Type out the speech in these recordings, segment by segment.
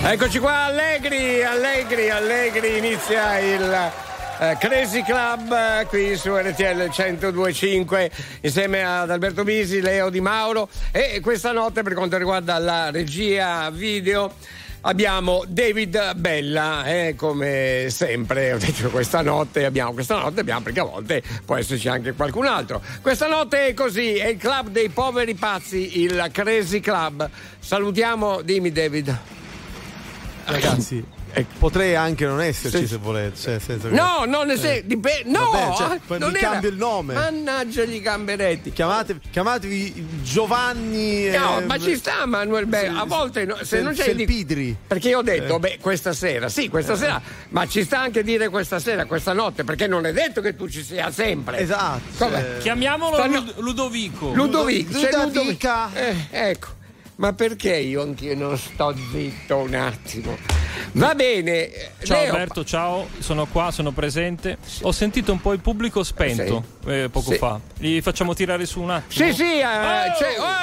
Eccoci qua, allegri, inizia il Crazy Club qui su RTL 102.5 insieme ad Alberto Bisi, Leo Di Mauro, e questa notte, per quanto riguarda la regia video, abbiamo David Bella, come sempre. Ho detto questa notte abbiamo perché a volte può esserci anche qualcun altro. Questa notte è così, è il club dei poveri pazzi, il Crazy Club. Salutiamo, dimmi David. Ragazzi, potrei anche non esserci, se volete. Cioè, no, non ne sei. No, vabbè, cioè, poi non mi cambio il nome. Mannaggia gli gamberetti. Chiamatevi Giovanni. No, ma ci sta Manuel Bella. A volte se non c'è Selpidri. Perché io ho detto, questa sera, ma ci sta anche dire questa sera, questa notte, perché non è detto che tu ci sia sempre. Esatto. Chiamiamolo Ludovico. Ludovica. Ecco. Ma perché io anch'io non sto zitto un attimo? Va bene. Ciao Leo. Alberto, ciao, sono qua, sono presente. Ho sentito un po' il pubblico spento poco fa. Li facciamo tirare su un attimo. Sveglia!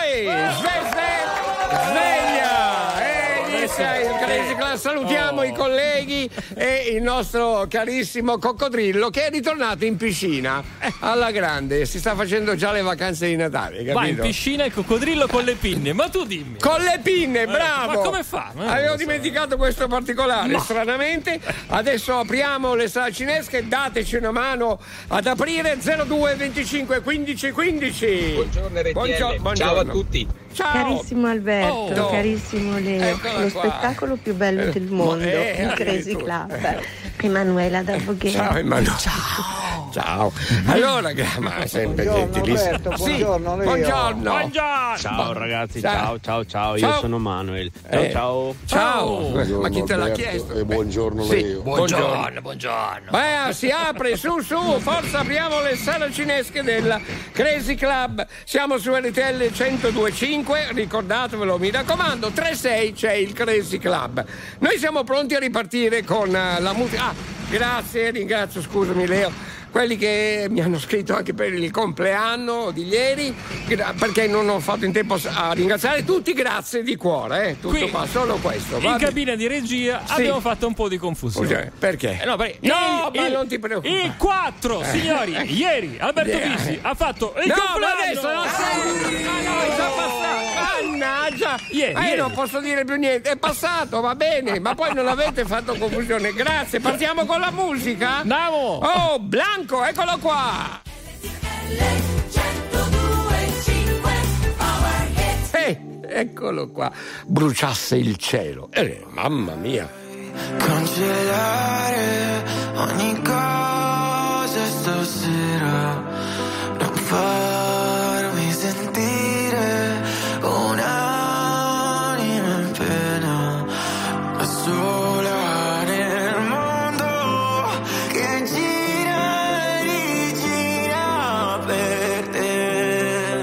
Inizia il Crazy Club. Salutiamo i colleghi e il nostro carissimo Coccodrillo, che è ritornato in piscina alla grande. Si sta facendo già le vacanze di Natale, capito? Va in piscina il Coccodrillo con le pinne, ma tu dimmi. Con le pinne, bravo! Ma come fa? Avevo dimenticato questo particolare, stranamente. Adesso apriamo le sale cinesche, dateci una mano ad aprire. 02 25 15 15. Buongiorno RTL. Buongiorno. Ciao a tutti. Ciao. Carissimo Alberto, carissimo Leo, Eccola lo qua. spettacolo più bello del mondo, il Crazy Club. Emanuela da Voghera. Ciao Emanuela. Ciao. Allora, ma sempre gentilissimo. Alberto, buongiorno, Leo. Buongiorno. Ciao ragazzi, Ciao. ciao. Io sono Manuel. Ciao. Ma chi te l'ha Alberto, chiesto? e buongiorno Sì, Leo. Buongiorno. Beh, si apre, su, forza, apriamo le sale cinesche del Crazy Club. Siamo su RTL 102.5, ricordatevelo, mi raccomando, 3-6 c'è il Crazy Club. Noi siamo pronti a ripartire con la musica. Ringrazio, scusami Leo, quelli che mi hanno scritto anche per il compleanno di ieri, perché non ho fatto in tempo a ringraziare tutti, grazie di cuore, tutto Qui, qua, solo questo. In cabina di regia abbiamo fatto un po' di confusione. Perché? Ma non ti preoccupare. Il 4, signori, ieri Alberto Bisi ha fatto il compleanno. Ma adesso non sei. È già passato. Mannaggia. Io non posso dire più niente. È passato, va bene, ma poi non avete fatto confusione. Grazie. Partiamo con la musica. Andiamo. Oh, Blanco, eccolo qua. Eccolo qua. Bruciasse il cielo. Mamma mia. Cancellare ogni cosa stasera, non farmi sentire un'anima in pena, da sola nel mondo che gira e rigira per te,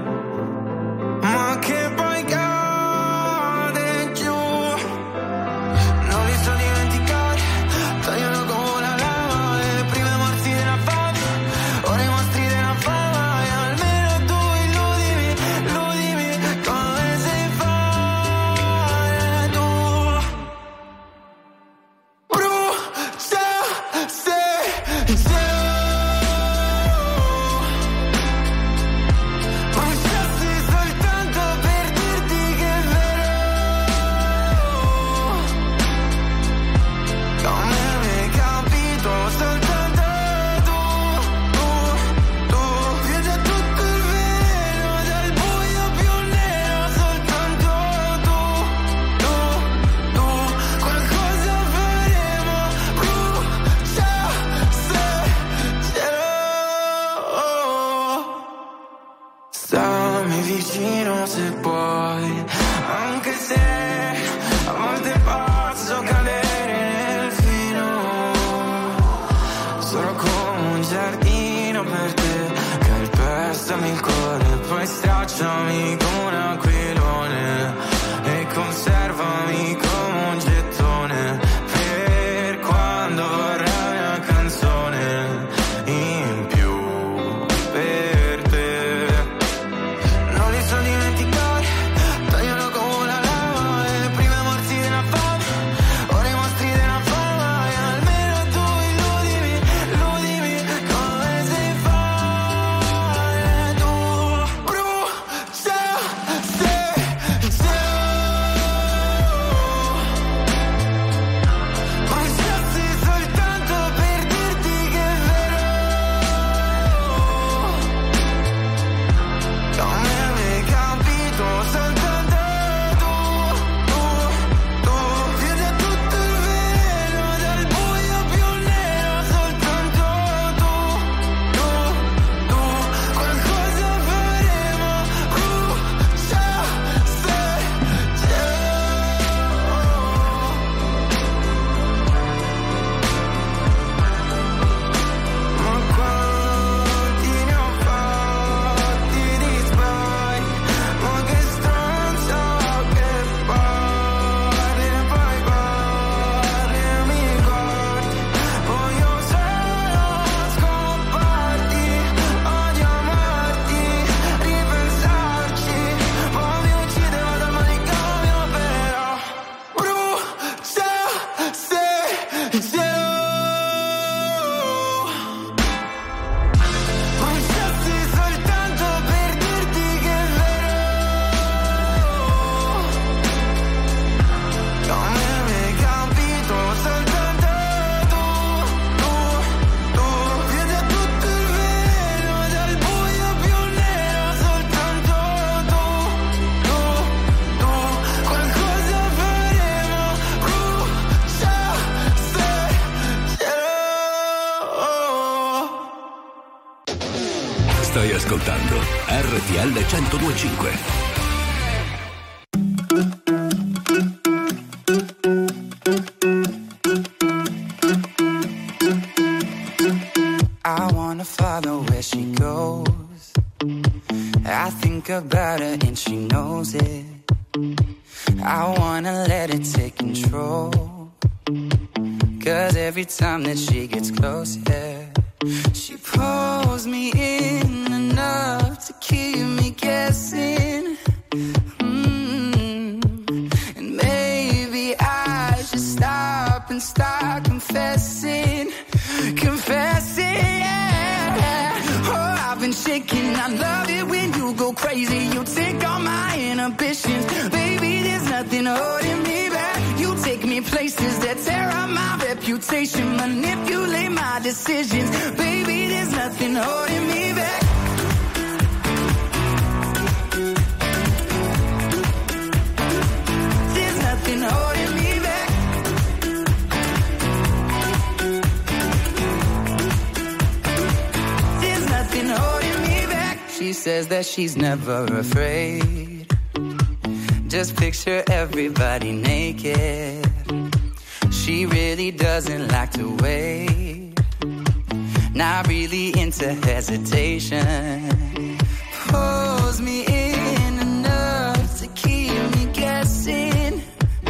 ma che poi cade giù. Non li so dimenticare, tagliano come la lava, e prima morti della fame, ora i mostri della fama, e almeno tu illudimi come sai fare tu. Brucia se bruciassi soltanto per dirti che è vero. Come mi hai capito soltanto tu viaggia tutto il vero dal buio più nero, soltanto tu qualcosa faremo, brucia se cielo. Stammi vicino se puoi, anche se a volte posso cadere nel fino. Sono come un giardino per te, calpestami il cuore, poi stracciami come un aquilone e conservami come un gettone per quando vorrai una canzone in più per te. Non li so dimenticare, tagliano come la lava, e prima morti della fame, ascoltando RTL 102.5. I wanna follow where she goes. I think about her and she knows it. I wanna let it take control. 'Cause every time that she gets close, yeah, she pulls me in enough to keep me guessing. And maybe I should stop and start confessing, yeah. Oh, I've been shaking, I love it when you go crazy. You take all my inhibitions, baby, there's nothing holding me back. You take me places that tear up my reputation, manipulate my decisions, baby, there's nothing holding me back. There's nothing holding me back. There's nothing holding me back. She says that she's never afraid. Just picture everybody naked. She really doesn't like to wait. Not really into hesitation. Pulls me in enough to keep me guessing.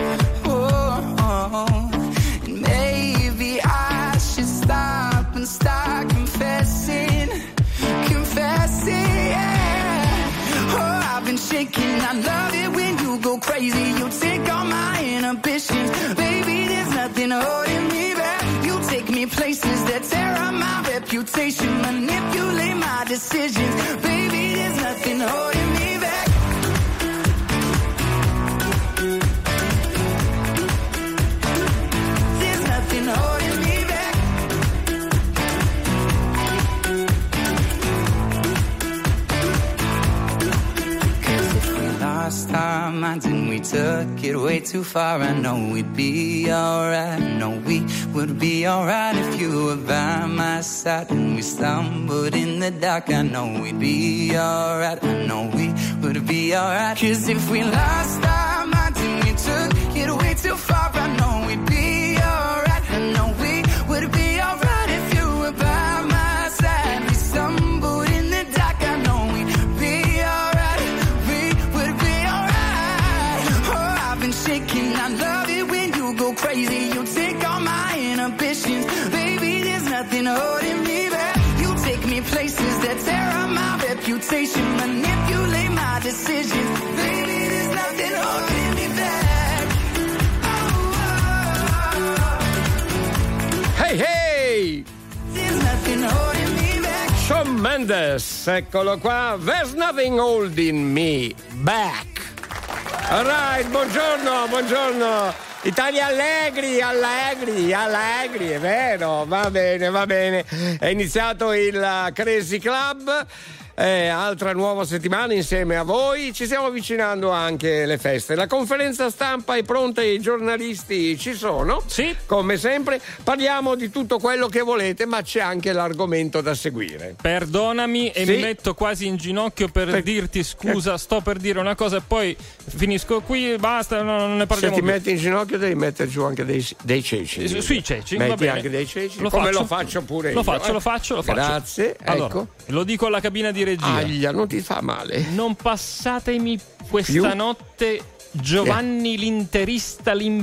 Oh, and maybe I should stop and start confessing, yeah. Oh, I've been shaking, I love it when you go crazy. You take all my inhibitions, baby, there's nothing holding me back. You take me places that tear up my reputation, manipulate my decisions, baby, there's nothing holding me back. There's nothing holding me back. Lost our minds and we took it way too far. I know we'd be alright. I know we would be alright if you were by my side. And we stumbled in the dark. I know we'd be alright. I know we would be alright. 'Cause if we lost our minds and we took it way too far, I know we'd be alright. I know we would be alright if you were by my side. We stumbled in the dark. I know we'd be alright. Shaking, I love it when you go crazy. You take all my inhibitions, baby, there's nothing holding me back. You take me places that tear up my reputation, manipulate my decisions, baby, there's nothing holding me back. Hey hey! There's nothing holding me back. Shawn Mendes, eccolo qua. There's nothing holding me back. All right, buongiorno. Italia allegri, è vero, va bene. È iniziato il Crazy Club. Altra nuova settimana insieme a voi, ci stiamo avvicinando anche alle feste. La conferenza stampa è pronta, i giornalisti ci sono. Sì. Come sempre parliamo di tutto quello che volete, ma c'è anche l'argomento da seguire. Perdonami e sì. Mi metto quasi in ginocchio per dirti scusa, sto per dire una cosa e poi finisco qui, basta, non ne parliamo più. Se ti più. metti in ginocchio devi mettere giù anche dei ceci. Sui ceci, metti va bene. anche dei ceci, lo faccio pure lo io. faccio. Grazie, allora, ecco. Lo dico alla cabina di regia. Aglia, non ti fa male. Non passatemi questa Più? notte Giovanni l'interista, quel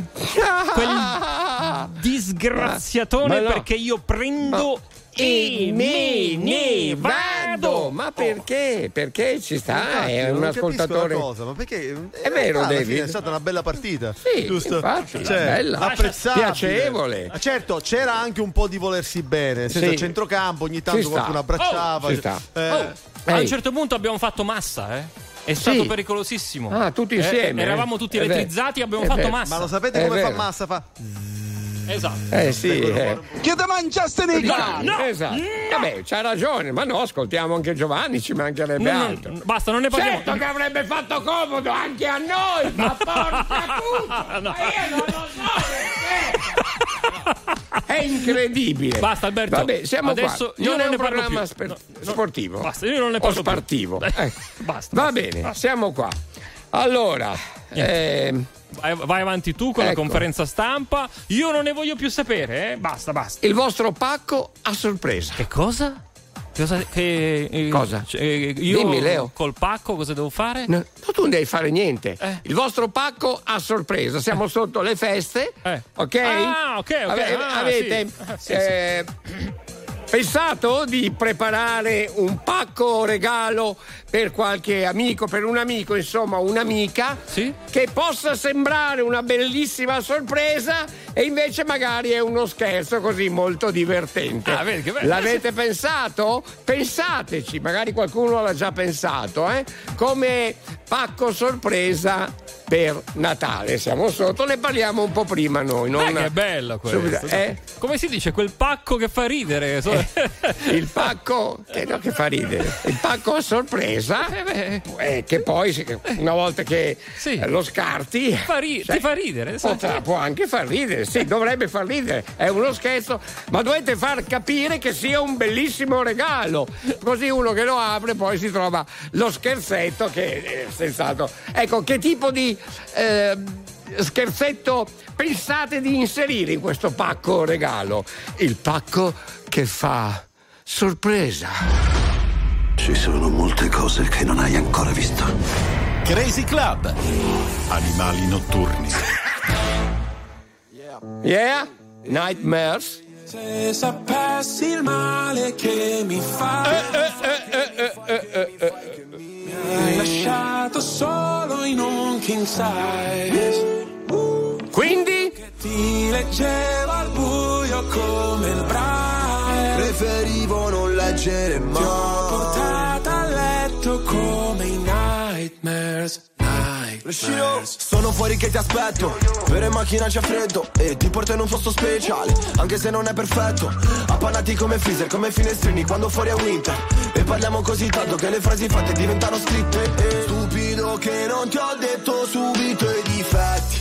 disgraziatone, no. Perché io prendo e me ne vado. Ma perché? Perché ci sta? Infatti, è un non ascoltatore. Capisco una cosa, ma perché È vero, alla David. fine è stata una bella partita. Sì, giusto? infatti, Cioè, bella. apprezzabile. Piacevole. Certo, c'era anche un po' di volersi bene, nel senso, Sì. a centrocampo ogni tanto Ci sta. qualcuno abbracciava. Ci sta. A un certo punto abbiamo fatto massa, È stato pericolosissimo. Ah, tutti insieme. Eravamo tutti elettrizzati, abbiamo È fatto vero. massa. Ma lo sapete È come fa vero. massa? Fa Esatto. Sì. Che te mangiaste nei No. Esatto. Vabbè, c'ha ragione, ma no, ascoltiamo anche Giovanni, ci mancherebbe altro. Basta, non ne parliamo. Certo che avrebbe fatto comodo anche a noi, ma porca puttana, No. ma io non lo so perché. È incredibile. Basta, Alberto. Vabbè, siamo adesso qua. io non non è ne un parlo programma più. sportivo. Basta, io non ne parlo o spartivo. Basta. Va bene, siamo qua. Allora, vai avanti tu con la conferenza stampa. Io non ne voglio più sapere, Basta. Il vostro pacco a sorpresa. Che cosa? Cosa? Io Dimmi, Leo. Col pacco cosa devo fare? No, tu non devi fare niente. Il vostro pacco a sorpresa. Siamo sotto le feste, ok? Ah, ok. Avete pensato di preparare un pacco regalo per qualche amico, per un amico, insomma, un'amica, che possa sembrare una bellissima sorpresa e invece magari è uno scherzo così molto divertente. Vedi che bello. L'avete pensato? Pensateci, magari qualcuno l'ha già pensato, come pacco sorpresa per Natale. Siamo sotto, ne parliamo un po' prima noi. Che bello questo. Come si dice? Quel pacco che fa ridere. Il pacco che fa ridere. Il pacco a sorpresa che poi una volta che lo scarti ti fa ridere. Può anche far ridere, dovrebbe far ridere. È uno scherzo, ma dovete far capire che sia un bellissimo regalo. Così uno che lo apre poi si trova lo scherzetto che è senz'altro. Ecco, che tipo di scherzetto pensate di inserire in questo pacco regalo? Il pacco che fa sorpresa. Ci sono molte cose che non hai ancora visto. Crazy Club. Animali notturni. Yeah? Nightmares. Se sapessi il male che mi fai, mi hai lasciato solo in un king size. Quindi? Che ti leggevo al buio come il braille. Preferivo non leggere mai. Ti ho portata a letto come i nightmares. Sono fuori che ti aspetto, vero in macchina c'è freddo e ti porto in un posto speciale, anche se non è perfetto. Appannati come freezer, come finestrini quando fuori è winter. E parliamo così tanto che le frasi fatte diventano scritte. Stupido che non ti ho detto subito i difetti.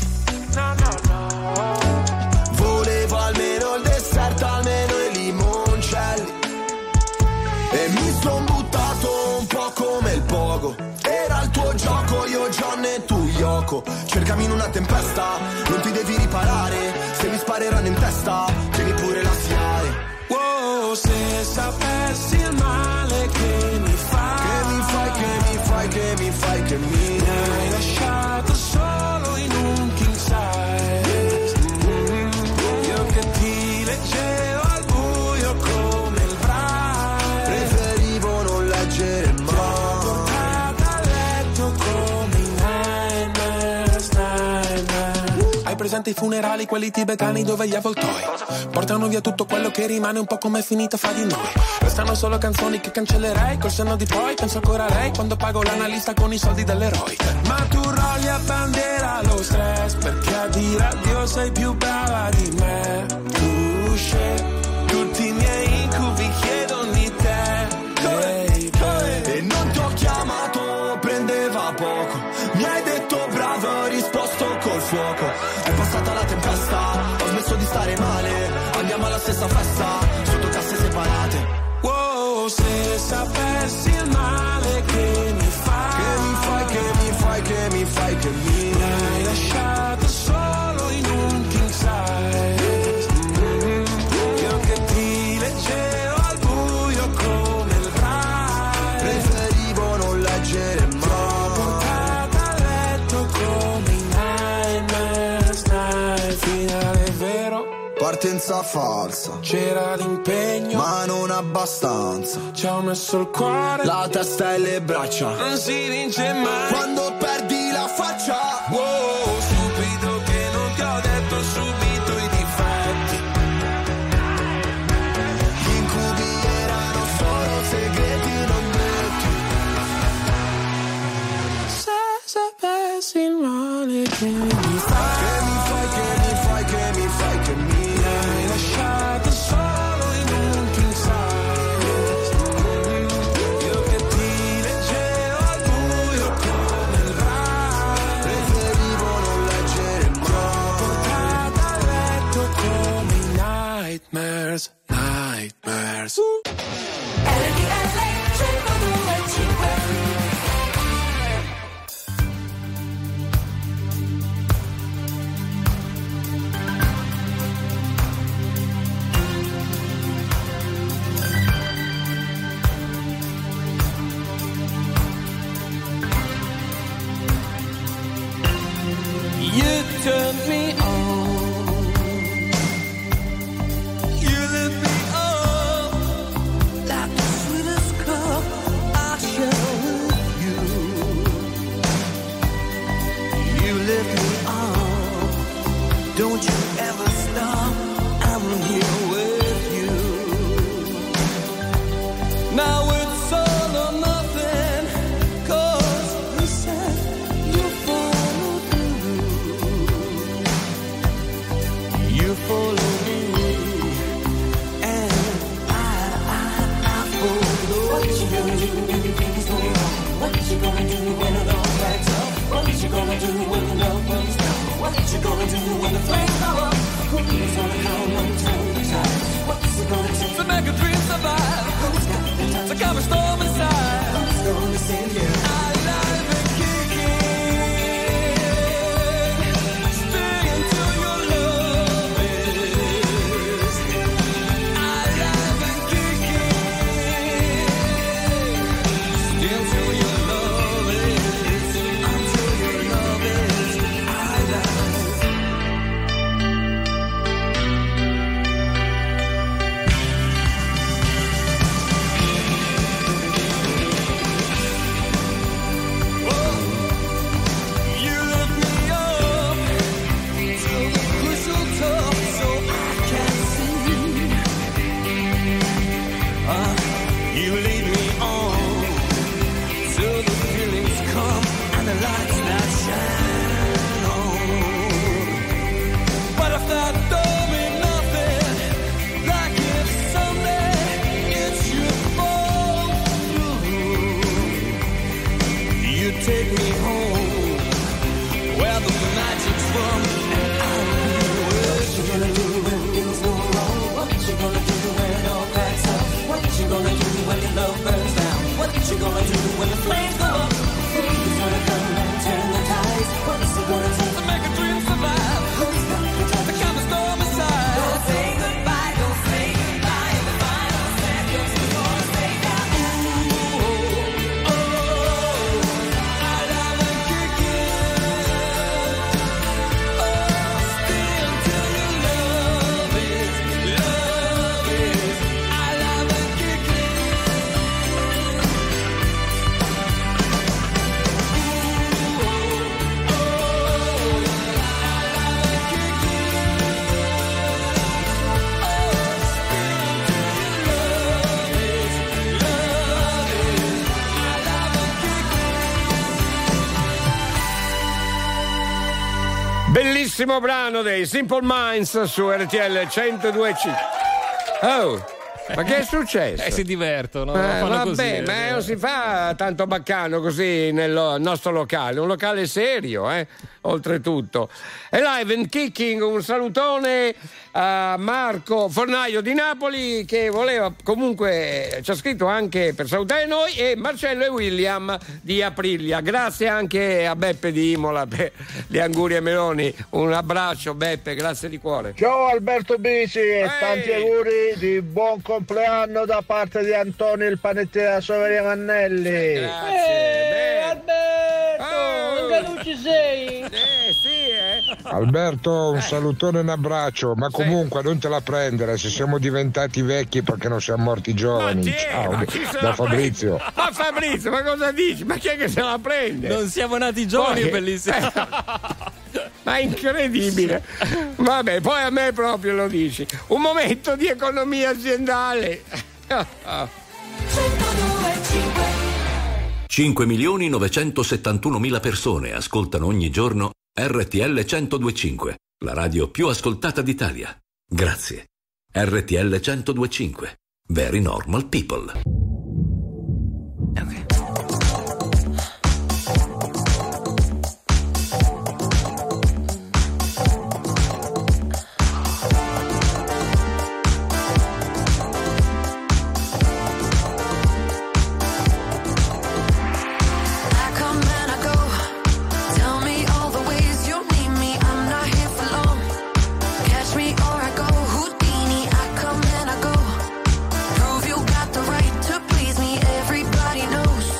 Volevo almeno il dessert, almeno i limoncelli. E mi son buttato un po' come il pogo. Era il tuo gioco, io John e tu Yoko. Cercami in una tempesta, non ti devi riparare. Se mi spareranno in testa, tieni pure la SIAE. Wow, se sapessi il male che mi fai. Che mi hai lasciato solo in un king size. Io che ti leggevo al buio come il braille. Preferivo non leggere mai. Hai presente i funerali, quelli tibetani dove gli avvoltoi portano via tutto quello che rimane, un po' come è finita fra di noi. Restano solo canzoni che cancellerei, col senno di poi penso ancora a lei quando pago l'analista con i soldi dell'eroe. Ma tu rolli a bandiera lo stress, perché a dire addio sei più brava di me. Tu scegli tutti i miei incubi, chiedono di te. E non ti ho chiamato, prendeva poco. Mi hai detto bravo, ho risposto col fuoco. È passata la tempesta, ho smesso di stare male. Andiamo alla stessa festa, sotto casse separate. Wow, se sapessi il male che mi fai. Che mi hai lasciato solo in un king size. Io che ti leggevo al buio come il braille. Preferivo non leggere mai. Ti ho portata a letto come i nightmares. Finale vero, partenza falsa. C'era l'impegno, ma non abbastanza. Ci ho messo il cuore, la testa e le braccia. Non si vince mai quando perdi la faccia. Wow, stupido che non ti ho detto subito i difetti. Gli incubi erano solo segreti non detti. Se sapessi il male che mi fai. Che mi hai lasciato solo in un king size. Io che ti leggevo al buio come il braille. Preferivo non leggere mai. Ti ho portata a letto turned me on. You lit me up like the sweetest cup I share with you. You lit me up, don't you ever stop, I'm here with you. Now it's all or nothing, 'cause you said you follow through. You follow me, and I follow. What you gonna do when you think it's going wrong? What you gonna do when it all backs up? What you gonna do when the love runs down? What you gonna do when the flames go up? Who's gonna come and turn the tide? What's it gonna take to make a dream survive? Who's got the time to calm a storm inside? Who's gonna save you? Alive and kicking. Stay until your love is. Alive and kicking. Stay until your love is. Until your love is alive. You lift me up till the crystal top so I can see. You lead me on till the feelings come and the lights that shine on. But if that don't mean nothing, like if someday it should fall through, you take me home where the magic's from, and I'll be with you. What you gonna do when things go wrong? What you gonna do when it all cracks up? What you gonna do when your love burns down? What you gonna do when the flames go up? Who's gonna come and turn the tides? What's it gonna take to make a dream survive? Who's got the time to calm the storm inside? Don't say goodbye, don't say goodbye. In the final seconds before I say goodbye. Ooh, oh, alive and kicking. Oh, stay until your love is alive and kicking. Bellissimo brano dei Simple Minds su RTL 102.5. Oh, ma che è successo? Si divertono, lo fanno vabbè, così. ma non si fa tanto baccano così nel nostro locale, un locale serio, oltretutto. E Live and Kicking, un salutone a Marco Fornaio di Napoli che voleva comunque, ci ha scritto anche per salutare noi, e Marcello e William di Aprilia. Grazie anche a Beppe di Imola per gli auguri a Meloni. Un abbraccio Beppe, grazie di cuore. Ciao Alberto Bisi e tanti auguri di buon compleanno da parte di Antonio il panettiere da Soveria Annelli. Grazie. Alberto, anche tu ci sei? Alberto, un salutone e un abbraccio, ma comunque non te la prendere se siamo diventati vecchi perché non siamo morti giovani. Ciao, da Fabrizio. Ma Fabrizio, ma cosa dici? Ma chi è che se la prende? Non siamo nati giovani, Poi- bellissimo. Ma è incredibile. Vabbè, poi a me proprio lo dici. Un momento di economia aziendale. 5.971.000 persone ascoltano ogni giorno RTL 102.5, la radio più ascoltata d'Italia. Grazie. RTL 102.5. Very normal people. Prove you got the right to please me. Everybody knows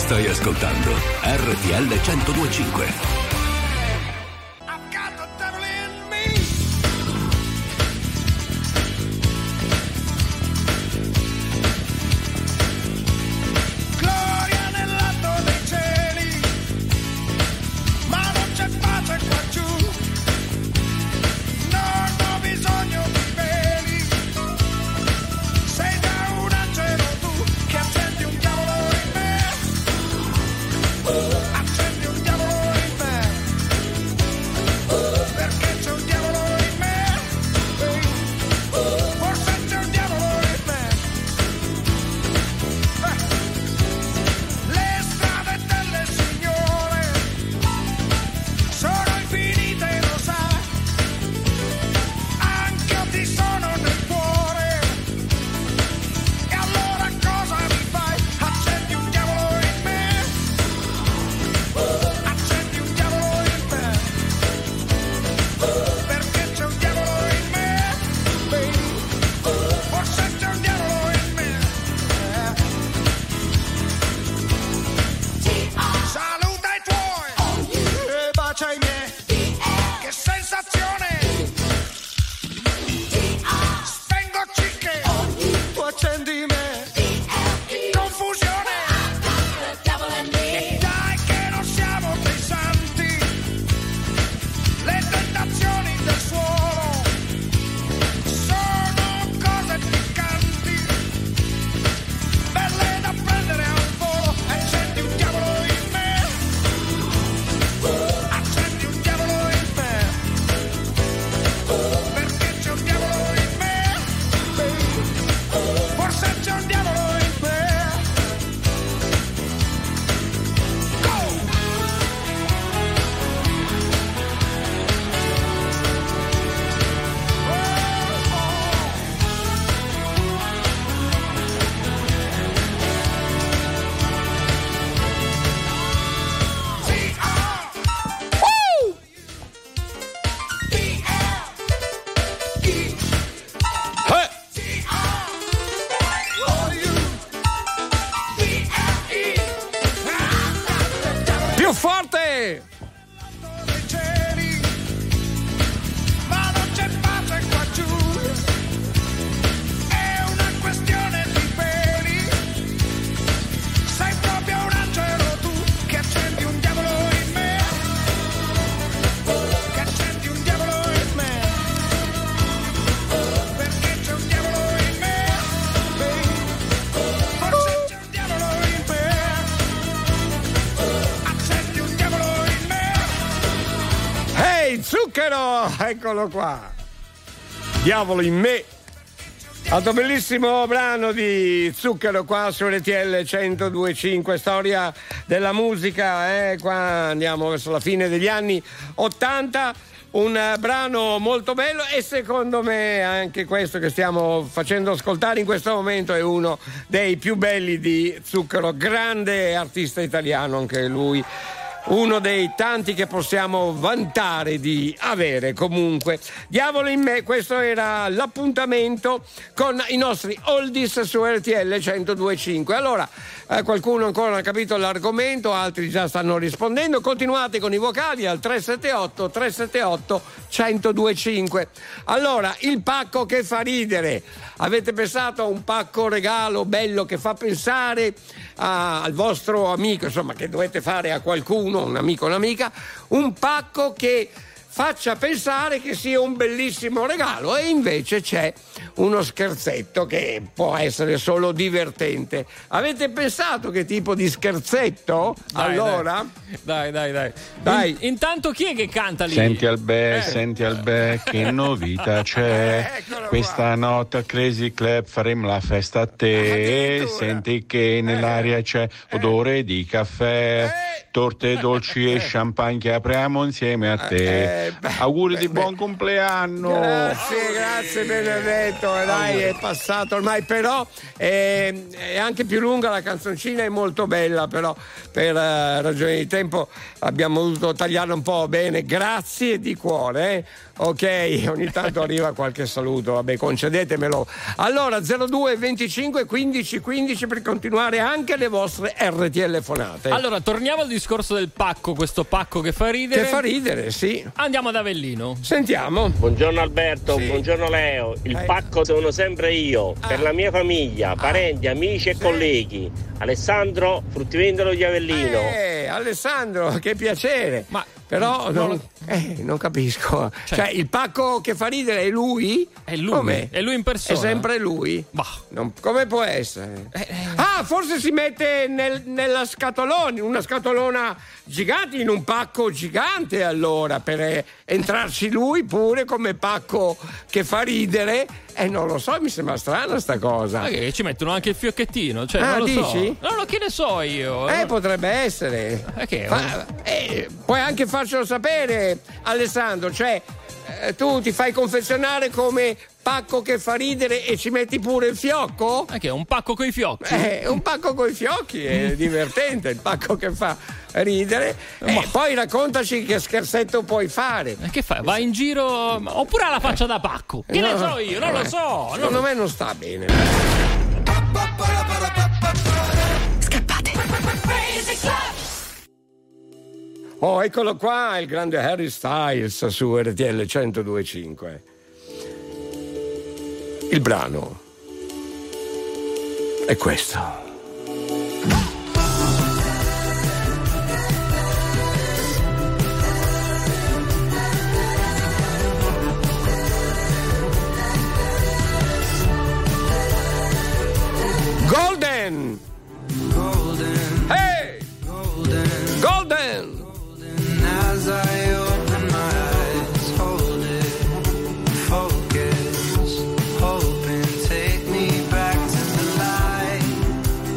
Stai ascoltando RTL 102.5. Accendi un diavolo in me. più forte! Ma non c'è pace qua giù, è una questione di peli, sei proprio un angelo tu, che accendi un diavolo in me, che accendi un diavolo in me, perché c'è un diavolo in me, forse c'è un diavolo in me, accendi un diavolo in me. Ehi, zucchero! Eccolo qua! Diavolo in me! Altro bellissimo brano di Zucchero qua su RTL 102.5, storia della musica, qua andiamo verso la fine degli anni 80, un brano molto bello e secondo me anche questo che stiamo facendo ascoltare in questo momento è uno dei più belli di Zucchero, grande artista italiano anche lui. Uno dei tanti che possiamo vantare di avere. Comunque, Diavolo in me, questo era l'appuntamento con i nostri oldies su RTL 102.5. Allora, qualcuno ancora non ha capito l'argomento, altri già stanno rispondendo. Continuate con i vocali al 378 378 102.5. Allora, il pacco che fa ridere. Avete pensato a un pacco regalo bello che fa pensare al vostro amico, insomma, che dovete fare a qualcuno, un amico o un'amica, un pacco che faccia pensare che sia un bellissimo regalo e invece c'è uno scherzetto che può essere solo divertente. Avete pensato che tipo di scherzetto? Dai, allora? Dai. Intanto chi è che canta lì? Senti Albè, che novità c'è? Questa notte al Crazy Club faremo la festa a te. Senti che nell'aria c'è odore di caffè, torte dolci e champagne che apriamo insieme a te. Auguri di buon compleanno. Grazie Benedetto, dai, è passato ormai, però è anche più lunga la canzoncina, è molto bella, però per ragioni di tempo abbiamo dovuto tagliarla un po'. Bene, grazie di cuore. Ok, ogni tanto arriva qualche saluto, vabbè, concedetemelo. Allora 02 25 15 15 per continuare anche le vostre RTL fonate. Allora torniamo al discorso del pacco, questo pacco che fa ridere. Che fa ridere, sì. Andiamo ad Avellino. Sentiamo. Buongiorno Alberto, Sì. buongiorno Leo. Il pacco sono sempre io, per la mia famiglia, parenti, amici e colleghi. Alessandro, fruttivendolo di Avellino. Alessandro, che piacere. Ma però non capisco. Cioè, il pacco che fa ridere è lui? È lui. Come? È lui in persona. È sempre lui? Bah. Come può essere? Forse si mette nella scatolona, una scatolona gigante, in un pacco gigante, allora, per entrarci lui pure come pacco che fa ridere. Non lo so, mi sembra strana sta cosa. Che ci mettono anche il fiocchettino, cioè, non lo dici? So. No, che ne so io. Potrebbe essere. Puoi anche farcelo sapere, Alessandro, cioè tu ti fai confezionare come pacco che fa ridere e ci metti pure il fiocco? Che è un pacco coi fiocchi? Un pacco coi fiocchi è divertente, il pacco che fa ridere. Poi raccontaci che scherzetto puoi fare. Che fai? Vai in giro oppure ha la faccia da pacco? Che ne so io? Non lo so. Secondo me non sta bene. Scappate. Oh, eccolo qua, il grande Harry Styles su RTL 102.5. Il brano è questo. Golden! Hey! Golden! As I open my eyes, hold it, focus, hoping, take me back to the light.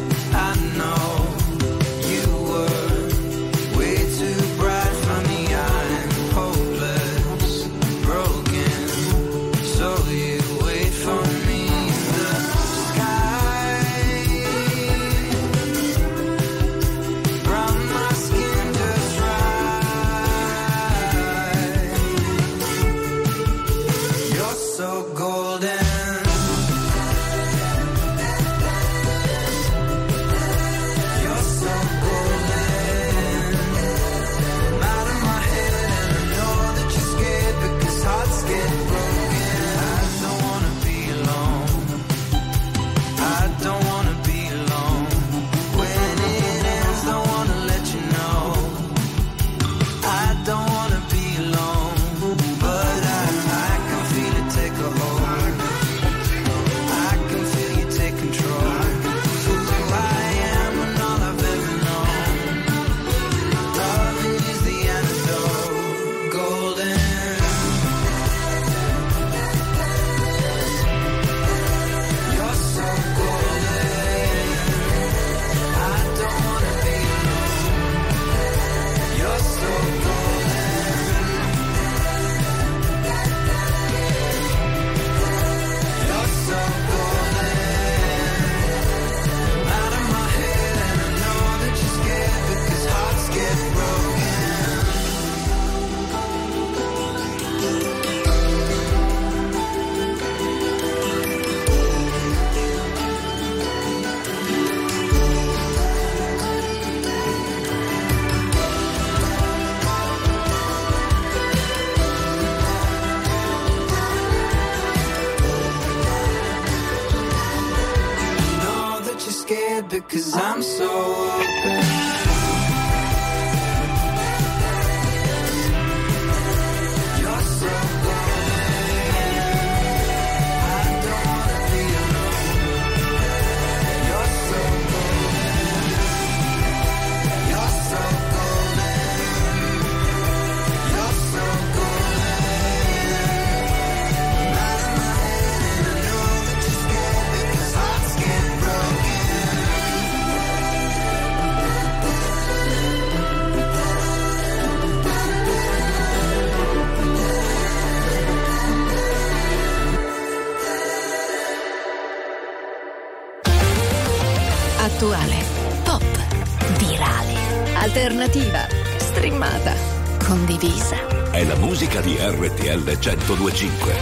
Pop, virale, alternativa, streamata, condivisa. È la musica di RTL 102.5.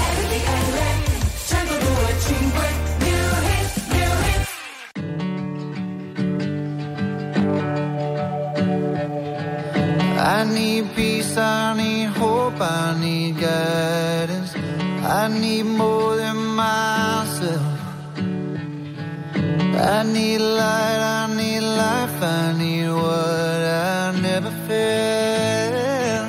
I need peace, I need hope, I need guidance. I need more than myself. I need light, I need life, I need what I never felt.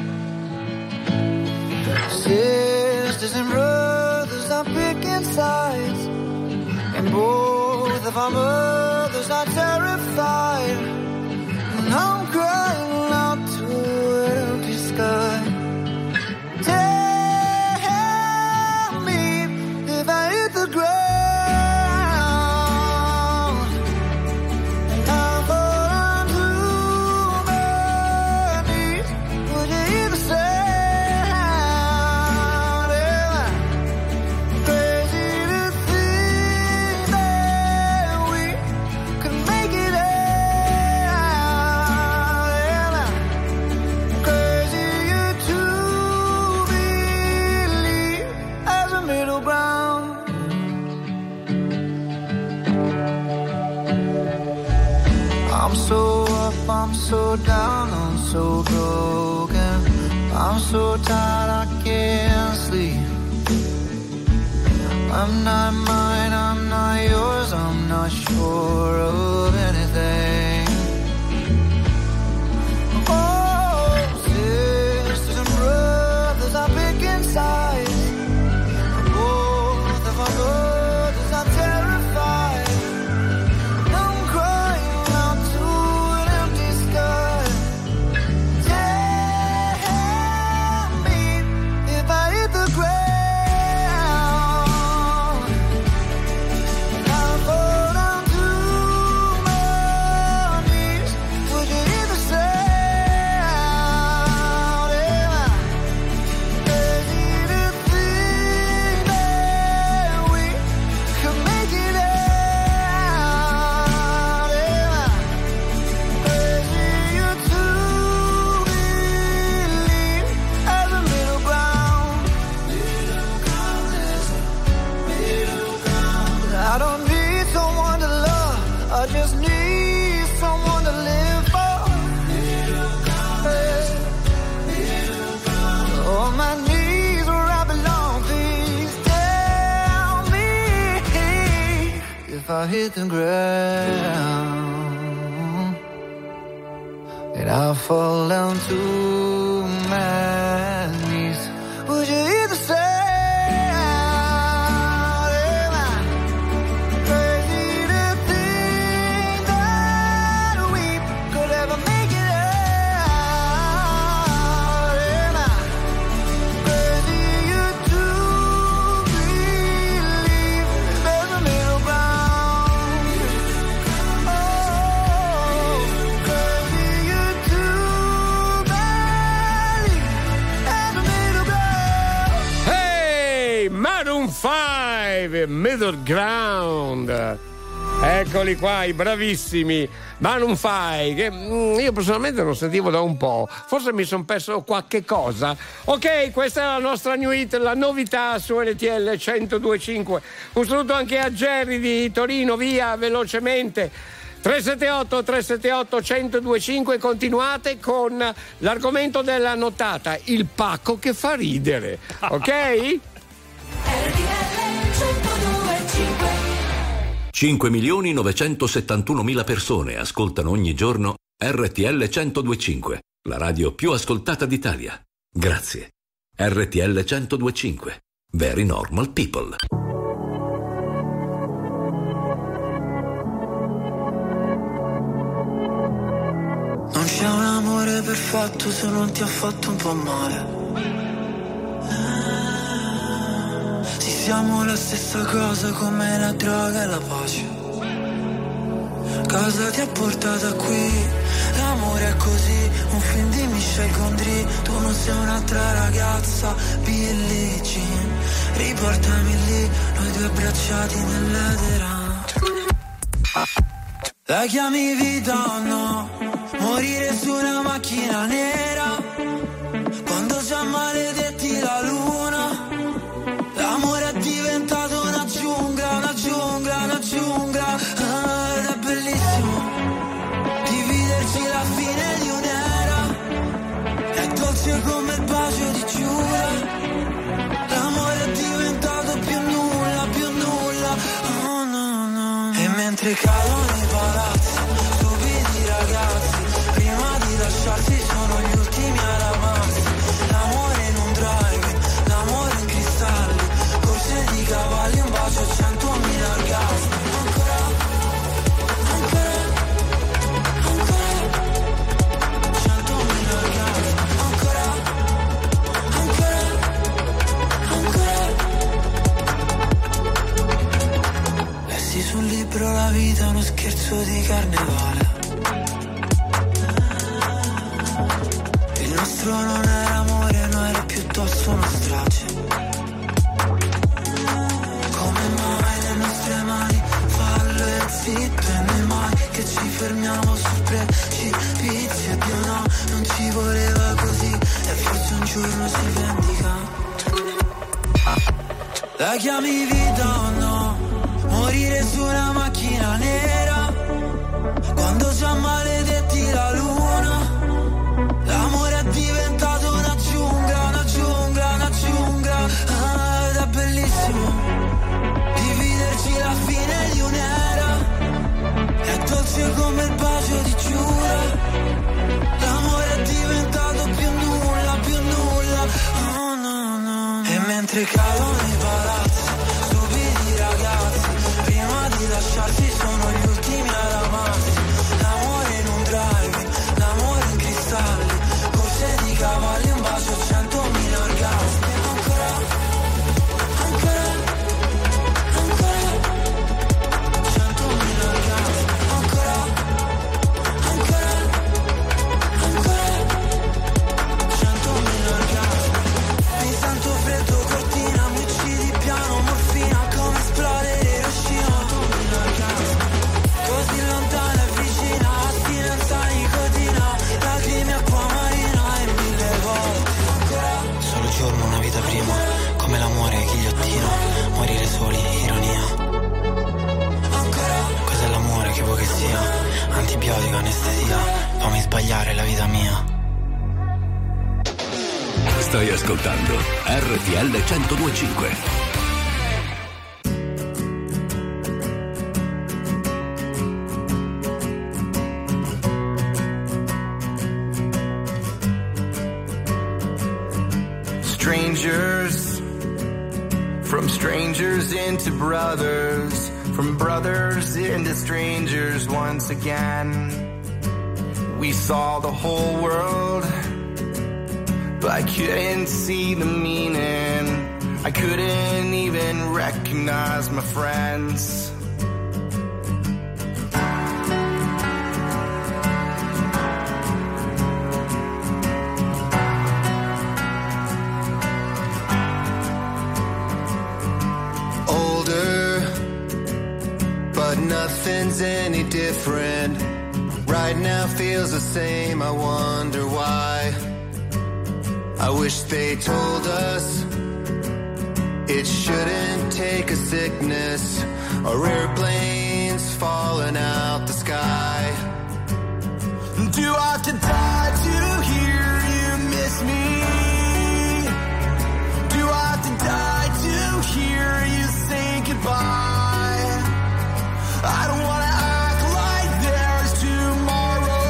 Sisters and brothers are picking sides, and both of our mothers are terrified. And I'm crying out to an empty sky. Tell me if I hit the ground. I'm so down, I'm so broken. I'm so tired, I can't sleep. I'm not mine, I'm not yours, I'm not sure of anything. Oh, sisters and brothers are picking sides. Both of our brothers are terrified. I'm crying out to an empty sky. Tell me if I hit the ground. I'll fall down to my knees. Would you hear the sound? Crazy to think that we could make it out. Crazy to believe as a middle ground. I don't need someone to love, I just need someone to live for. On my knees where I belong, please tell me if I hit the ground and I fall down to my knees. Would you hear the sound? Crazy to think that we could ever make it out. Crazy to believe there's a middle ground. Oh, crazy to believe there's a middle ground. Hey, Maroon 5, Middle Ground. Eccoli qua, i bravissimi Maroon 5, che io personalmente non sentivo da un po', forse mi sono perso qualche cosa. Ok, questa è la nostra new hit, la novità su RTL 102.5. Un saluto anche a Jerry di Torino, via velocemente 378 1025. Continuate con l'argomento della nottata, il pacco che fa ridere, ok? 5.971.000 persone ascoltano ogni giorno RTL 102.5, la radio più ascoltata d'Italia. Grazie. RTL 102.5. Very normal people. Non c'è un amore perfetto se non ti ha fatto un po' male. Sì, siamo la stessa cosa come la droga e la pace. Cosa ti ha portato qui? L'amore è così, un film di Michel Gondry. Tu non sei un'altra ragazza, Billie Jean. Riportami lì, noi due abbracciati nell'edera. La chiami vita o no? Morire su una macchina nera, quando già maledetti la luna. L'amore è diventato una giungla, una giungla, una giungla. Ed è bellissimo dividerci la fine di un'era. È dolce come il bacio di Giura. L'amore è diventato più nulla, più nulla. Oh no, no. E mentre cadono i palazzi, stupidi ragazzi, prima di lasciarsi sono gli ultimi a lavarsi. L'amore in un drive, l'amore in cristalli, corse di cavalli, un bacio, 100.000 orgasmi. Ancora, ancora, ancora, 100.000 orgasmi. Ancora, ancora, ancora. Lessi sul libro La vita è uno scherzo di carnevale. Il nostro non era amore, no, era piuttosto una strage. Come mai le nostre mani fallo e zitto, e noi mai che ci fermiamo sul precipizio. E Dio no, non ci voleva così, e forse un giorno si vendica. La chiami vita o no? Morire su una macchina nera, quando già maledetti la luna. L'amore è diventato una giungla, una giungla, una giungla. Ed è bellissimo dividerci la fine di un'era. È dolce come il bacio di Giura. L'amore è diventato più nulla, più nulla. Oh no, no. E mentre cadono i palazzi, stupidi ragazzi, prima di lasciarsi sono gli ultimi a lavarsi. L'amore in un drive, l'amore in cristalli, corse di cavalli, un bacio, 100.000 orgasmi. Ancora, ancora, ancora, 100.000 orgasmi. Ancora, ancora, ancora, 100.000 orgasmi. Mi sento freddo, cortina, mi uccidi piano, morfina, come esplodere Hiroshima. 100.000 orgasmi. Così lontana e vicina, astinenza, nicotina, lacrime, acqua marina e 1000 volte. Solo giorno, una vita prima, come l'amore, ghigliottina, morire soli, ironia. Ancora. Cos'è l'amore, che vuoi che sia? Antibiotico, anestesia, fammi sbagliare la vita mia. Stai ascoltando RTL 102.5. Strangers, from strangers into brothers, from brothers into strangers once again. We saw the whole world, but I couldn't see the meaning. I couldn't even recognize my friends. Nothing's any different. Right now feels the same. I wonder why. I wish they told us it shouldn't take a sickness or airplanes falling out the sky. Do I have to die to hear you miss me? Do I have to die to hear you say goodbye? I don't wanna act like there's tomorrow.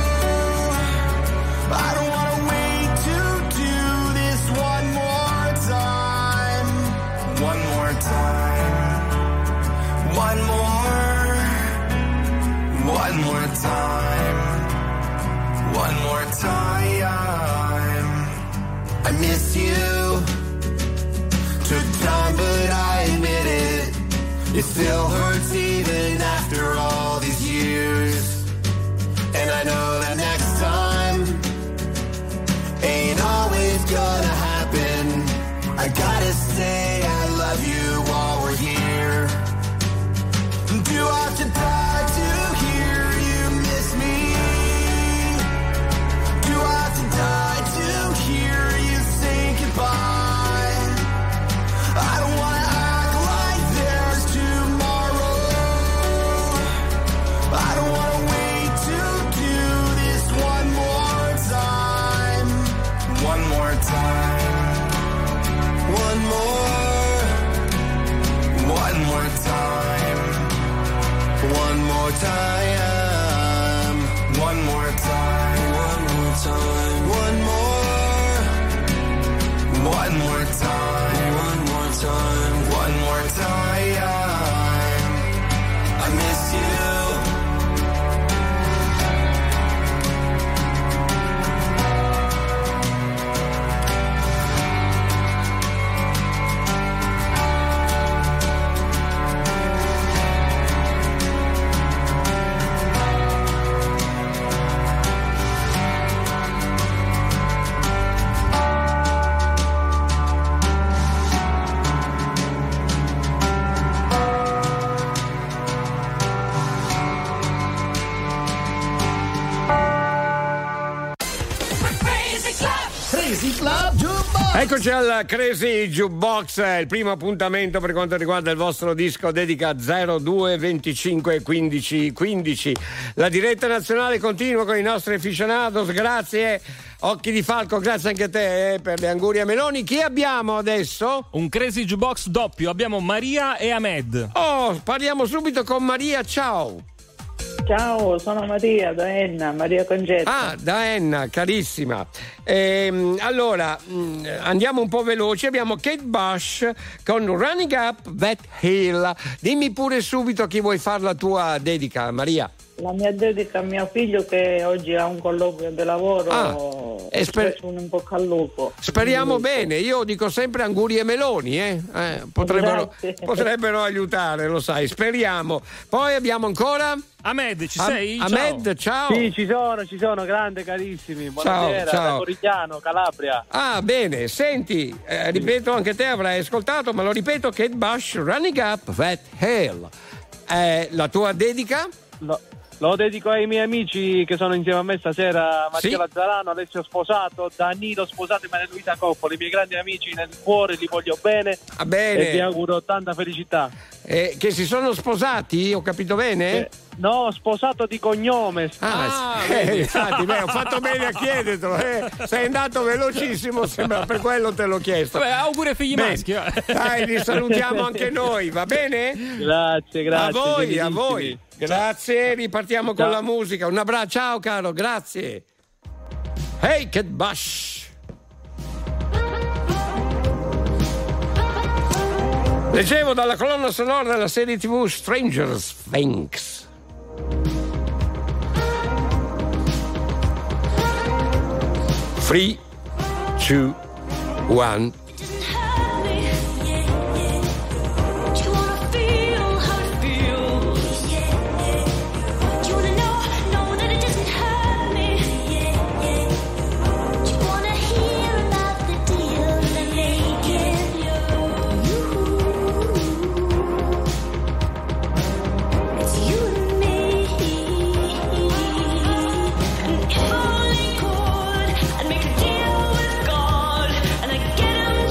I don't wanna wait to do this one more time. One more time. One more. One more time. One more time. I miss you. Took time, but I admit it. It still hurts even after all these years. And I know that next time ain't always gonna happen. I gotta say I love you while we're here. Do I have to die to hear time, one more time, one more time, one more time. I miss you. Eccoci al Crazy Jukebox, il primo appuntamento per quanto riguarda il vostro disco dedica 02 25 15 15. La diretta nazionale continua con i nostri aficionados, grazie. Occhi di Falco, grazie anche a te per le angurie a meloni. Chi abbiamo adesso? Un Crazy Jukebox doppio, abbiamo Maria e Ahmed. Oh, parliamo subito con Maria, ciao. Ciao, sono Maria da Enna, Maria Concetta. Ah, da Enna, carissima. Allora, andiamo un po' veloci. Abbiamo Kate Bush con Running Up That Hill. Dimmi pure subito a chi vuoi fare la tua dedica, Maria. La mia dedica a mio figlio che oggi ha un colloquio di lavoro. Un bocca al lupo. Speriamo bene, io dico sempre angurie e meloni, potrebbero aiutare, lo sai, speriamo. Poi abbiamo ancora Ahmed, ci sei? Ahmed, ciao. Sì, ci sono, grande, carissimi. Buonasera, ciao. Da Corigliano, Calabria. Ah, bene, senti, ripeto, anche te avrai ascoltato, ma lo ripeto, Kate Bush, Running Up That Hill. La tua dedica? Lo dedico ai miei amici che sono insieme a me stasera, Mattia Lazzarano, Alessio Sposato, Danilo Sposato e Maria Luisa Coppoli, i miei grandi amici nel cuore, li voglio bene. Bene. E vi auguro tanta felicità. Che si sono sposati, ho capito bene? No, sposato di cognome. Infatti, ho fatto bene a chiedertelo. Sei andato velocissimo, sembra, per quello te l'ho chiesto. Beh, auguri ai figli maschi. Dai, li salutiamo anche noi, va bene? Grazie. A voi. Grazie, ripartiamo con la musica. Un abbraccio, ciao caro, grazie. Hey, Kate Bush. Leggevo dalla colonna sonora della serie TV Stranger Things. 3, 2, 1. Make a deal with God, and I get him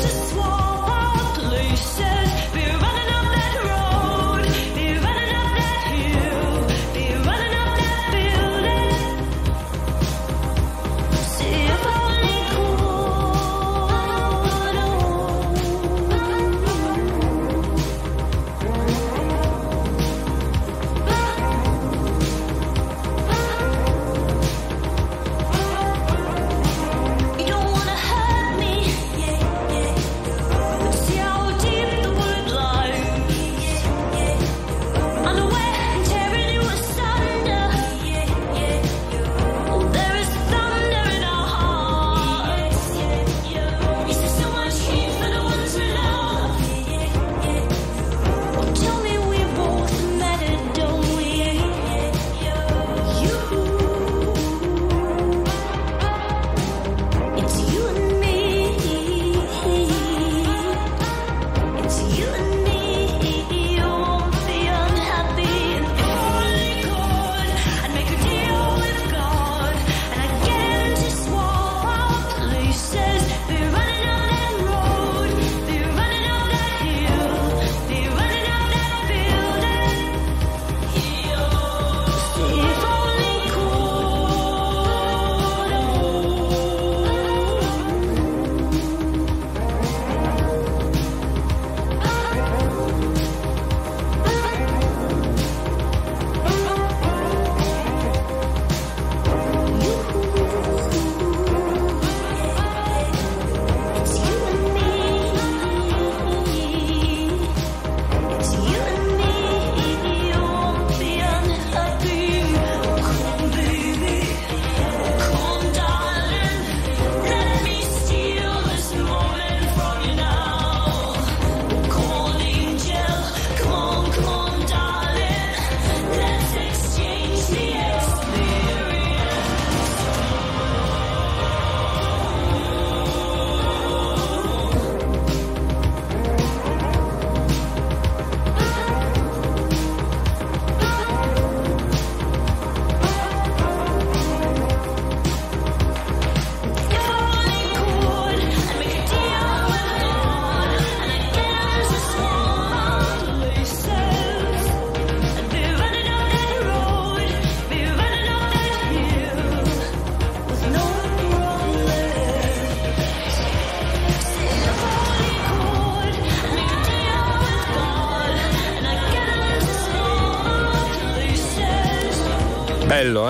Bello,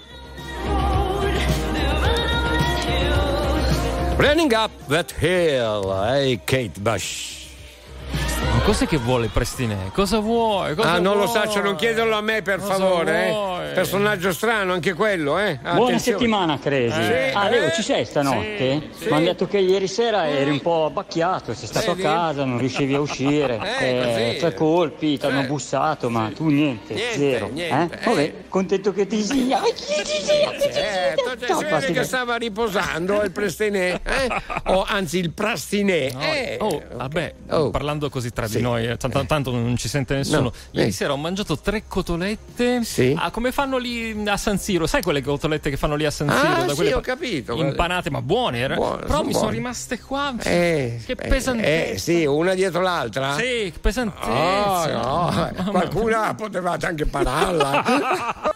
Running Up That Hill, Kate Bush. Ma cos'è che vuole Prestinè? Cosa vuoi? Non lo so, non chiederlo a me, per favore. Personaggio strano anche quello, Buona Attenzione. settimana, Cresi. Leo, ci sei stanotte? Sì. Mi hanno detto che ieri sera eri un po' abbacchiato, sei stato a casa, non riuscivi a uscire. Così. 3 colpi, ti hanno bussato, ma tu niente, zero. Vabbè, contento che ti sia. Si vede che stava riposando il Prestinè, o anzi il Prastinè. Vabbè, parlando così tra di noi, tanto non ci sente nessuno. No. Ieri sera ho mangiato 3 cotolette. Come fanno lì a San Siro? Sai quelle cotolette che fanno lì a San Siro? Ho capito. Impanate, ma buone. Però mi sono rimaste qua. Che pesantezza. Sì, una dietro l'altra. Sì, che pesantezza. No. Qualcuna potevate anche pararla.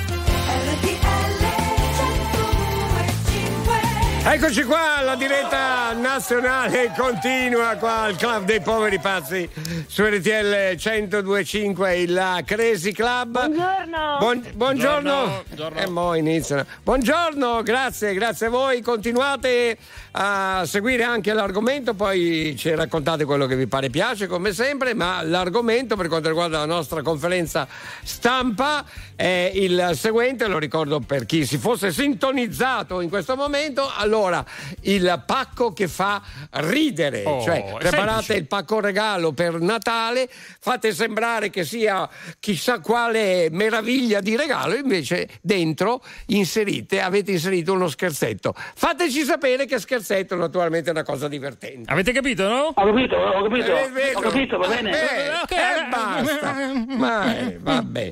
Eccoci qua, la diretta nazionale continua qua al Club dei Poveri Pazzi su RTL 102.5, il Crazy Club. Buongiorno. Mo iniziano. Buongiorno, grazie a voi. Continuate a seguire anche l'argomento, poi ci raccontate quello che vi pare e piace, come sempre, ma l'argomento per quanto riguarda la nostra conferenza stampa è il seguente, lo ricordo per chi si fosse sintonizzato in questo momento. Allora, il pacco che fa ridere, cioè preparate semplice. Il pacco regalo per Natale, fate sembrare che sia chissà quale meraviglia di regalo, invece dentro avete inserito uno scherzetto. Fateci sapere che scherzetto, naturalmente è una cosa divertente. Avete capito, no? Ho capito, va bene. Basta. Vabbè.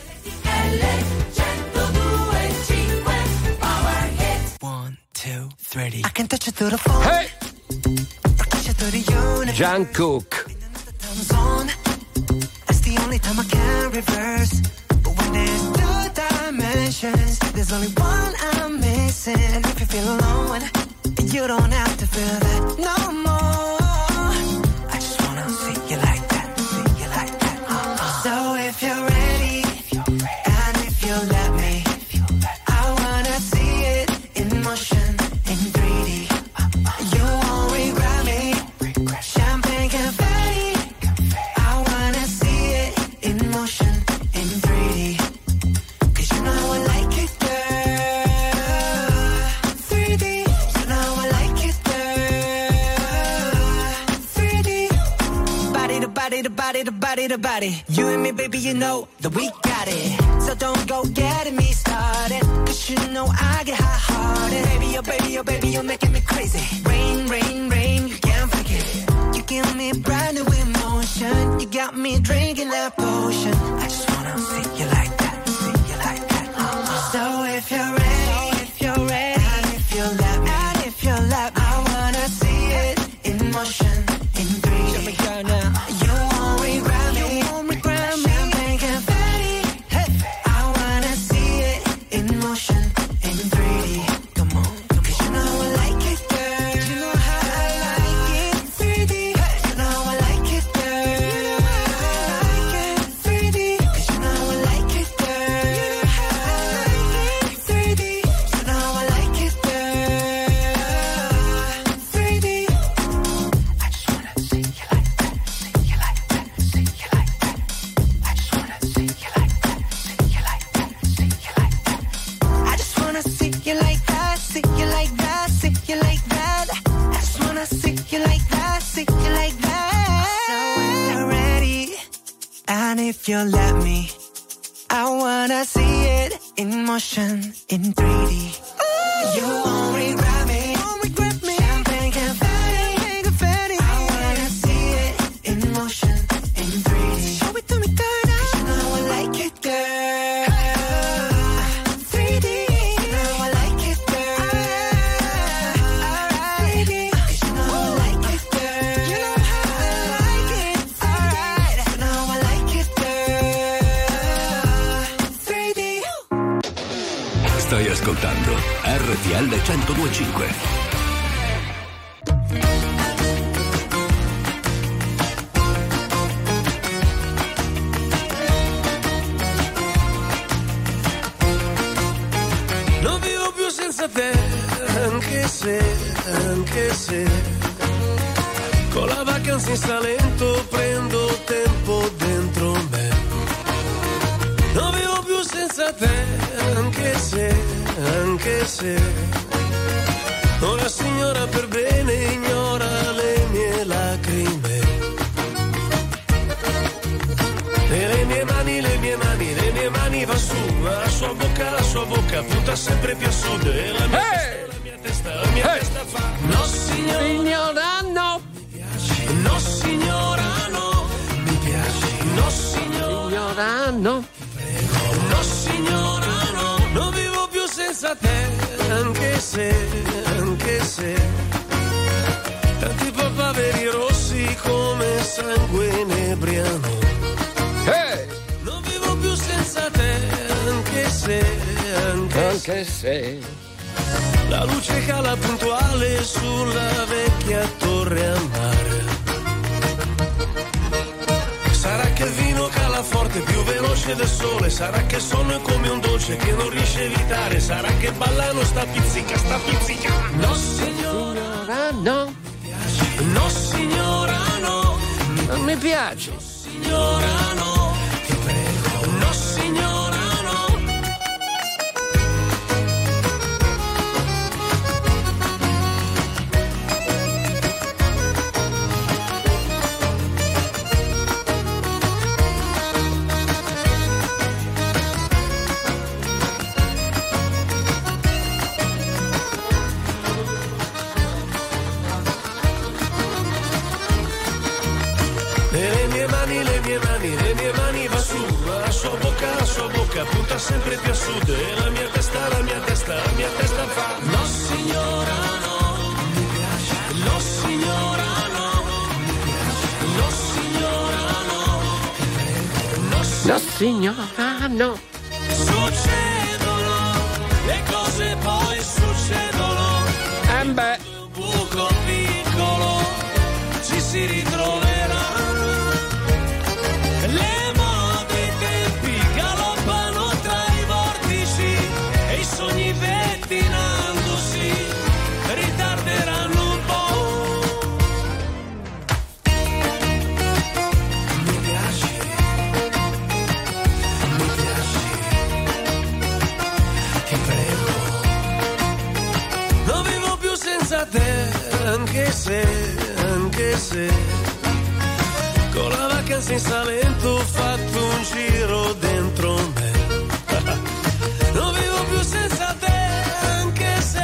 I can touch it through the phone. Hey! Touch it through the unit. John Cook. That's the only time I can reverse. But when there's 2 dimensions, there's only one I'm missing. And if you feel alone, you don't have to feel that no more. I just wanna see you like that. So if you're ready, and if you let me, I wanna see it in motion. The body. You and me, baby, you know that we got it. So don't go getting me started, 'cause you know I get hot-hearted. Baby, oh baby, you're making me crazy. Rain, you can't forget it. You give me brand new emotion. You got me drinking that potion. I just wanna see you like that. So if you're ready, and if you let me, I wanna see it in motion, in 3D. Show me girl now. You won't regret me. Champagne confetti. Hey. I wanna see it in motion, in 3D. Come on. 'Cause you know I like it, girl. You know how I like it, 3D. Hey. You know I like it, girl. You know how I like it, 3D. 'Cause you know I like it, girl. You know how I like it, 3D. You know I like it, girl. 3D. I just wanna see you like that, see you like that, see you like that. I just wanna see you like that, see you like that, see you like that. I just wanna see you like that, see you like that, see you like that. I just wanna see you like that, see you like that. So when you're ready, and if you let me, I wanna see it in motion, in 3D. You won't regret me. Champagne confetti. I wanna see it in motion, in 3D. Show it to me, girl. 'Cause you know I like it, girl. 3D. You know I like it, girl. 3D. 'Cause you know I like it, girl. You know how I like it. Alright. You know I like it, girl. 3D. Stai ascoltando RTL 102.5. senza te, anche se con la vacanza in Salento prendo tempo dentro me. Non vivo più senza te, anche se una signora per bene ignora le mie lacrime. E le mie mani va su, la sua bocca punta sempre più a sud. E la mia testa fa no signora no. No signora no, mi piaci. No signora no, no signora no. Non vivo più senza te, anche se tanti papaveri rossi come sangue inebriano. Non vivo più senza te, anche se la luce cala puntuale sulla vecchia torre a mare. Sarà che il vino cala forte, più veloce del sole. Sarà che il sonno è come un dolce che non riesce a evitare. Sarà che ballano sta pizzica. No signora no, no signora no, non mi piace. No signora no, ti prego. No signora no. Le mie mani va su, la sua bocca punta sempre più a sud. E la mia testa fa no signora no, mi piace. No signora no, mi piace. No signora no, no signora no. Succedono le cose, poi succedono. Beh, Un buco piccolo ci si ritroverà. Le mode e i tempi galoppano tra i vortici e i sogni pettinandosi ritarderanno un po'. Mi piaci, ti prego. Non vivo più senza te, anche se con la vacanza in Salento ho fatto un giro dentro me. Non vivo più senza te, anche se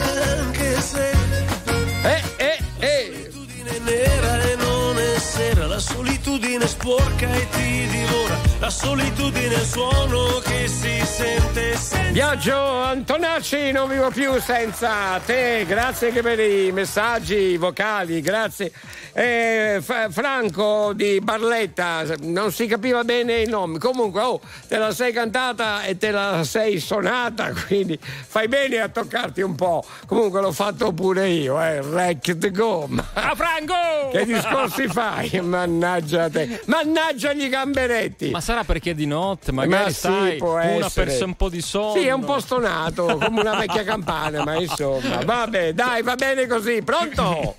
solitudine nera e non è sera. La solitudine sporca e ti divora. La solitudine è il suono che si sente senza. Biagio Antonacci, non vivo più senza te. Grazie anche per i messaggi vocali, grazie. Franco di Barletta, non si capiva bene il nome. Comunque, te la sei cantata e te la sei suonata, quindi fai bene a toccarti un po'. Comunque l'ho fatto pure io, Wreck the Go. Franco! Che discorsi fai? Mannaggia te. Mannaggia gli gamberetti. Ma sarà perché è di notte, magari sai, una persa un po' di sonno. Sì, è un po' stonato, come una vecchia campana, ma insomma, vabbè, dai, va bene così. Pronto?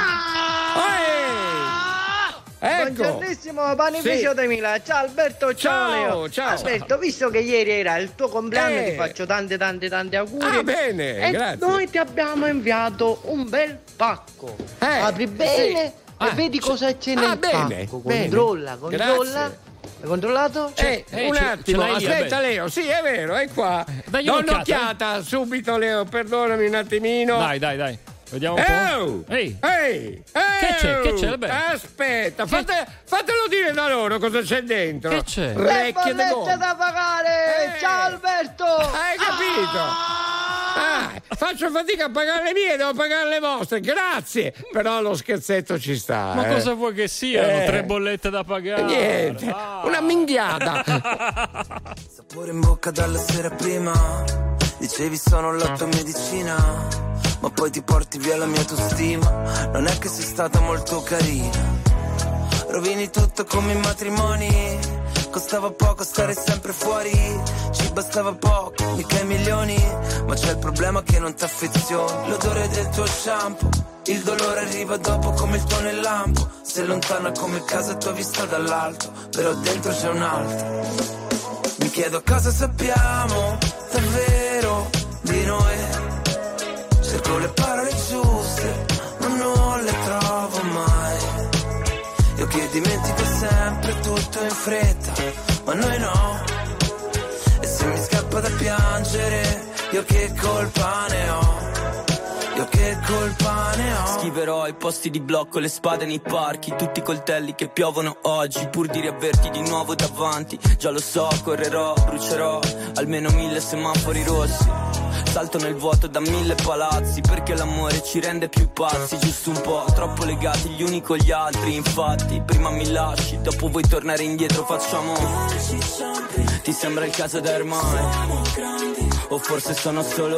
Ecco. Buongiornissimo panificio di Milano. Ciao Alberto, ciao Leo. Ciao. Alberto, visto che ieri era il tuo compleanno, ti faccio tanti auguri. Bene, e grazie. Noi ti abbiamo inviato un bel pacco. Apri bene e vedi cosa c'è nel pacco. Controlla. Grazie. Hai controllato? Un attimo, aspetta Leo, sì è vero, è qua. Dai do un'occhiata subito Leo, perdonami un attimino. Dai. Vediamo un po'. Ehi. Che c'è? Vabbè. Aspetta, fatelo dire da loro cosa c'è dentro. Che c'è? Le bollette da pagare. Ciao Alberto. Hai capito? Faccio fatica a pagare le mie, devo pagare le vostre, grazie. Però lo scherzetto ci sta. Ma cosa vuoi che siano? 3 bollette da pagare? Niente, una minghiata. Sapore in bocca dalla sera prima. Dicevi sono la tua medicina, ma poi ti porti via la mia autostima. Non è che sei stata molto carina. Rovini tutto come i matrimoni. Costava poco stare sempre fuori. Ci bastava poco, mica i milioni. ma c'è il problema che non ti affezioni. L'odore del tuo shampoo, il dolore arriva dopo come il tuo nel lampo. Sei lontana come casa tua vista dall'alto, però dentro c'è un altro. Mi chiedo cosa sappiamo davvero di noi. Cerco le parole giuste, ma non le trovo mai. Io che dimentico sempre tutto in fretta, ma noi no. E se mi scappa da piangere, io che colpa ne ho? Io che colpa ne ho? Schiverò i posti di blocco, le spade nei parchi, tutti i coltelli che piovono oggi, pur di riaverti di nuovo davanti. Già lo so, correrò, brucerò almeno 1000 semafori rossi. Salto nel vuoto da 1000 palazzi, perché l'amore ci rende più pazzi. Giusto un po', troppo legati gli uni con gli altri. Infatti, prima mi lasci, dopo vuoi tornare indietro, facciamo. Ti sembra il caso da ormai? O forse sono solo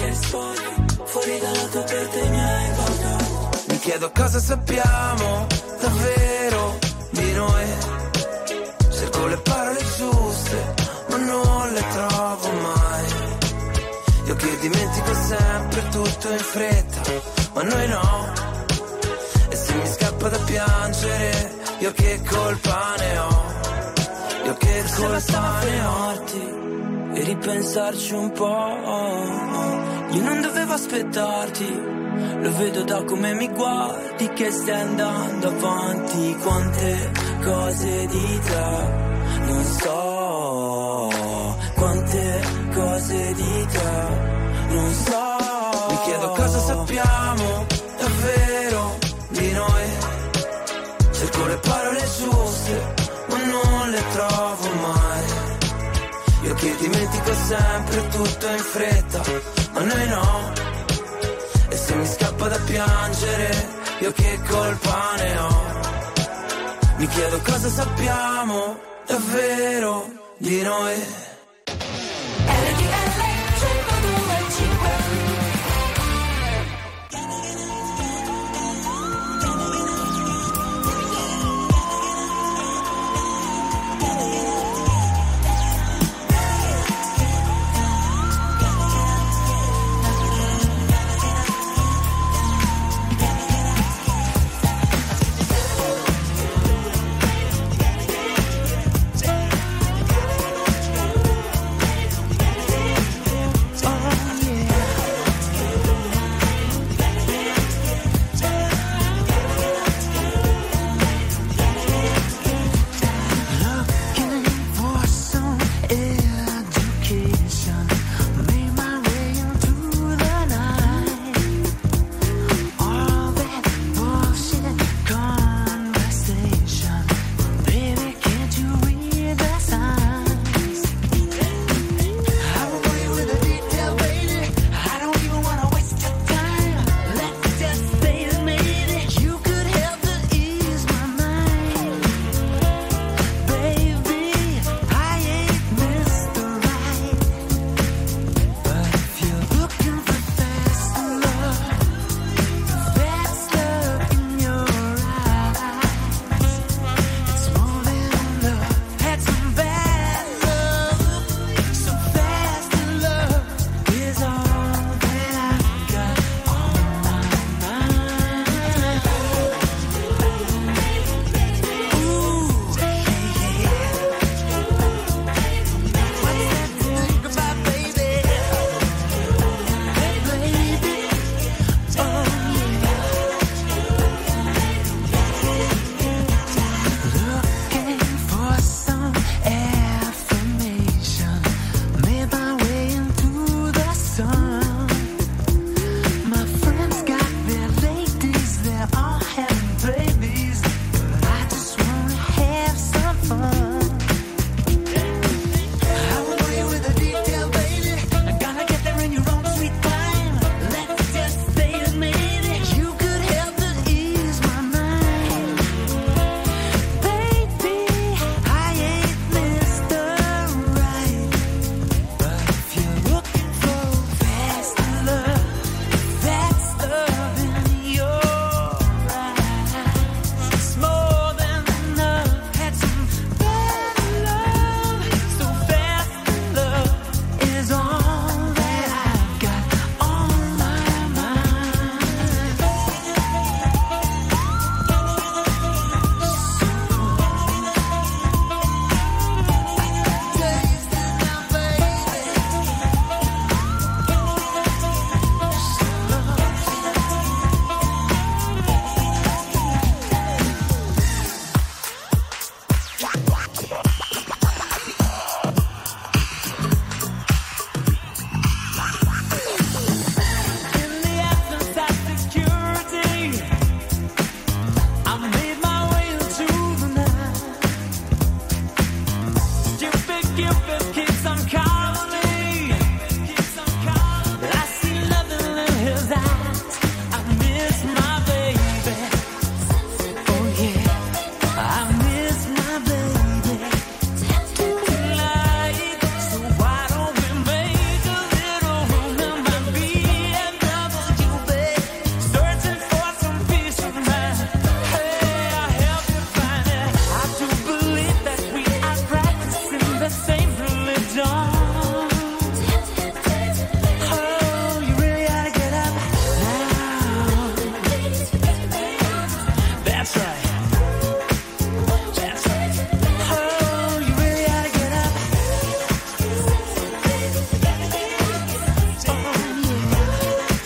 fuori dalla tua porta i miei guarda. Mi chiedo cosa sappiamo davvero di noi. Cerco le parole giuste, ma non le trovo mai. Io che dimentico sempre tutto in fretta, ma noi no. E se mi scappa da piangere, io che colpa ne ho? Io che colpa ne ho? E ripensarci un po'. Io non dovevo aspettarti, lo vedo da come mi guardi che stai andando avanti. Quante cose di te non so, quante cose di te non so. Mi chiedo cosa sappiamo davvero di noi. Cerco le parole giuste, ma non le trovo mai. Io che dimentico sempre tutto in fretta, ma noi no. E se mi scappa da piangere, io che colpa ne ho? Mi chiedo cosa sappiamo davvero di noi.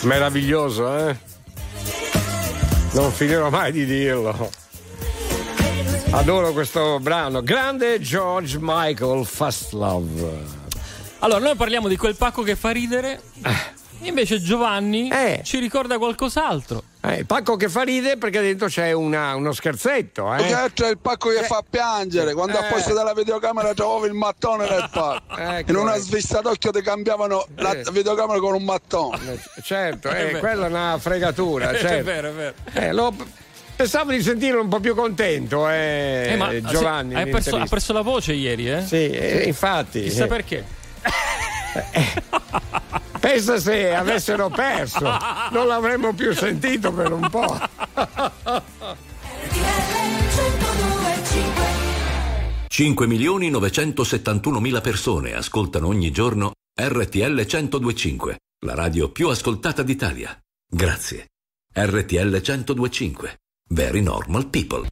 Meraviglioso, non finirò mai di dirlo. Adoro questo brano. Grande George Michael, Fast Love. Allora, noi parliamo di quel pacco che fa ridere. Invece Giovanni ci ricorda qualcos'altro. Il pacco che fa ridere perché dentro c'è uno scherzetto. Perché c'è il pacco che fa piangere. Quando a posto della videocamera trovavi il mattone nel pacco. In una svista d'occhio ti cambiavano la videocamera con un mattone. Certo, quella è una fregatura. Certo. È vero, è vero. Pensavo di sentirlo un po' più contento, ma Giovanni. Ha perso la voce ieri, Sì, infatti. Chissà perché. Pensa se avessero perso, non l'avremmo più sentito per un po'. 5.971.000 persone ascoltano ogni giorno RTL 102.5, la radio più ascoltata d'Italia. Grazie. RTL 102.5. Very normal people.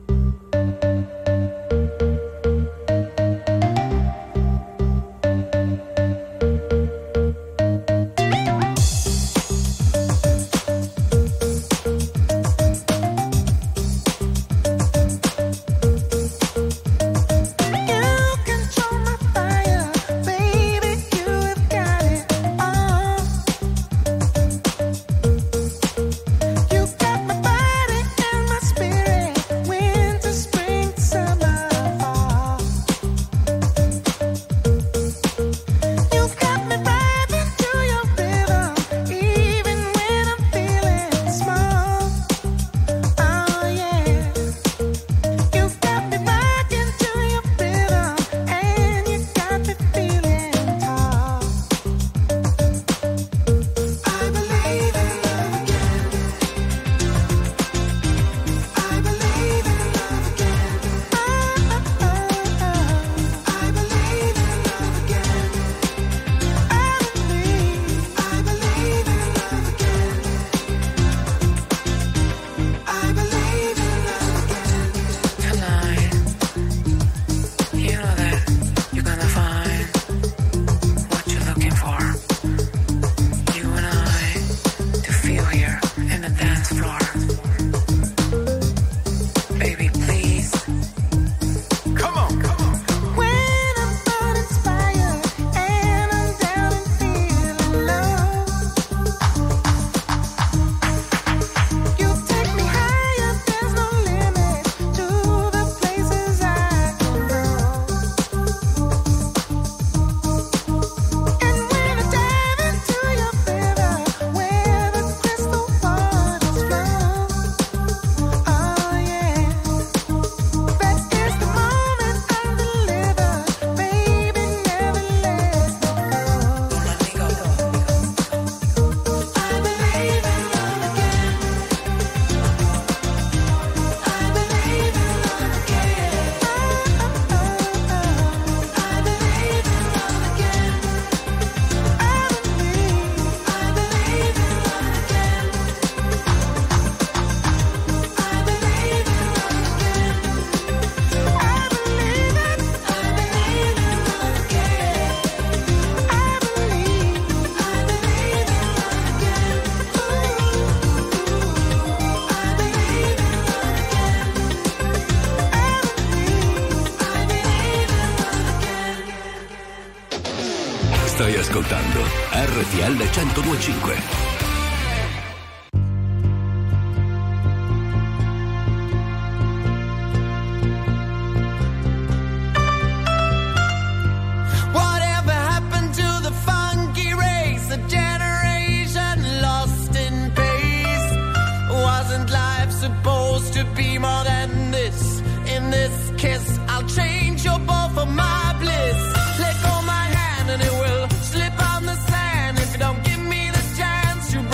Stai ascoltando RTL 102.5. Let go my hand and it will slip on the sand if you don't give me the chance. You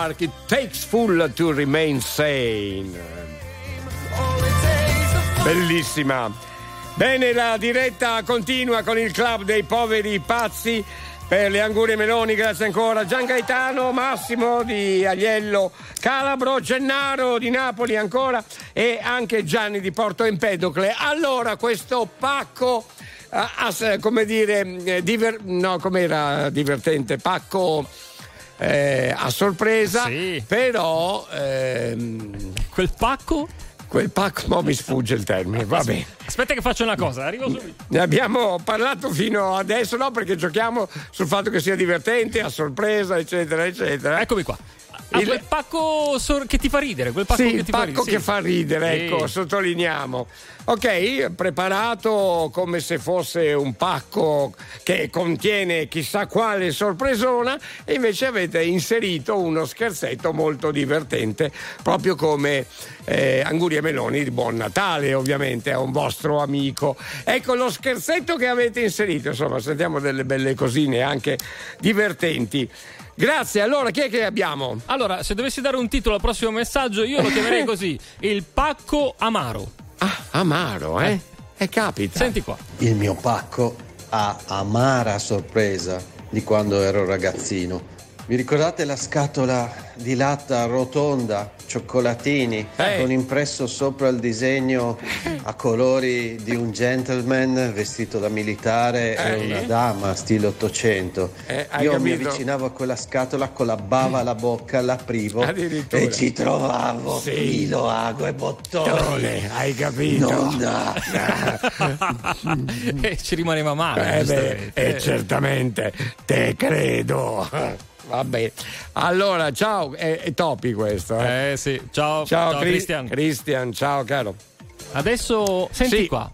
Park, It Takes Fool to Remain Sane. Bellissima. Bene, la diretta continua con il club dei poveri pazzi per le Angurie Meloni. Grazie ancora Gian Gaetano, Massimo di Agliello Calabro, Gennaro di Napoli ancora e anche Gianni di Porto Empedocle. Allora, questo pacco come dire com'era divertente, pacco a sorpresa, sì. Però quel pacco no, mi sfugge il termine, va bene. Aspetta che faccio una cosa, arrivo subito. Ne abbiamo parlato fino adesso, no, perché giochiamo sul fatto che sia divertente, a sorpresa, eccetera, eccetera. Eccomi qua. Quel pacco che ti fa ridere, quel pacco sì, che il ti pacco fa ridere, che fa ridere, ecco, sottolineiamo. Ok, preparato come se fosse un pacco che contiene chissà quale sorpresona, e invece avete inserito uno scherzetto molto divertente, proprio come Angurie Meloni di Buon Natale, ovviamente, è un vostro amico. Ecco lo scherzetto che avete inserito, insomma, sentiamo delle belle cosine anche divertenti. Grazie, allora chi è che abbiamo? Allora, se dovessi dare un titolo al prossimo messaggio, io lo chiamerei così: il pacco amaro. Ah, amaro, capita. Senti qua. Il mio pacco ha amara sorpresa di quando ero ragazzino. Vi ricordate la scatola di latta rotonda, cioccolatini, con impresso sopra il disegno a colori di un gentleman vestito da militare e una dama stile 800? Io mi avvicinavo a quella scatola con la bava alla bocca, l'aprivo e ci trovavo filo, ago e bottone. Hai capito? Non da. E ci rimaneva male. Certamente, te credo. Vabbè, allora ciao, è Topi questo. Sì, ciao Cristian. Cristian, ciao caro. Adesso senti qua.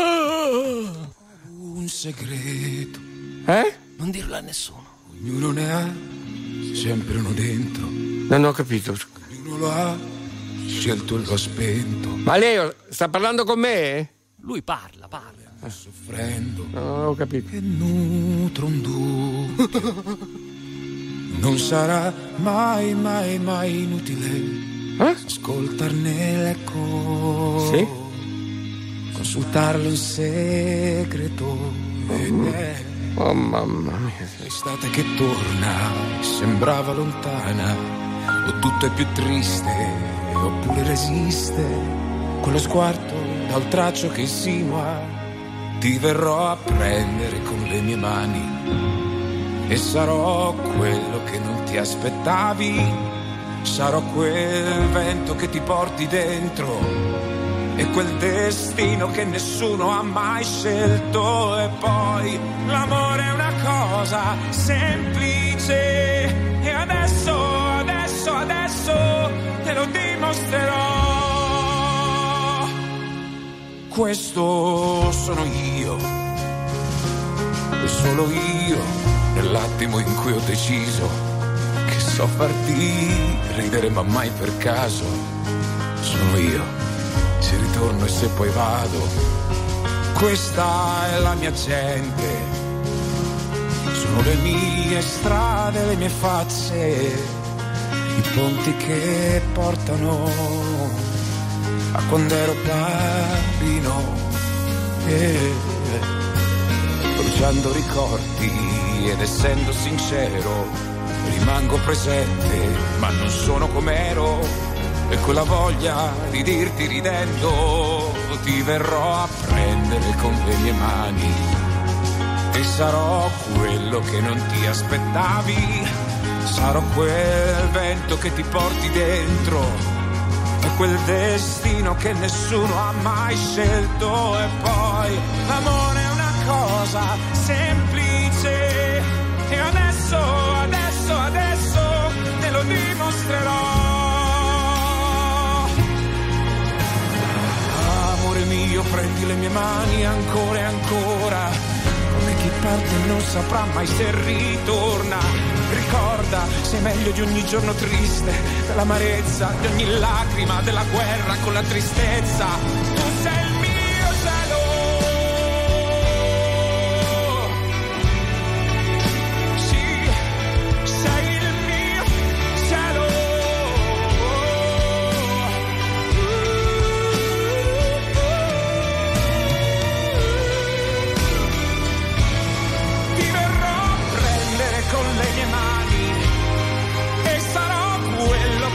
Un segreto. Non dirlo a nessuno. Ognuno ne ha sempre uno dentro. Non ho capito. Ognuno lo ha scelto e lo ha spento. Ma lei sta parlando con me? Lui parla. Soffrendo. No, ho capito. E nutro un dubbio. Non sarà mai inutile ascoltarne l'eco, consultarlo in segreto. Oh mamma mia. L'estate che torna sembrava lontana, o tutto è più triste, oppure resiste quello sguardo dal traccio che insinua. Ti verrò a prendere con le mie mani e sarò quello che non ti aspettavi, sarò quel vento che ti porti dentro e quel destino che nessuno ha mai scelto. E poi l'amore è una cosa semplice e adesso te lo dimostrerò. Questo sono io, e solo io. Nell'attimo in cui ho deciso che so farti ridere ma mai per caso, sono io, se ritorno e se poi vado, questa è la mia gente, sono le mie strade, le mie facce, i ponti che portano a quando ero bambino, bruciando ricordi. Ed essendo sincero rimango presente, ma non sono com'ero, e quella voglia di dirti ridendo ti verrò a prendere con le mie mani e sarò quello che non ti aspettavi, sarò quel vento che ti porti dentro e quel destino che nessuno ha mai scelto. E poi l'amore è una cosa semplice e adesso te lo dimostrerò. Amore mio, prendi le mie mani ancora e ancora, come chi parte non saprà mai se ritorna. Ricorda, sei meglio di ogni giorno triste, dell'amarezza, di ogni lacrima, della guerra con la tristezza. Tu sei il mio cielo. Sei il mio cielo.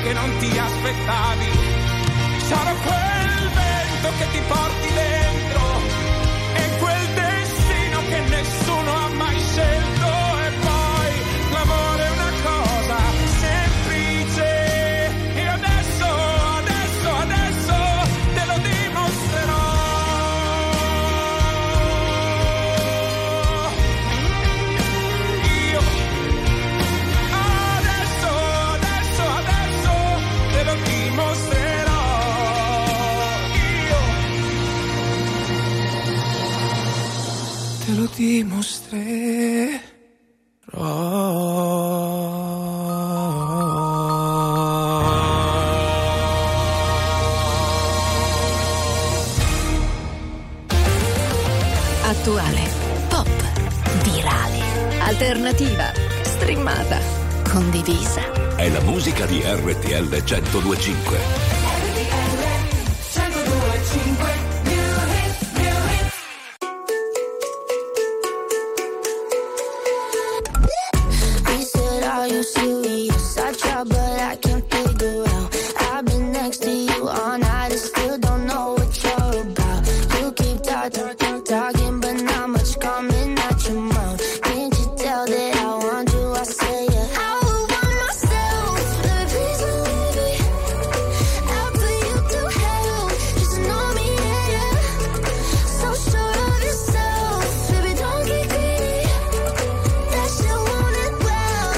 che non ti aspettavi. Sarò quel vento che ti porti dentro e quel destino che nessuno ha mai scelto. E poi l'amore è una cosa semplice. E adesso te lo dimostrerò. Io adesso te lo dimostrerò. Io te lo Attuale, pop, virale, alternativa, streamata, condivisa. È la musica di RTL 102.5. He said, are you serious? I try, but I can't figure out. I've been next to you all night and still don't know what you're about. You keep talking, but not much coming out your mouth. Can't you tell that I want you? I say it. I would want myself, baby, please believe me. I'll put you through hell, just know me, yeah. So sure of yourself, baby, don't get greedy. That shit want it well,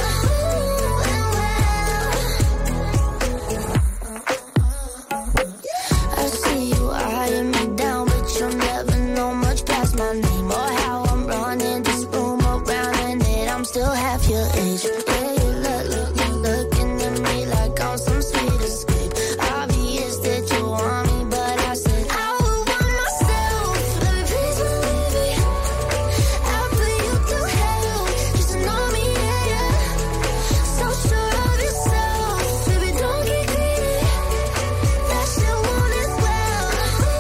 I see you eyeing me down, but you'll never know much past my name or how I'm running this room around and that I'm still half your age. Yeah, you looking at me like I'm some sweet escape. Obvious that you want me, but I said I would want myself, baby, please believe me. I'll put you through hell, just know me, yeah. So sure of yourself, baby, don't get greedy. That shit want it well.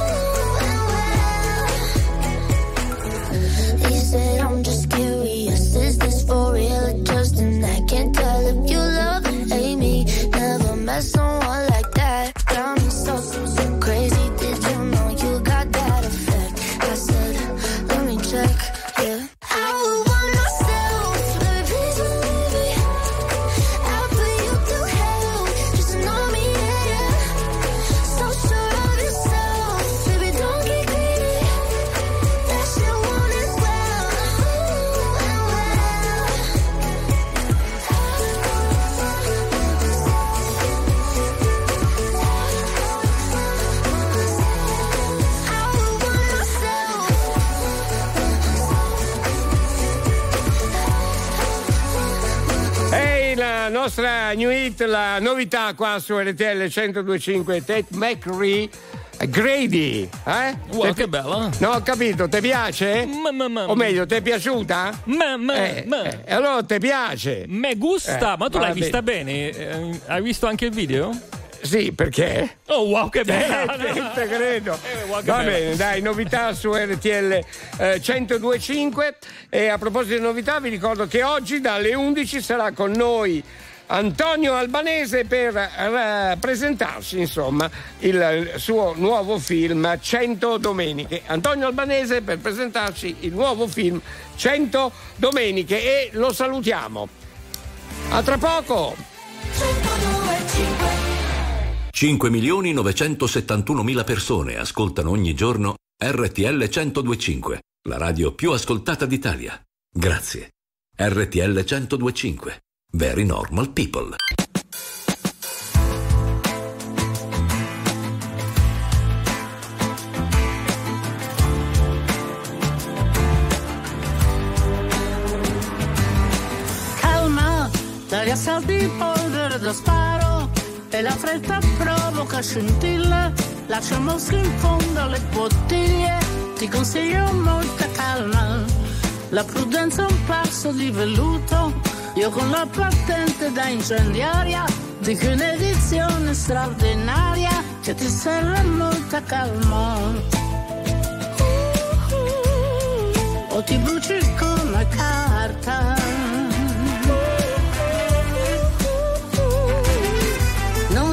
He said, I'm just curious, is this for real or just an act? Can't tell if you love or hate me. Never met someone like that. Got me so crazy. Did you know you got that effect? I said, let me check, yeah. I would want myself, baby, please believe me. I'll put you through hell, just know me, yeah. So sure of yourself, baby, don't get greedy. That shit want it well. Ehi, la nostra new hit, la novità qua su RTL 102.5, Tate McRae, Grady, Wow, che bella. No, ho capito, ti piace? O meglio, ti è piaciuta? E allora ti piace? Me gusta, ma tu l'hai vabbè. vista bene? Hai visto anche il video? Sì, perché? Oh wow, che bella! Te credo. wow, che Va bella. bene, dai, novità su RTL 102.5. E a proposito di novità, vi ricordo che oggi dalle 11 sarà con noi Antonio Albanese per presentarci, insomma, il suo nuovo film 100 Domeniche. Antonio Albanese per presentarci il nuovo film 100 Domeniche e lo salutiamo. A tra poco. 5.971.000 persone ascoltano ogni giorno RTL 102.5, la radio più ascoltata d'Italia. Grazie. RTL 102.5. Very normal people. Calma, dagli assalti polvere da sparo e la fretta provoca scintille. Lascia mosche in fondo alle bottiglie, ti consiglio molta calma. La prudenza è un passo di velluto, io con la patente da incendiaria dico un'edizione straordinaria che ti serve molta calma. O ti bruci come carta. Non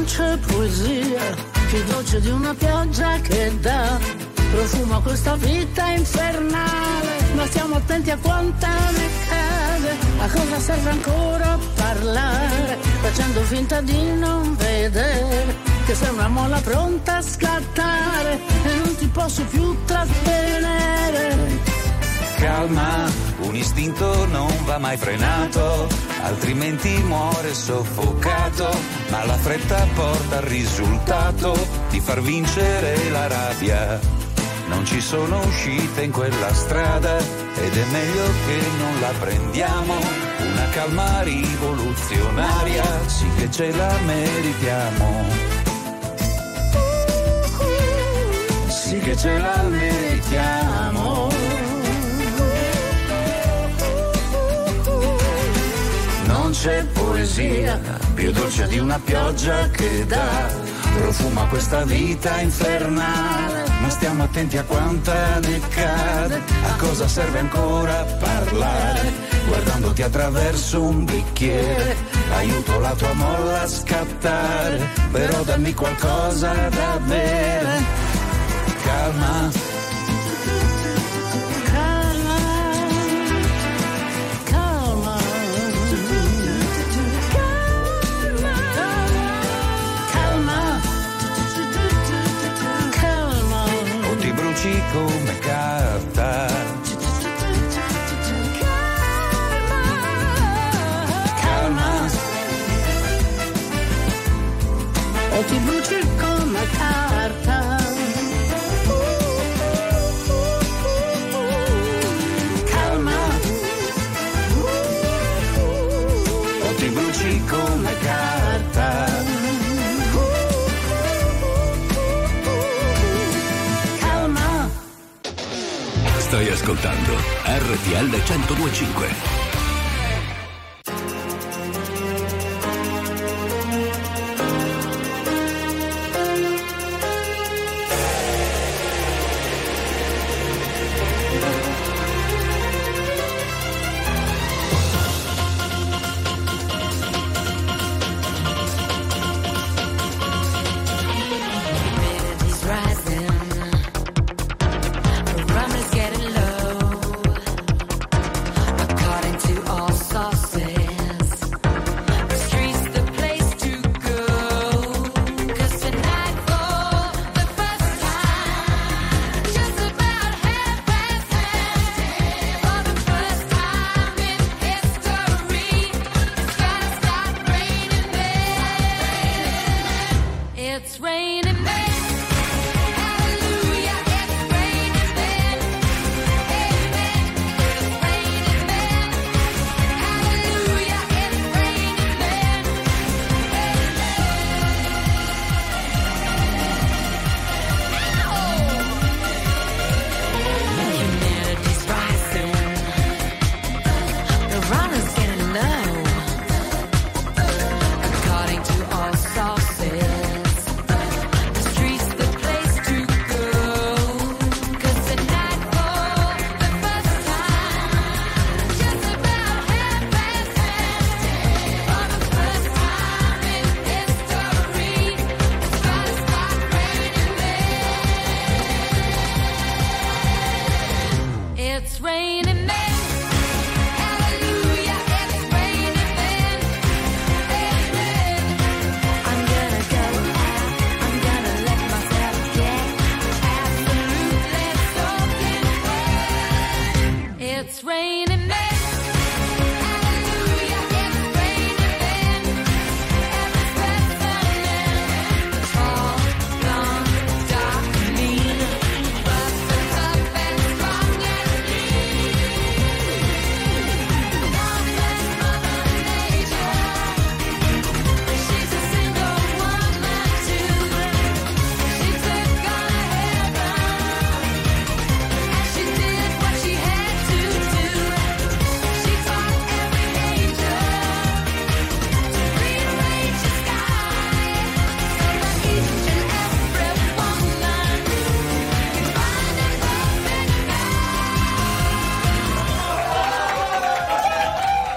poesia più dolce di una pioggia che dà profumo a questa vita infernale. Ma stiamo attenti a quanta ne cade, a cosa serve ancora parlare, facendo finta di non vedere che sei una molla pronta a scattare e non ti posso più trattenere. Calma, un istinto non va mai frenato, altrimenti muore soffocato, ma la fretta porta al risultato di far vincere la rabbia. Non ci sono uscite in quella strada ed è meglio che non la prendiamo, una calma rivoluzionaria, sì che ce la meritiamo, sì che ce la meritiamo. Non c'è poesia più dolce di una pioggia che dà profumo a questa vita infernale. Ma stiamo attenti a quanta ne cade, a cosa serve ancora parlare, guardandoti attraverso un bicchiere, aiuto la tua molla a scattare, però dammi qualcosa da bere. Calma. Come carta, calma, o ti bruci come carta, calma, o ti bruci come carta. Stai ascoltando RTL 102.5.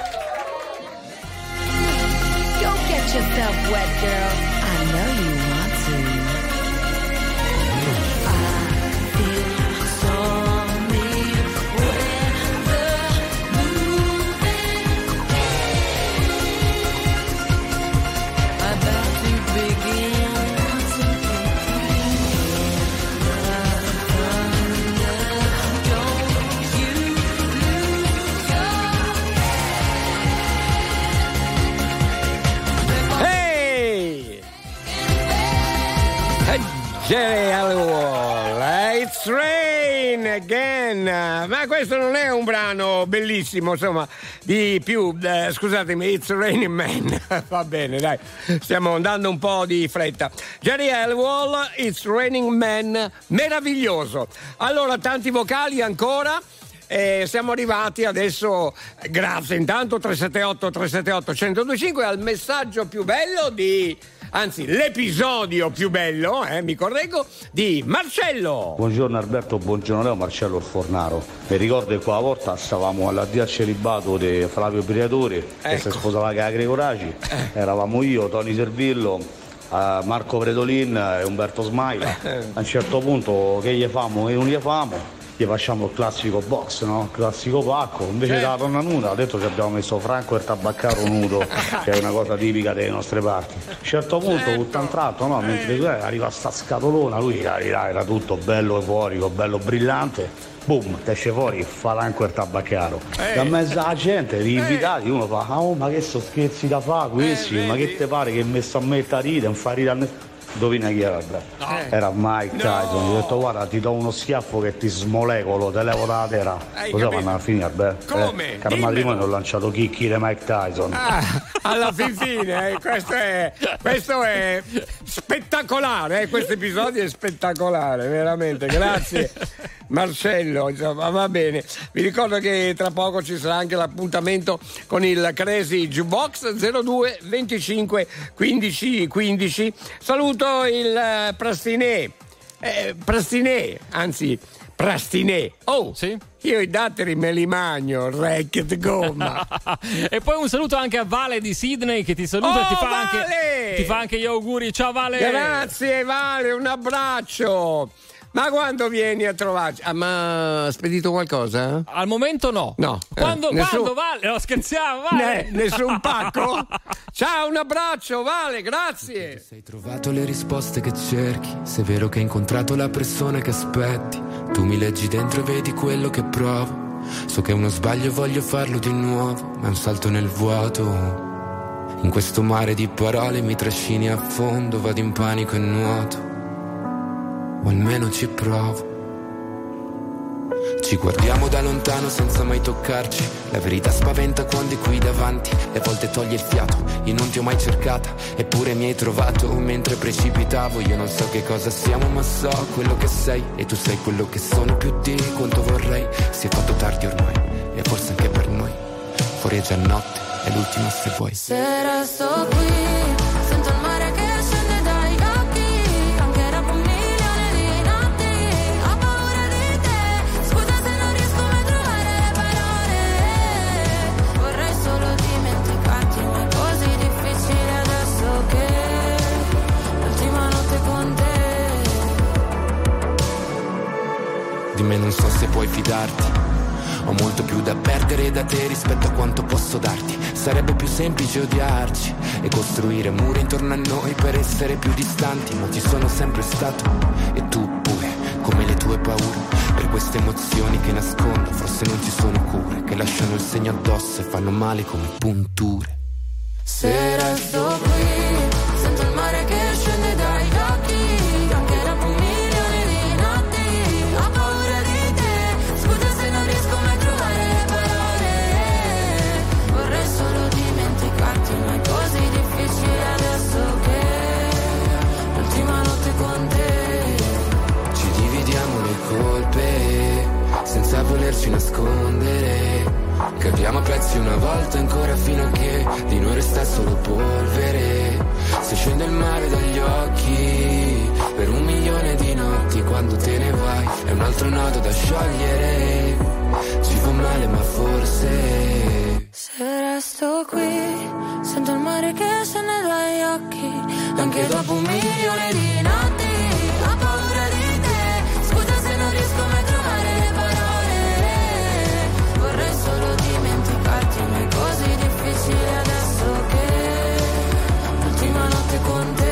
yourself wet, girl. I know you want Jerry Halliwell, It's Rain Again. Ma questo non è un brano bellissimo, insomma, di più, scusatemi, It's Raining Man. Va bene, dai, stiamo andando un po' di fretta. Jerry Halliwell, It's Raining Man, meraviglioso. Allora, tanti vocali ancora. Siamo arrivati adesso, grazie intanto 378 1025 al messaggio più bello anzi l'episodio più bello, mi correggo, di Marcello. Buongiorno Alberto, buongiorno Leo, Marcello il Fornaro. Mi ricordo che quella volta stavamo all'addio al celibato di Flavio Briatore, che si sposava con la Gregoraci, eravamo io, Tony Servillo, Marco Predolin e Umberto Smaila. A un certo punto che gli famo e non gli famo, gli facciamo il classico box, no? Il classico pacco, invece della donna nuda, ha detto che abbiamo messo Franco e il tabaccaro nudo, che è una cosa tipica delle nostre parti. A un certo punto, tutto un tratto, no? Mentre arriva sta scatolona, lui era tutto bello euforico, bello brillante, boom, esce fuori Franco e il tabaccaro. Da mezzo alla gente, gli invitati, uno fa, oh ma che so scherzi da fa questi, ma che te pare che messo a mettere a ride, non fa ridere a nessuno. Indovina chi era Alberto? No. Era Mike Tyson. Gli ho detto guarda ti do uno schiaffo che ti smolecolo, te levo dalla terra. Così vanno a finire Alberto. Come? Caro matrimonio ho lanciato chicchi di Mike Tyson. Alla fine, questo è spettacolare, questo episodio è spettacolare, veramente, grazie Marcello, insomma, va bene. Vi ricordo che tra poco ci sarà anche l'appuntamento con il Crazy Jukebox 02 25 15 15. Saluto il Prastinè, oh sì? Io i datteri me li magno, racket gomma. E poi un saluto anche a Vale di Sydney che ti saluta e ti fa anche gli auguri. Ciao Vale, grazie Vale, un abbraccio. Ma quando vieni a trovarci? Ma ha spedito qualcosa? Al momento no. Quando Vale? No, scherziamo, Vale. Nessun pacco? Ciao, un abbraccio, Vale, grazie. Se hai trovato le risposte che cerchi, se è vero che hai incontrato la persona che aspetti, tu mi leggi dentro e vedi quello che provo. So che è uno sbaglio e voglio farlo di nuovo, ma è un salto nel vuoto. In questo mare di parole mi trascini a fondo, vado in panico e nuoto. O almeno ci provo. Ci guardiamo da lontano senza mai toccarci. La verità spaventa quando è qui davanti. E a volte toglie il fiato. Io non ti ho mai cercata, eppure mi hai trovato mentre precipitavo. Io non so che cosa siamo, ma so quello che sei. E tu sei quello che sono, più di quanto vorrei. Si è fatto tardi ormai, e forse anche per noi. Fuori è già notte, è l'ultima se vuoi. Se resto qui, sento il mare che scende dai occhi. Anche dopo un milione di notti ho paura di te. Scusa se non riesco mai a trovare parole. Vorrei solo dimenticarti, ma è così difficile adesso che l'ultima notte con te. Di me non so se puoi fidarti. Ho molto più da perdere da te rispetto a quanto posso darti. Sarebbe più semplice odiarci e costruire mura intorno a noi per essere più distanti, ma ci sono sempre stato, e tu pure, come le tue paure. Per queste emozioni che nascondo forse non ci sono cure, che lasciano il segno addosso e fanno male come punture. Se resto qui, sento il mare che scende dai occhi. Anche dopo un milione di notti ho paura di te. Scusa se non riesco mai a trovare parole. Vorrei solo dimenticarti, ma è così difficile adesso che l'ultima notte con te. Ci dividiamo le colpe senza volerci nascondere. Capiamo a pezzi una volta ancora fino a che di noi resta solo polvere. Se scende il mare dagli occhi per un milione di notti, quando te ne vai è un altro nodo da sciogliere. Ci fa male ma forse se resto qui, sento il mare che scende dagli occhi. Anche dopo un milione di notti ho paura di te. Scusa se non riesco mai a trovare parole. Vorrei solo dimenticarti, ma è così difficile adesso che l'ultima notte con te.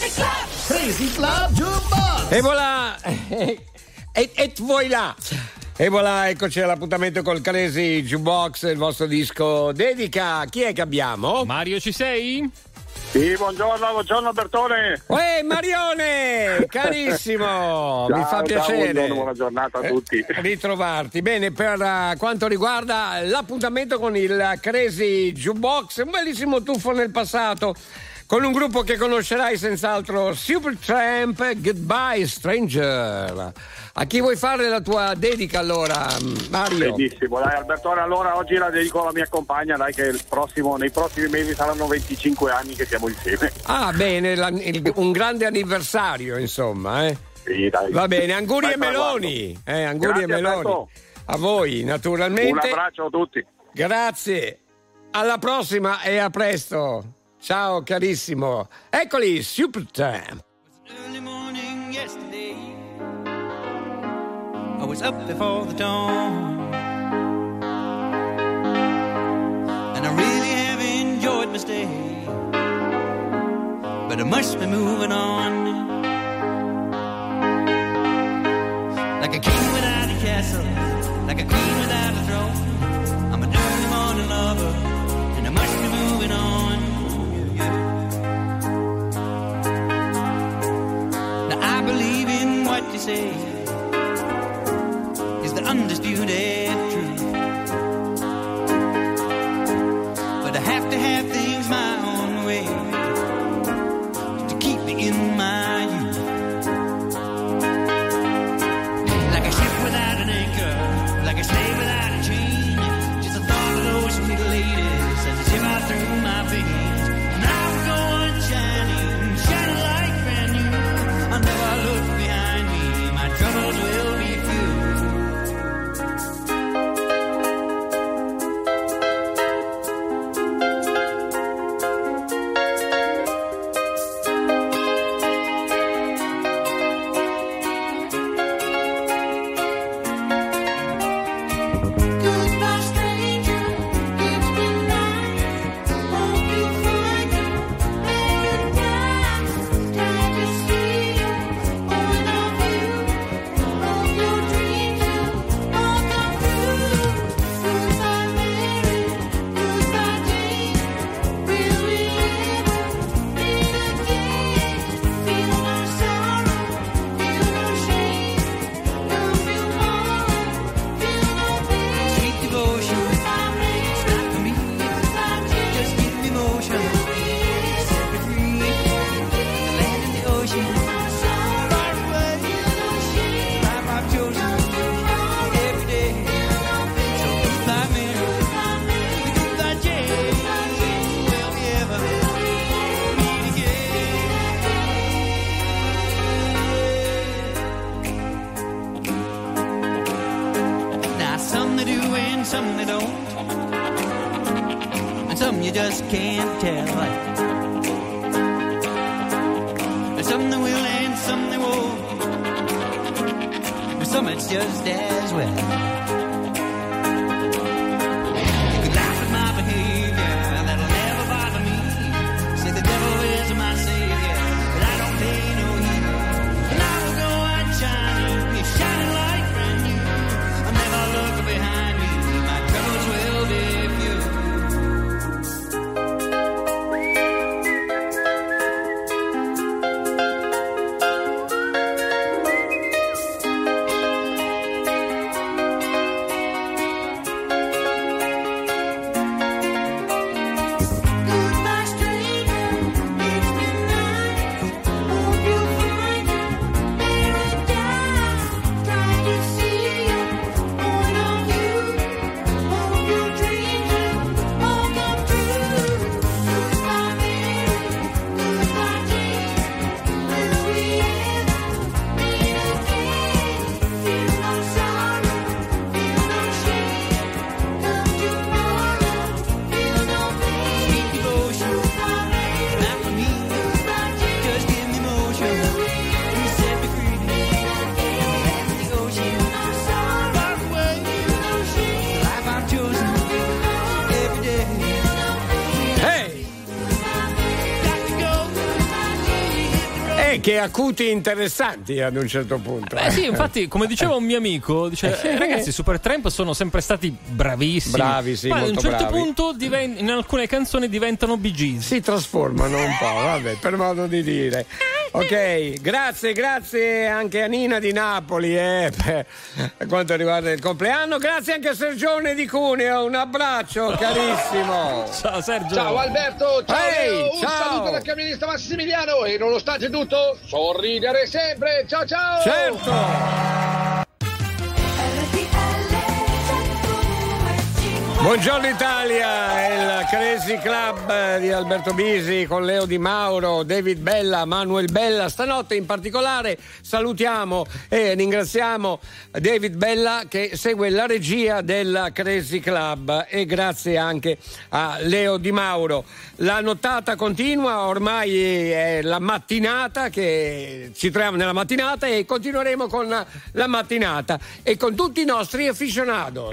Crazy Club Jukebox. E voilà. Et voilà. E voilà, eccoci all'appuntamento col Crazy Jukebox, il vostro disco dedica. Chi è che abbiamo? Mario, ci sei? Sì, buongiorno Bertone. Marione, carissimo, ciao, mi fa piacere. Buona giornata a tutti. Ritrovarti. Bene, per quanto riguarda l'appuntamento con il Crazy Jukebox, un bellissimo tuffo nel passato con un gruppo che conoscerai senz'altro, Supertramp, Goodbye Stranger. A chi vuoi fare la tua dedica allora, Mario? Benissimo, dai Albertone, allora oggi la dedico alla mia compagna, dai, che nei prossimi mesi saranno 25 anni che siamo insieme. Ah, bene, un grande anniversario, insomma, Sì, dai. Va bene, auguri e meloni. Auguri Grazie, e meloni. Alberto. A voi, naturalmente. Un abbraccio a tutti. Grazie. Alla prossima e a presto. Ciao carissimo. Eccoli, Supertramp. Early morning yesterday, I was up before the dawn, and I really have enjoyed my stay, but I must be moving on. Like a king without a castle, like a queen without a throne, I'm an early morning lover, and I must be moving on. I believe in what you say is the undisputed truth, but I have to have things my own way to keep me in my youth. Like a ship without an anchor, like a slave without a chain, just the thought of those sweet ladies as they shiver through my veins, and I will go on shining, shining like brand new. I'll never look behind me, my troubles will be few. Goodbye, stranger, it's been nice. Hope you find your paradise. Glad to see you, all of you. Hope your dreams will all come true. Goodbye, Mary, goodbye, Jane. Will we ever meet again? Feel no sorrow, feel no shame. Don't feel more, feel no pain. Sweet devotion, it's not for me. Just give me motion, set me free. The land and the ocean, far away. Life I've chosen every day. So goodbye, Mary, goodbye, Jane. Will we ever meet again? Now some they do and some they don't, and some you just can't tell. And some they will and some they won't, and some it's just as well. You could laugh at my behavior, that'll never bother me. Say the devil is my savior, but I don't pay no heed. And I will go out shining, shining like brand new. I'll never look behind me, my troubles will be few. che acuti interessanti ad un certo punto. Sì, infatti, come diceva un mio amico, dice, ragazzi, i Supertramp sono sempre stati bravissimi. Bravi, sì, ma molto ad un certo bravi. punto in alcune canzoni diventano Bee Gees. Si trasformano un po', vabbè, per modo di dire. Ok, grazie anche a Nina di Napoli per quanto riguarda il compleanno. Grazie anche a Sergione di Cuneo, un abbraccio carissimo. Ciao Sergio. Ciao Alberto, ciao Leo, un ciao. saluto dal camionista Massimiliano e nonostante tutto sorridere sempre. Ciao ciao. Certo. Buongiorno Italia, il Crazy Club di Alberto Bisi con Leo Di Mauro, David Bella, Manuel Bella. Stanotte in particolare salutiamo e ringraziamo David Bella che segue la regia del Crazy Club e grazie anche a Leo Di Mauro. La nottata continua, ormai è la mattinata, che ci troviamo nella mattinata e continueremo con la mattinata e con tutti i nostri aficionados.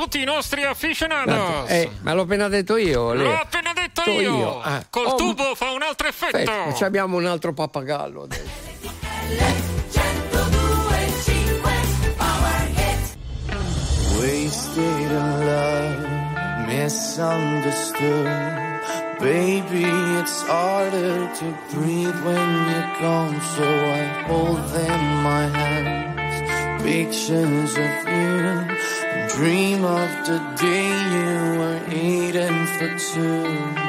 Ma l'ho appena detto io. L'ho appena detto io. Col tubo fa un altro effetto. Abbiamo un altro pappagallo adesso. Wasted in love, misunderstood. Baby, it's harder to breathe when you're gone, so I hold in my hands pictures of you. Dream of the day you were eating for two.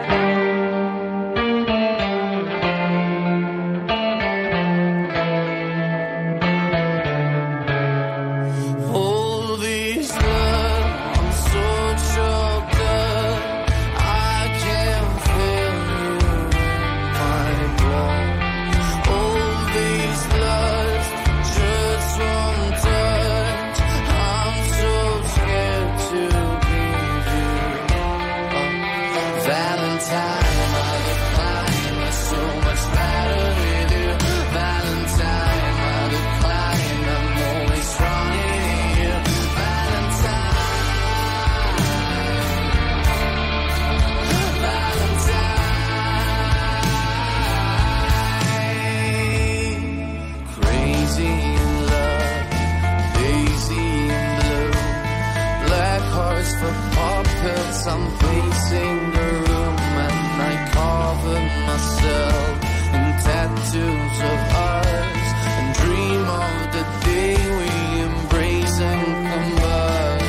I'm pacing the room and I cover myself in tattoos of ours and dream of the day we embrace and combine.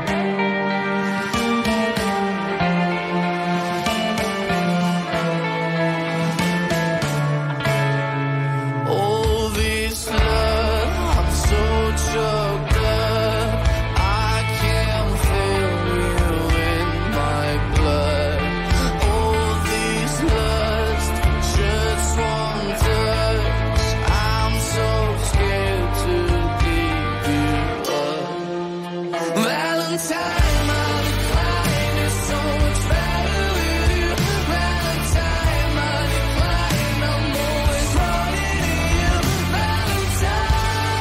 All this love, I'm so choked up, I can't feel you in my blood. All this lust, just one touch, I'm so scared to give you up. Valentine, my decline is so much better with you. Valentine, my decline, I'm always running to you. Valentine,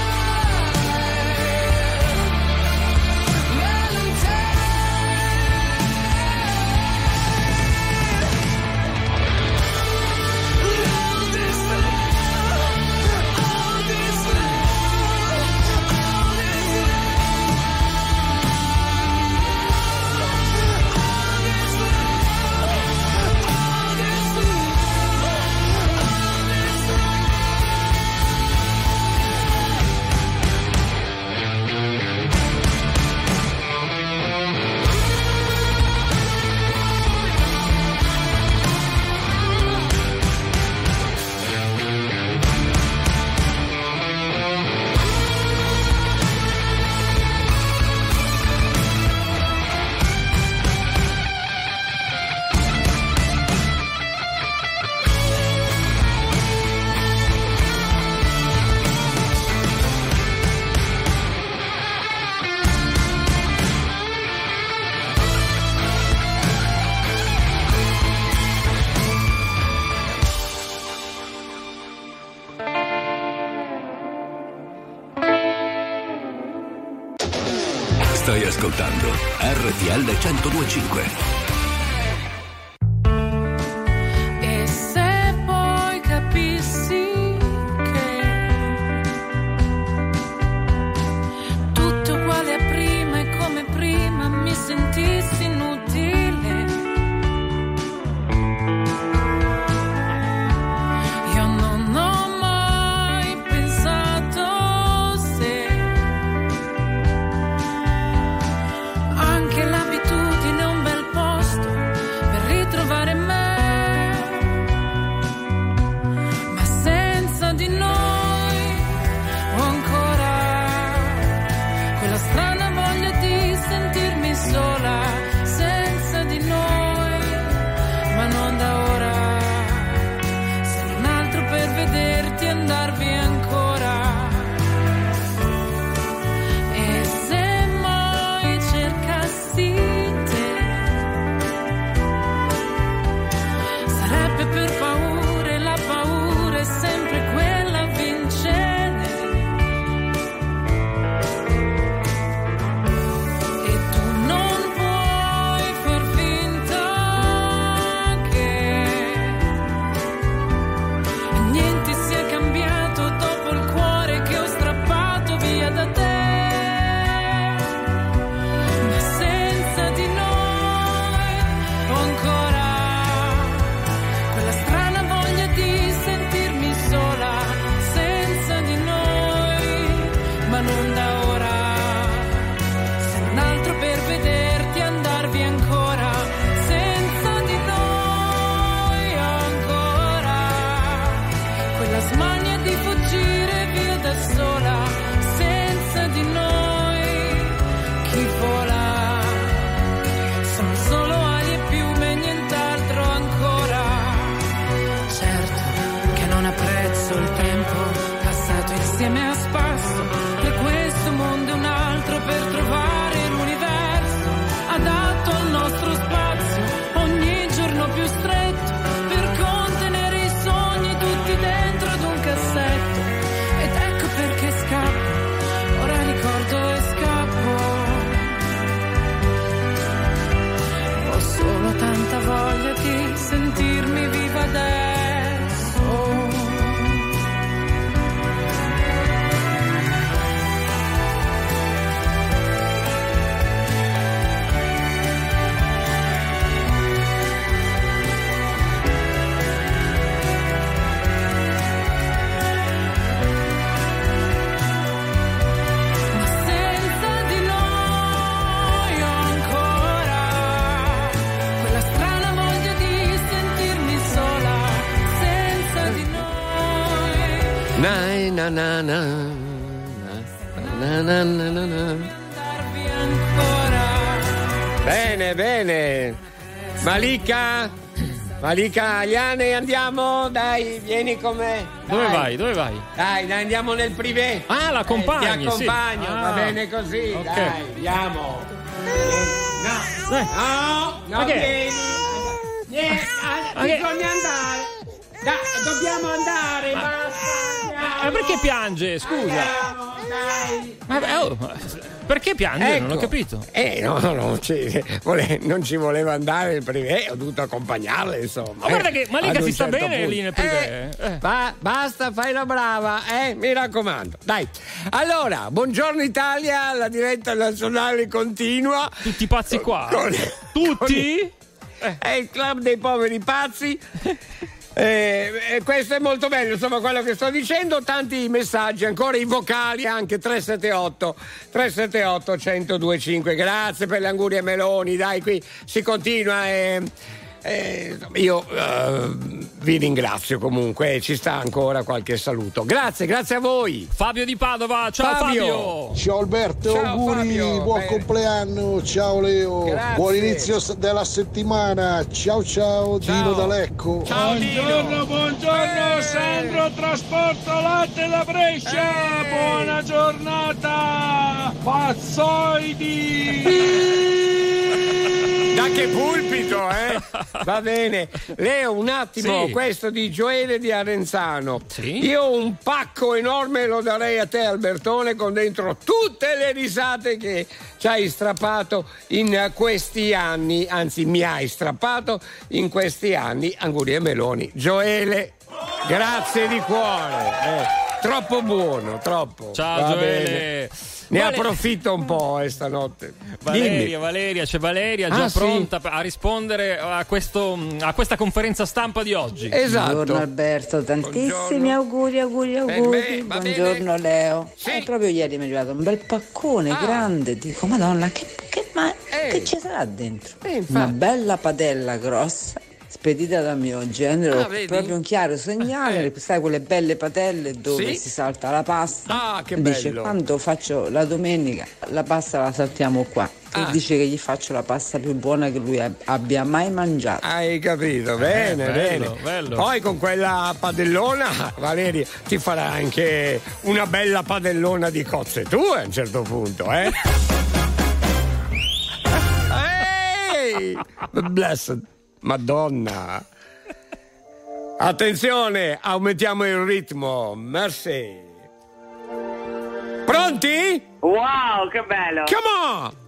Stai ascoltando RTL 102.5. E se poi capissi quella strana voglia di sentirmi sola senza di noi, ma non da ora, se non altro per vederti andar via ancora. E se mai cercassi te, sarebbe per paura, e la paura è sempre quella vincente. E tu non puoi far finta che niente sia cambiato dopo il cuore che ho strappato via da te. Ma senza di noi ho ancora quella strana voglia di sentirmi sola senza di noi, ma non da ora, se non altro per vederti andar via ancora. Senza di noi ho ancora quella smania di fuggire via da sola. Senza di noi chi vola sono solo ali e piume, nient'altro ancora. Certo che non apprezzo il tempo passato insieme a spasso, e questo mondo è un altro per trovare l'universo adatto al nostro spazio, ogni giorno più stretto per contenere i sogni tutti dentro ad un cassetto. Ed ecco perché scappo, ora ricordo e scappo. Ho solo tanta voglia di sentirmi viva adesso. Ma senza di noi ho ancora quella strana voglia di sentirmi sola senza di noi. Na na na na na na na na na. Darvi ancora. Bene, bene. Malika Aliane, andiamo, dai, vieni con me. Dove Dai. vai? Dove vai? Dai, andiamo nel privé. Ah, la accompagni, Ti accompagno, sì. va Ah. bene così, Ok. dai, andiamo. No, Ma che? vieni. Niente, bisogna andare. Dobbiamo andare, basta. Ma perché piange? Scusa. Dai. Perché piange? Non ho Ecco. capito. Non ci voleva andare il privé, ho dovuto accompagnarle, insomma. Ma guarda che Malika Ad un si sta certo bene punto. lì nel privé. Basta, fai la brava, mi raccomando. Dai. Allora, buongiorno Italia, la diretta nazionale continua. Tutti pazzi qua? Tutti? È il club dei poveri pazzi. Questo è molto bello, insomma, quello che sto dicendo. Tanti messaggi, ancora i vocali, anche 378 1025. Grazie per le angurie Meloni, dai, qui si continua. Io vi ringrazio comunque, ci sta ancora qualche saluto. Grazie a voi. Fabio di Padova, ciao Fabio. Ciao Alberto, Ciao, auguri, Fabio. buon Bene. compleanno, ciao Leo, Grazie. buon inizio della settimana, ciao Dino D'Alecco. Buongiorno Sandro Trasporto Latte da Brescia, buona giornata, pazzoidi. Da che pulpito, Va bene. Leo, un attimo, Sì. questo di Gioele di Arenzano. Sì? Io un pacco enorme lo darei a te, Albertone, con dentro tutte le risate che ci hai strappato in questi anni, anzi mi hai strappato in questi anni. Angurie Meloni. Gioele, grazie di cuore. Troppo buono, troppo. Ciao Va Gioele. bene. Ne approfitto un po' stanotte. Dimmi. Valeria, c'è Valeria già sì. pronta a rispondere a questa conferenza stampa di oggi. Esatto. Buongiorno Alberto, tantissimi Buongiorno. auguri. Bene, va Buongiorno bene. Leo. Sì. Proprio ieri mi è arrivato un bel paccone grande, dico Madonna, che ci sarà dentro? infatti. Una bella padella grossa spedita dal mio genero, vedi? proprio un chiaro segnale, sai quelle belle patelle dove si salta la pasta. Che dice bello. quando faccio la domenica la pasta la saltiamo qua. E dice che gli faccio la pasta più buona che lui abbia mai mangiato. Hai capito? Bene, bello, bene. bello. Poi con quella padellona, Valeria, ti farà anche una bella padellona di cozze tue a un certo punto, eh? Ehi! Blessed Madonna. Attenzione, aumentiamo il ritmo. Merci. Pronti? Wow, che bello! Come on!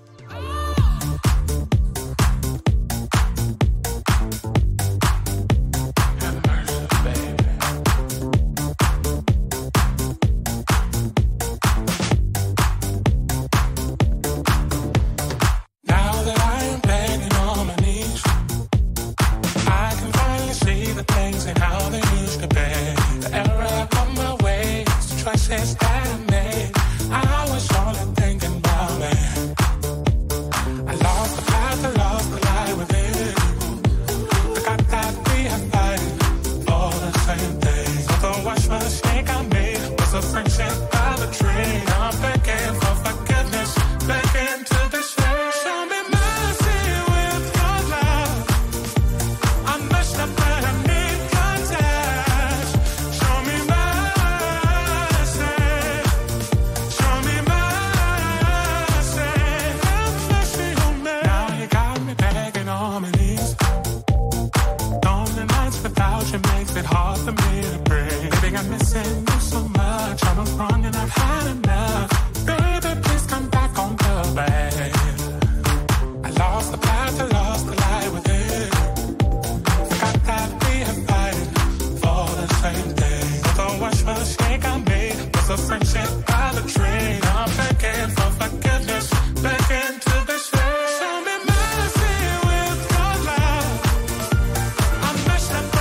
Choices that I made, I was only thinking about me. I lost the path, I lost the light within. Forgot that we had fighting for the same thing. So the wash mistake I made was a friendship by the tree. I'm begging for forgiveness, begging to this way. Show me mercy with your love. I messed up and I need your touch. Show me mercy. It makes it hard for me to breathe. Baby, I'm missing you so much. I was wrong and I've had enough. Baby, please come back on the way. I lost the path, I lost the light within. Forgot that we had fighting for the same thing. But the worst mistake I made was a friendship by the tree. I'm begging for forgiveness, begging to be saved. Show me mercy with your love. I messed up.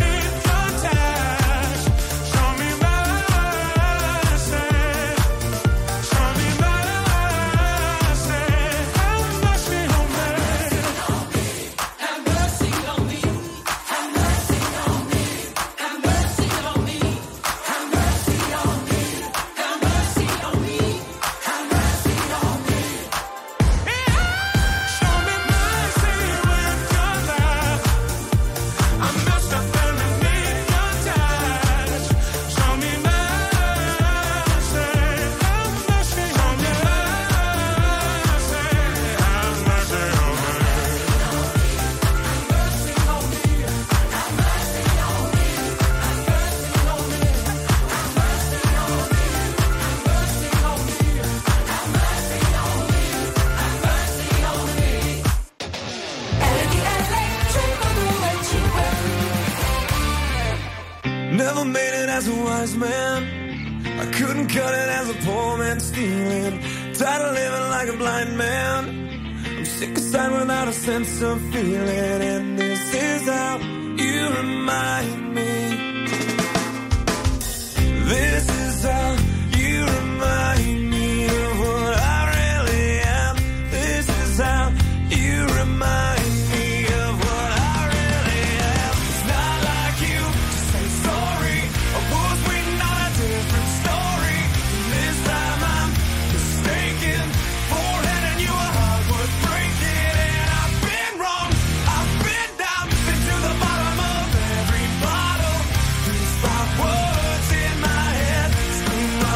Never made it as a wise man. I couldn't cut it as a poor man stealing. Tired of living like a blind man. I'm sick aside without a sense of feeling. And this is how you remind me. This is how you remind me of what I really am. This is how you remind me of what I really am. It's not like you to say sorry. I was waiting on a different story. This time I'm mistaken for handing you a heart worth breaking. And I've been wrong, I've been down, been to the bottom of every bottle. These 5 words in my head scream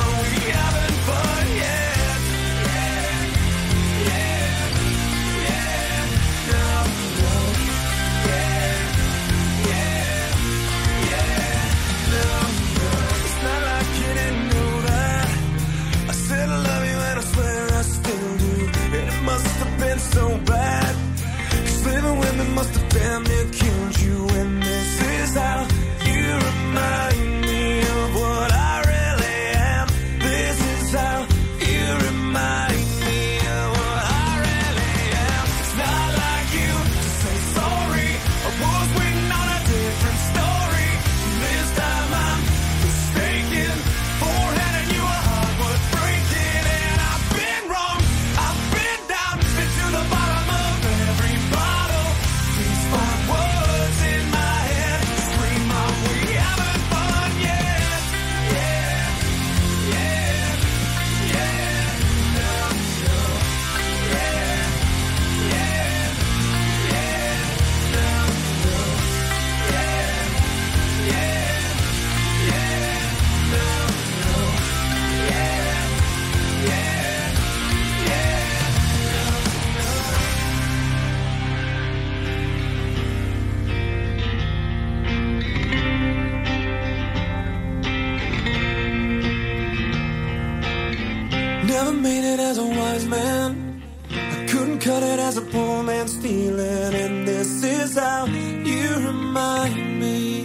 man. I couldn't cut it as a poor man stealing, and this is how you remind me.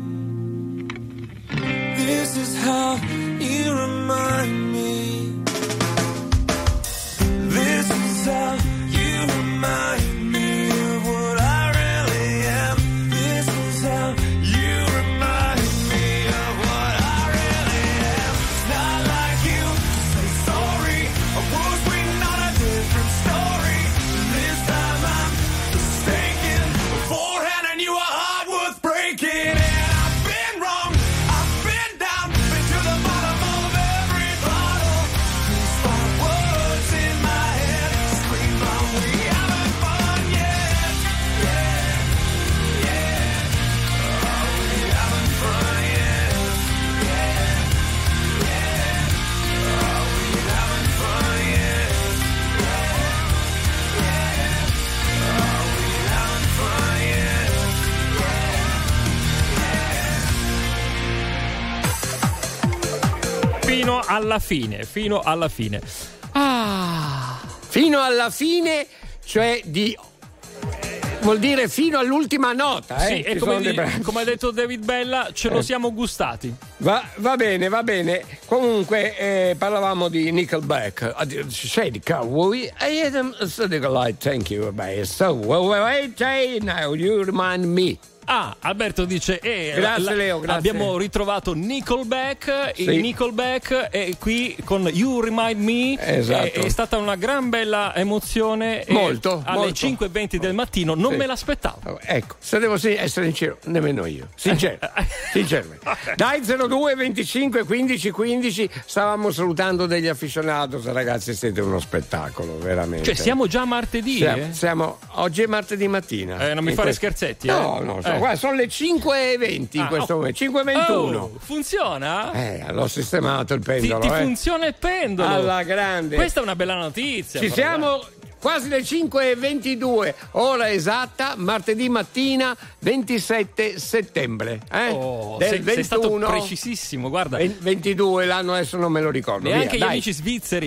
This is how you remind me. This is how you remind me of what I really am. This is how you remind me of what I really am. It's not like you to say sorry. I was waiting on a different story. This time I'm mistaken. Beforehand I knew a heart worth breaking. And I've been wrong, I've been down, been to the bottom of every bottle. These five words in my head scream out, we haven't fun yet. Yeah, yeah. Oh, we haven't fun yet. Yeah, yeah. Oh, we haven't fun yet. Yeah, yeah. Oh, we haven't fun yet. Fino alla fine, fino alla fine. Fino alla fine, cioè vuol dire fino all'ultima nota, Sì, e come ha detto David Bella, ce lo siamo gustati. Va bene, va bene. Comunque parlavamo di Nickelback. Say the cowboy, I had them so like thank you, baby. So wait, now you remind me. Alberto dice grazie Leo, grazie. Abbiamo ritrovato Nickelback, il Nickelback è qui con You Remind Me. Esatto. È stata una gran bella emozione. Molto, alle molto. 5:20 del mattino non me l'aspettavo. Ecco, se devo essere sincero, nemmeno io. Sincero. Dai, 02 25 15 15 stavamo salutando degli aficionados, ragazzi, siete uno spettacolo, veramente. Cioè siamo già martedì? Oggi è martedì mattina. Non mi fare scherzetti. No, guarda, sono le 5:20 in questo momento, 5:21. Funziona? L'ho sistemato il pendolo. Ti funziona il pendolo? Alla grande. Questa è una bella notizia. Ci siamo quasi le 5:22, ora esatta, martedì mattina 27 settembre. Del 21. Sei stato precisissimo, guarda. 22 l'anno, adesso non me lo ricordo. Neanche gli amici svizzeri.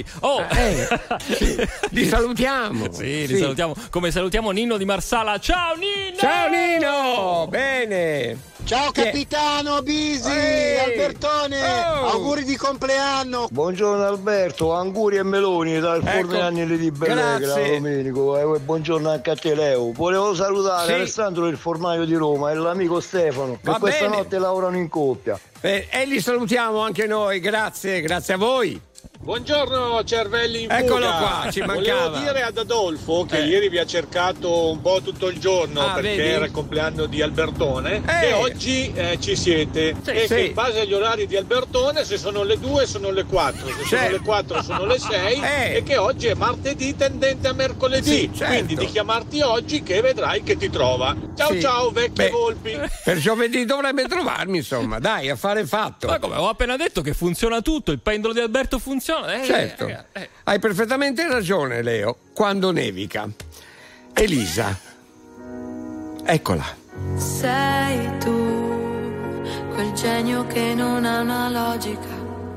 Li salutiamo. Sì, li salutiamo. Come salutiamo Nino di Marsala. Ciao Nino! Ciao Nino! Bene. Ciao capitano Bisi, Albertone, auguri di compleanno. Buongiorno Alberto, auguri e meloni dal forno Agnelli di Bellegra, Domenico, buongiorno anche a te Leo. Volevo salutare Alessandro il fornaio di Roma e l'amico Stefano che questa notte lavorano in coppia. E li salutiamo anche noi, grazie a voi. Buongiorno cervelli in fuga. Eccolo qua, ci mancava. Volevo dire ad Adolfo che ieri vi ha cercato un po' tutto il giorno perché era il compleanno di Albertone, che oggi ci siete che in base agli orari di Albertone, se sono le 2 sono le 4, se sono le 4 sono le 6 e che oggi è martedì tendente a mercoledì, quindi di chiamarti oggi che vedrai che ti trova. Ciao vecchie volpi. Per giovedì dovrebbe trovarmi, insomma, dai, affare fatto. Ma come ho appena detto che funziona tutto, il pendolo di Alberto funziona. Certo, hai perfettamente ragione Leo, quando nevica. Elisa, eccola. Sei tu, quel genio che non ha una logica.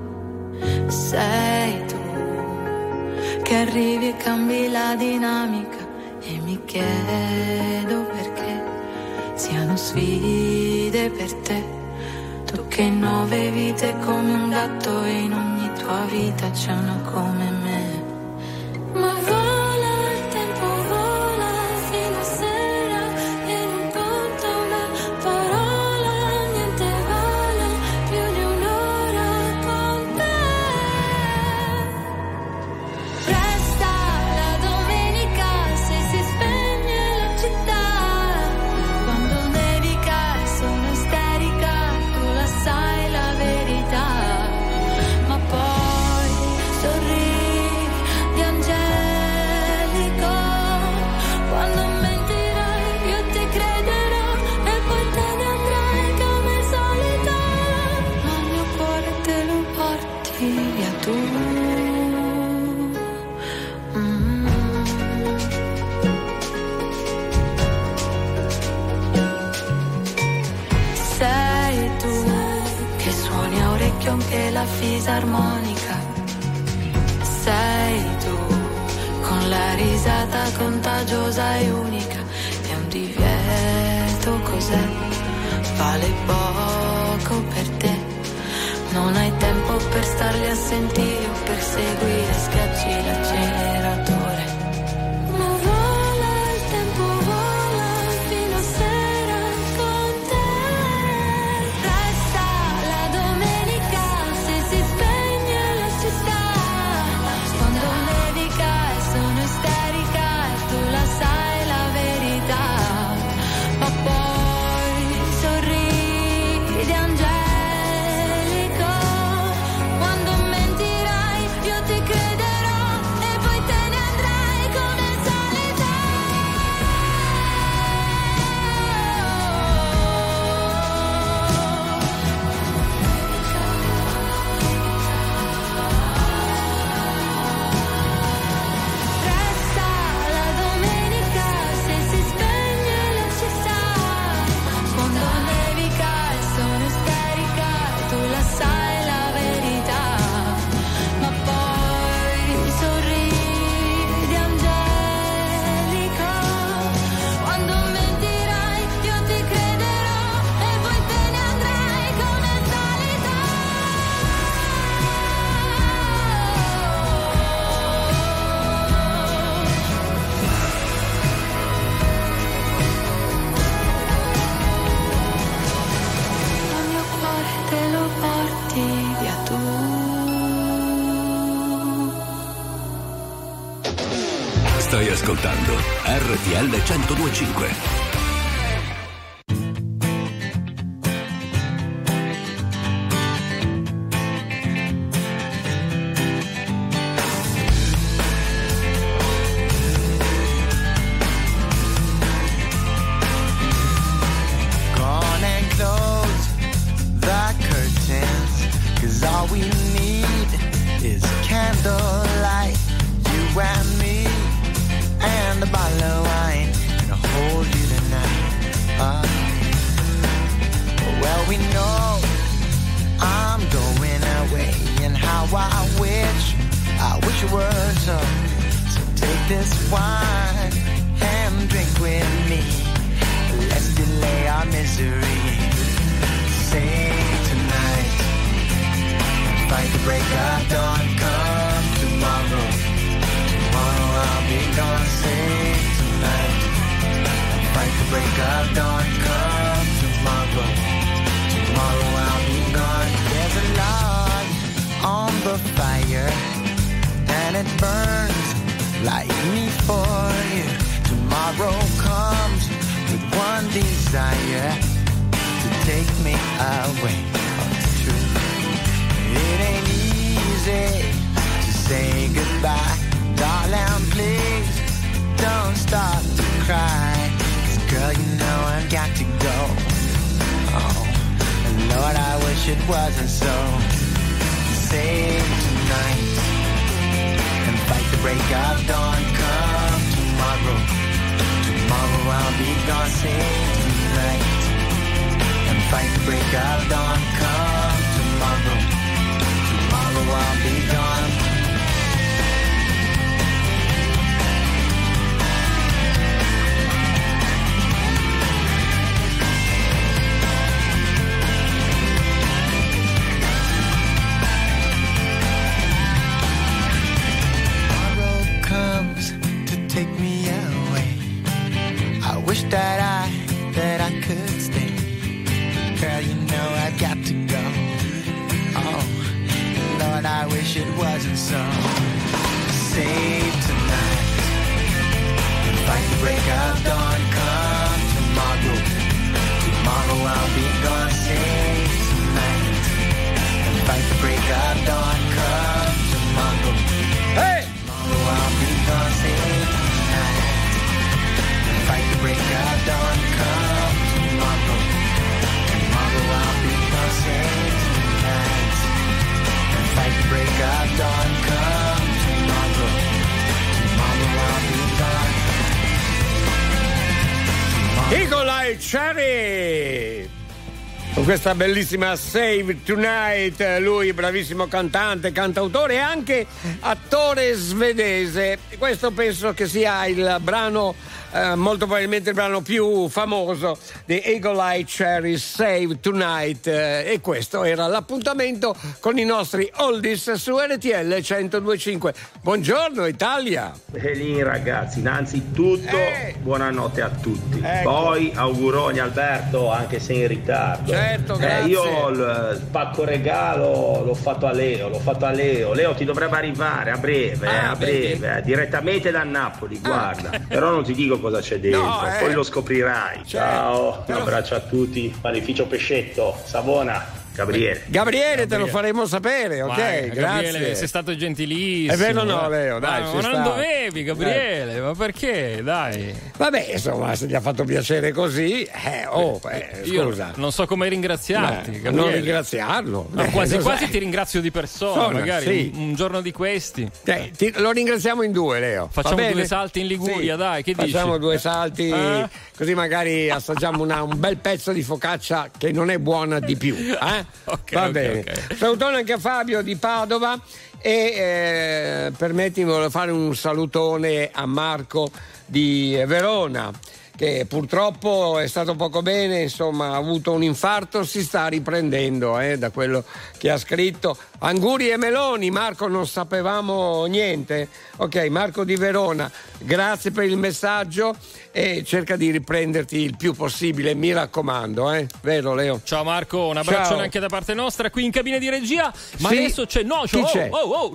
Sei tu, che arrivi e cambi la dinamica. E mi chiedo perché siano sfide per te. Tu che 9 vite come un gatto e in ogni tua vita c'è una come me. Ma vola, il tempo vola fino a sera e non conta una parola, niente vale più di un'ora con te. Resta la domenica se si spegne la città, quando nevica e sono isterica, tu la sai la verità, ma poi sorridi contagiosa e unica, è un divieto, cos'è? Vale poco per te, non hai tempo per starli a sentire o per seguire, schiacci l'acceleratore. Ma vola il tempo, vola fino a sera con te. Resta la domenica se si spegne la città, quando nevica e sono isterica e tu la sai la verità, ma poi sorridi angelico, quando mentirai io ti crederò e poi te ne andrai come al solito. Resta la domenica se si spegne la città, quando nevica e sono isterica e tu la sai la verità, ma poi sorridi angelico, quando mentirai io ti crederò e poi te ne andrai come al solito. Il mio cuore te lo porti via tu. Stai ascoltando RTL 102.5. Gone and close the curtains, 'cause all we need is candlelight, you and me, and a bottle of wine, and I'll hold you tonight. Well, we know I'm going away, and how I wish it were so. So take this wine and drink with me. Let's delay our misery. Say tonight, fight the break of dawn. Come tomorrow, tomorrow I'll be gone. Say tonight, fight the break of dawn. Come tomorrow, tomorrow I'll be gone. There's a log on the fire, and it burns like me for you. Tomorrow comes with one desire, to take me away. Oh, it's true. It ain't easy to say goodbye. Darling, please don't start to cry, 'cause girl, you know I've got to go. Oh, and Lord, I wish it wasn't so. Save tonight and fight the break of dawn. Come tomorrow, tomorrow I'll be gone. Save tonight and fight the break of dawn. Come tomorrow, tomorrow I'll be gone. Tomorrow comes to take me away. I wish that I could stay. Girl, you know I've got to go. Oh, Lord, I wish it wasn't so. Save tonight and fight the break of dawn. Come tomorrow, tomorrow I'll be gone. Save tonight and fight the break of dawn. Come tomorrow, hey! Tomorrow I'll be gone. Save tonight and fight the break of dawn. Come tomorrow, tomorrow I'll be gone. Save tonight and fight the break of dawn. Come tomorrow, tomorrow I'll be gone. Eagle Eye Cherry. con questa bellissima Save Tonight. Lui bravissimo cantante, cantautore e anche attore svedese. Questo penso che sia il brano, molto probabilmente il brano più famoso di Eagle Eye Cherry, Save Tonight, e questo era l'appuntamento con i nostri oldies su RTL 102.5. Buongiorno Italia. Lì ragazzi, innanzitutto buonanotte a tutti. Ecco. Poi auguroni Alberto, anche se in ritardo. Certo, grazie. Io il pacco regalo l'ho fatto a Leo. Leo ti dovrebbe arrivare a breve, direttamente da Napoli, guarda. Però non ti dico cosa c'è dentro, poi lo scoprirai. Ciao, un abbraccio a tutti. Panificio Pescetto, Savona. Gabriele, te lo faremo sapere, ok? Vai, grazie. Gabriele, sei stato gentilissimo. È vero, no, Leo? Dai, ma non dovevi, Gabriele, ma perché? Dai. Vabbè, insomma, se gli ha fatto piacere così, scusa. Non so come ringraziarti, Gabriele. Non ringraziarlo. No, quasi ti ringrazio di persona, magari sì. un giorno di questi. Lo ringraziamo in due, Leo. Facciamo 2 salti in Liguria, dai, che dici? Facciamo 2 salti, così magari assaggiamo un bel pezzo di focaccia che non è buona di più, Va bene. Salutone anche a Fabio di Padova e permettimi di fare un salutone a Marco di Verona, che purtroppo è stato poco bene, insomma ha avuto un infarto, si sta riprendendo da quello che ha scritto. Anguri e meloni, Marco, non sapevamo niente. Ok, Marco di Verona, grazie per il messaggio e cerca di riprenderti il più possibile, mi raccomando, vero Leo? Ciao Marco, un abbraccio anche da parte nostra qui in cabina di regia. Ma sì. Adesso c'è Nocio. Chi c'è?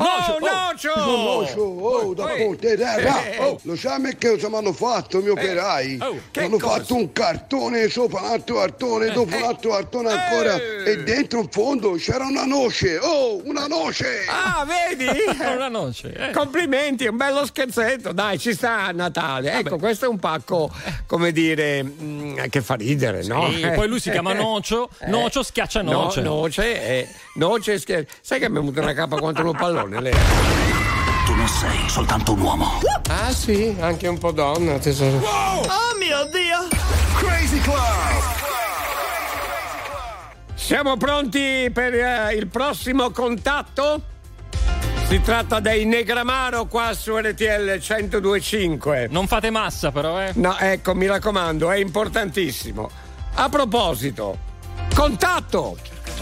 Nocio, da ponte terra. Lo sai che cosa mi hanno fatto i miei operai? Mi hanno fatto un cartone sopra un altro cartone, dopo un altro cartone ancora, e dentro in fondo c'era una noce. Una noce! Ah, vedi? Una noce. Complimenti, un bello scherzetto, dai, ci sta a Natale. Ecco, questo è un pacco, come dire, che fa ridere, no? Sì, poi lui si chiama Nocio, Nocio schiaccia noce. Noce schiaccia. Sai che mi è venuta una capa contro un pallone, lei? Tu non sei soltanto un uomo. Ah sì, anche un po' donna, tesoro. Wow! Oh mio Dio! Crazy Club! Siamo pronti per il prossimo contatto? Si tratta dei Negramaro qua su RTL 102.5. Non fate massa però, No, ecco, mi raccomando, è importantissimo. A proposito, contatto!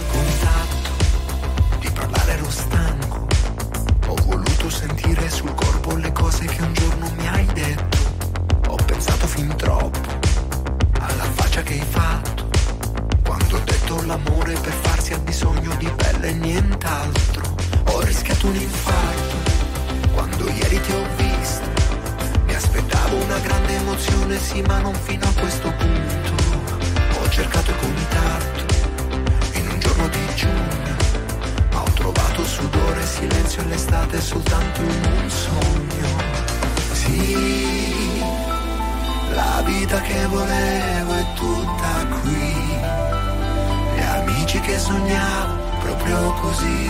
Di parlare ero stanco. Ho voluto sentire sul corpo le cose che un giorno mi hai detto. Ho pensato fin troppo alla faccia che hai fatto quando ho detto l'amore per farsi ha bisogno di pelle e nient'altro. Ho rischiato un infarto quando ieri ti ho visto. Mi aspettavo una grande emozione, sì, ma non fino a questo punto. Ho cercato il contatto in un giorno di giugno, ma ho trovato sudore, silenzio e l'estate soltanto in un sogno. Sì, la vita che volevo è tutta qui. Gli amici che sognavo proprio così,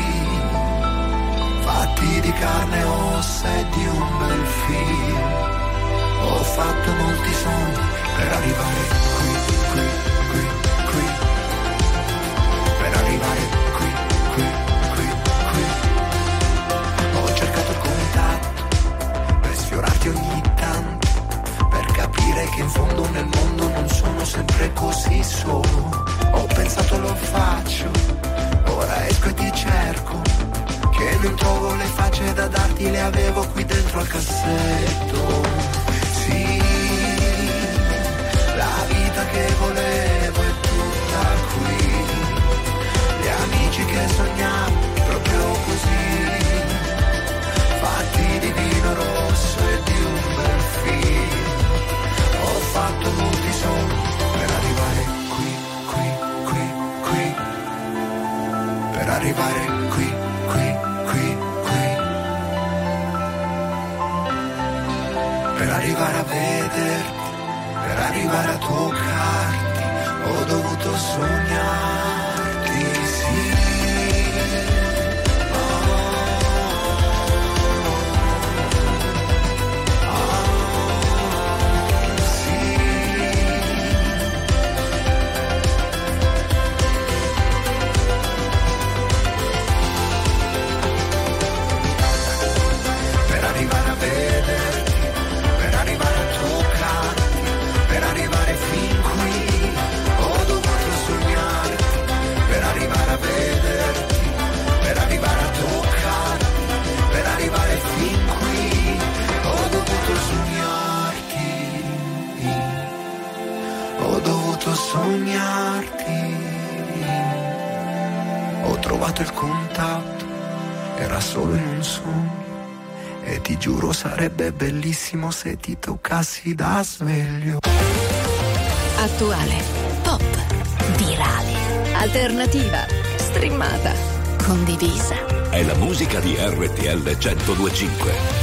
fatti di carne e ossa e di un bel film. Ho fatto molti sogni per arrivare qui, per arrivare qui. Ho cercato il contatto per sfiorarti ogni tanto, per capire che in fondo nel mondo non sono sempre così solo. Ho pensato lo faccio, ora esco e ti cerco, che non trovo le facce da darti, le avevo qui dentro al cassetto. Sì, la vita che volevo è tutta qui. Gli amici che sognavo proprio così, fatti di vino rosso e di un bel film. Ho fatto molti sogni per arrivare qui. Per arrivare qui. Per arrivare a vederti, per arrivare a toccarti, ho dovuto sognarti, sì. sognarti. Ho trovato il contatto, era solo in un sogno. E ti giuro sarebbe bellissimo se ti toccassi da sveglio. Attuale, pop, virale, alternativa, streamata, condivisa. È la musica di RTL 102.5.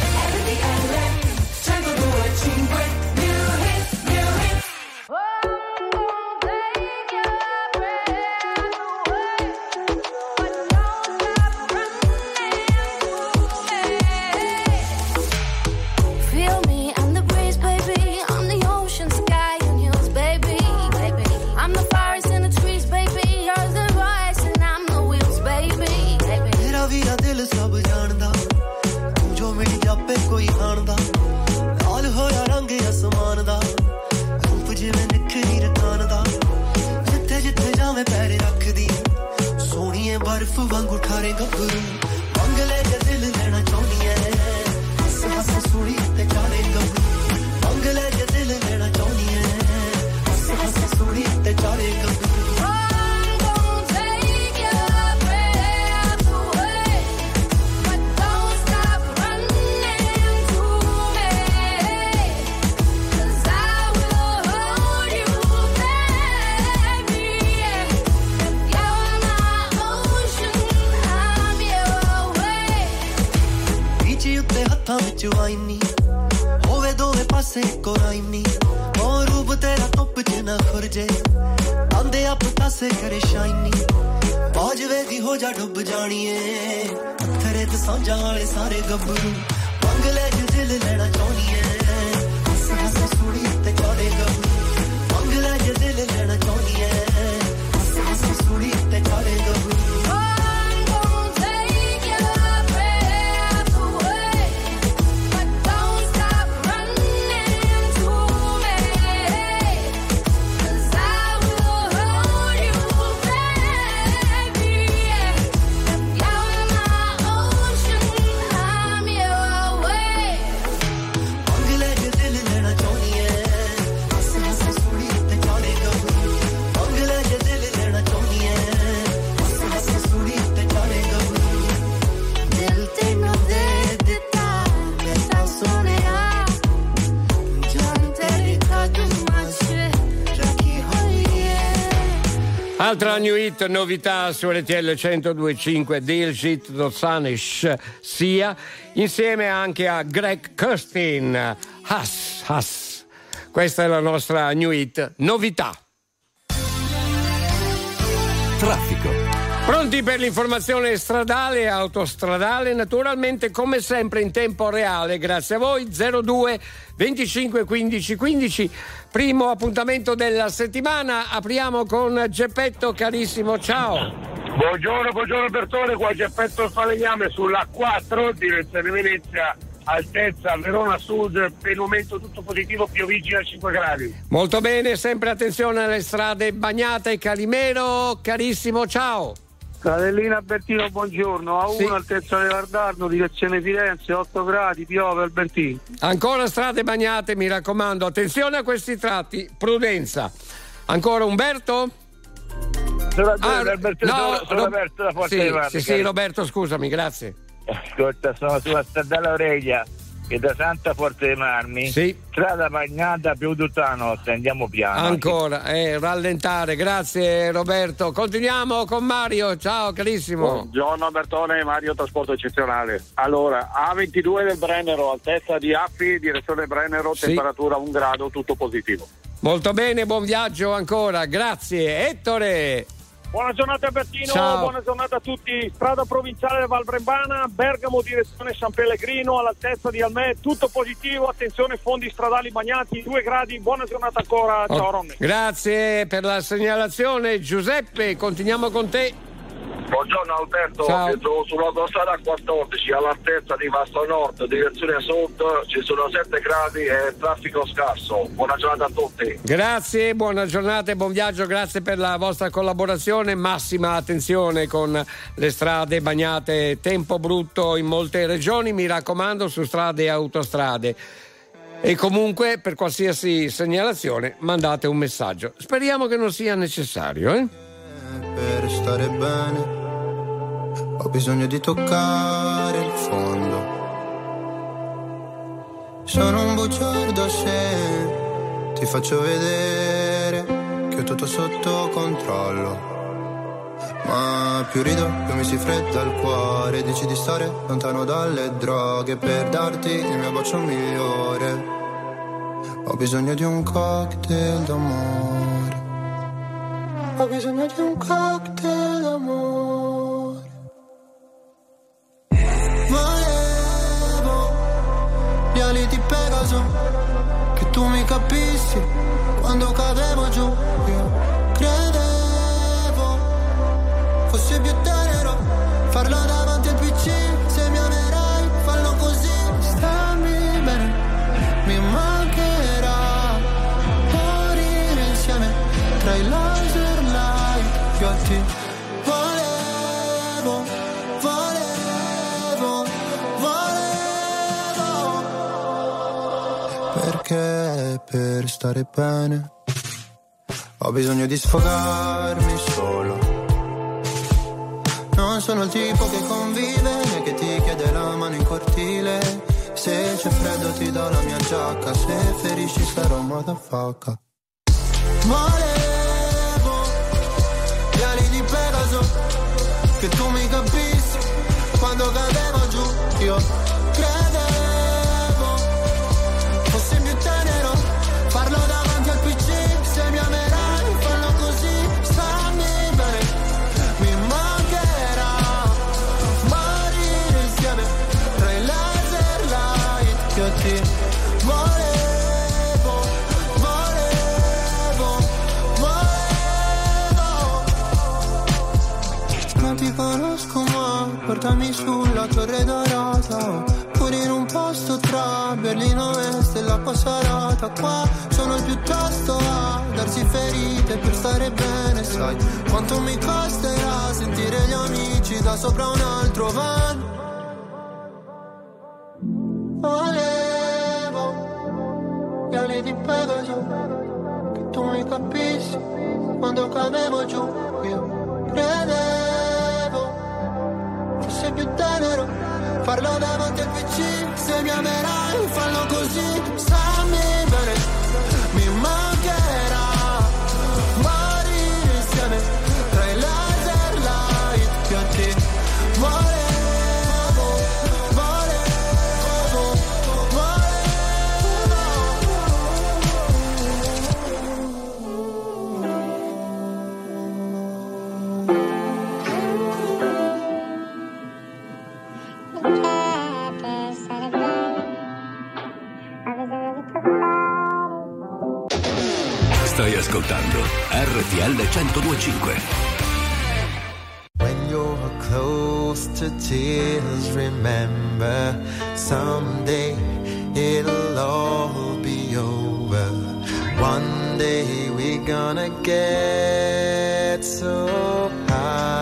Altra new hit, novità su RTL 102.5, Diljit Dosanjh Sia, insieme anche a Greg Kurstin, Has. Questa è la nostra new hit, novità. Traffico. Pronti per l'informazione stradale e autostradale, naturalmente come sempre in tempo reale, grazie a voi. 02 25 15 15, primo appuntamento della settimana, apriamo con Geppetto, carissimo, ciao. Buongiorno Bertone, qua Geppetto Falegname sulla 4, direzione Venezia, altezza Verona Sud, per il momento tutto positivo, piovigina a 5 gradi. Molto bene, sempre attenzione alle strade bagnate, Calimero, carissimo, ciao. Cadellina Albertino, buongiorno. A 1 sì. Altezza Levardarno, direzione Firenze, 8 gradi, piove Albertino. Ancora strade bagnate, mi raccomando, attenzione a questi tratti, prudenza. Ancora Umberto? Sono Roberto da Forza sì, di Marte. Sì, Roberto, scusami, grazie. Ascolta, sono sulla strada Aurelia, che da Santa Forza dei Marmi, sì. Strada bagnata più Duttano, andiamo piano. Ancora, rallentare, grazie Roberto. Continuiamo con Mario, ciao carissimo. Buongiorno Bertone, Mario Trasporto Eccezionale. Allora, A22 del Brennero, altezza di Affi, direzione Brennero, sì. Temperatura 1 grado, tutto positivo. Molto bene, buon viaggio ancora, grazie. Ettore. Buona giornata Albertino, ciao. Buona giornata a tutti. Strada provinciale Val Brembana, Bergamo direzione San Pellegrino, all'altezza di Almè, tutto positivo, attenzione fondi stradali bagnati, 2 gradi, buona giornata ancora, ciao Ronny. Grazie per la segnalazione Giuseppe, continuiamo con te. Buongiorno Alberto, ciao. Sono sull'autostrada 14 all'altezza di Vasto Nord, direzione sud, ci sono 7 gradi e traffico scarso. Buona giornata a tutti. Grazie, buona giornata e buon viaggio, grazie per la vostra collaborazione. Massima attenzione con le strade bagnate, tempo brutto in molte regioni, mi raccomando, su strade e autostrade. E comunque per qualsiasi segnalazione mandate un messaggio. Speriamo che non sia necessario, Per stare bene ho bisogno di toccare il fondo. Sono un bugiardo se ti faccio vedere che ho tutto sotto controllo. Ma più rido, più mi si fredda il cuore. Dici di stare lontano dalle droghe per darti il mio bacio migliore. Ho bisogno di un cocktail d'amore. Ho bisogno di un cocktail d'amore. Volevo gli ali di Pegaso, che tu mi capissi quando cadevo giù. Io credevo fossi più tenero, farlo davanti al PC. Se mi amerai, fallo così. Stammi bene, mi mancherà morire insieme tra i laser light fiotti. Volevo perché per stare bene ho bisogno di sfogarmi solo. Non sono il tipo che convive né che ti chiede la mano in cortile. Se c'è freddo ti do la mia giacca, se ferisci sarò motherfucker. Volevo gli ali di Pegaso, che tu mi capissi quando cadevo giù. Io credevo fossi più tenero, farlo davanti al PC. Se mi amerai, fallo così. Stammi bene, mi mancherà morire insieme tra i laser light. Io ti volevo. Non ti conosco ma portami sulla torre dorata, pure in un posto tra Berlino Est e la Passarata. Qua sono piuttosto a darsi ferite per stare bene. Sai quanto mi costerà sentire gli amici da sopra un altro van. Volevo gli ali di Pegaso, che tu mi capissi quando cadevo giù. Io credevo fossi più tenero, farlo davanti al PC. Se mi amerai, fallo così. Stammi bene, mi mancherà morire insieme tra i laser light. Io ti volevo. Stai ascoltando RTL 102.5. When you're close to tears, remember someday it'll all be over. One day we're gonna get so high.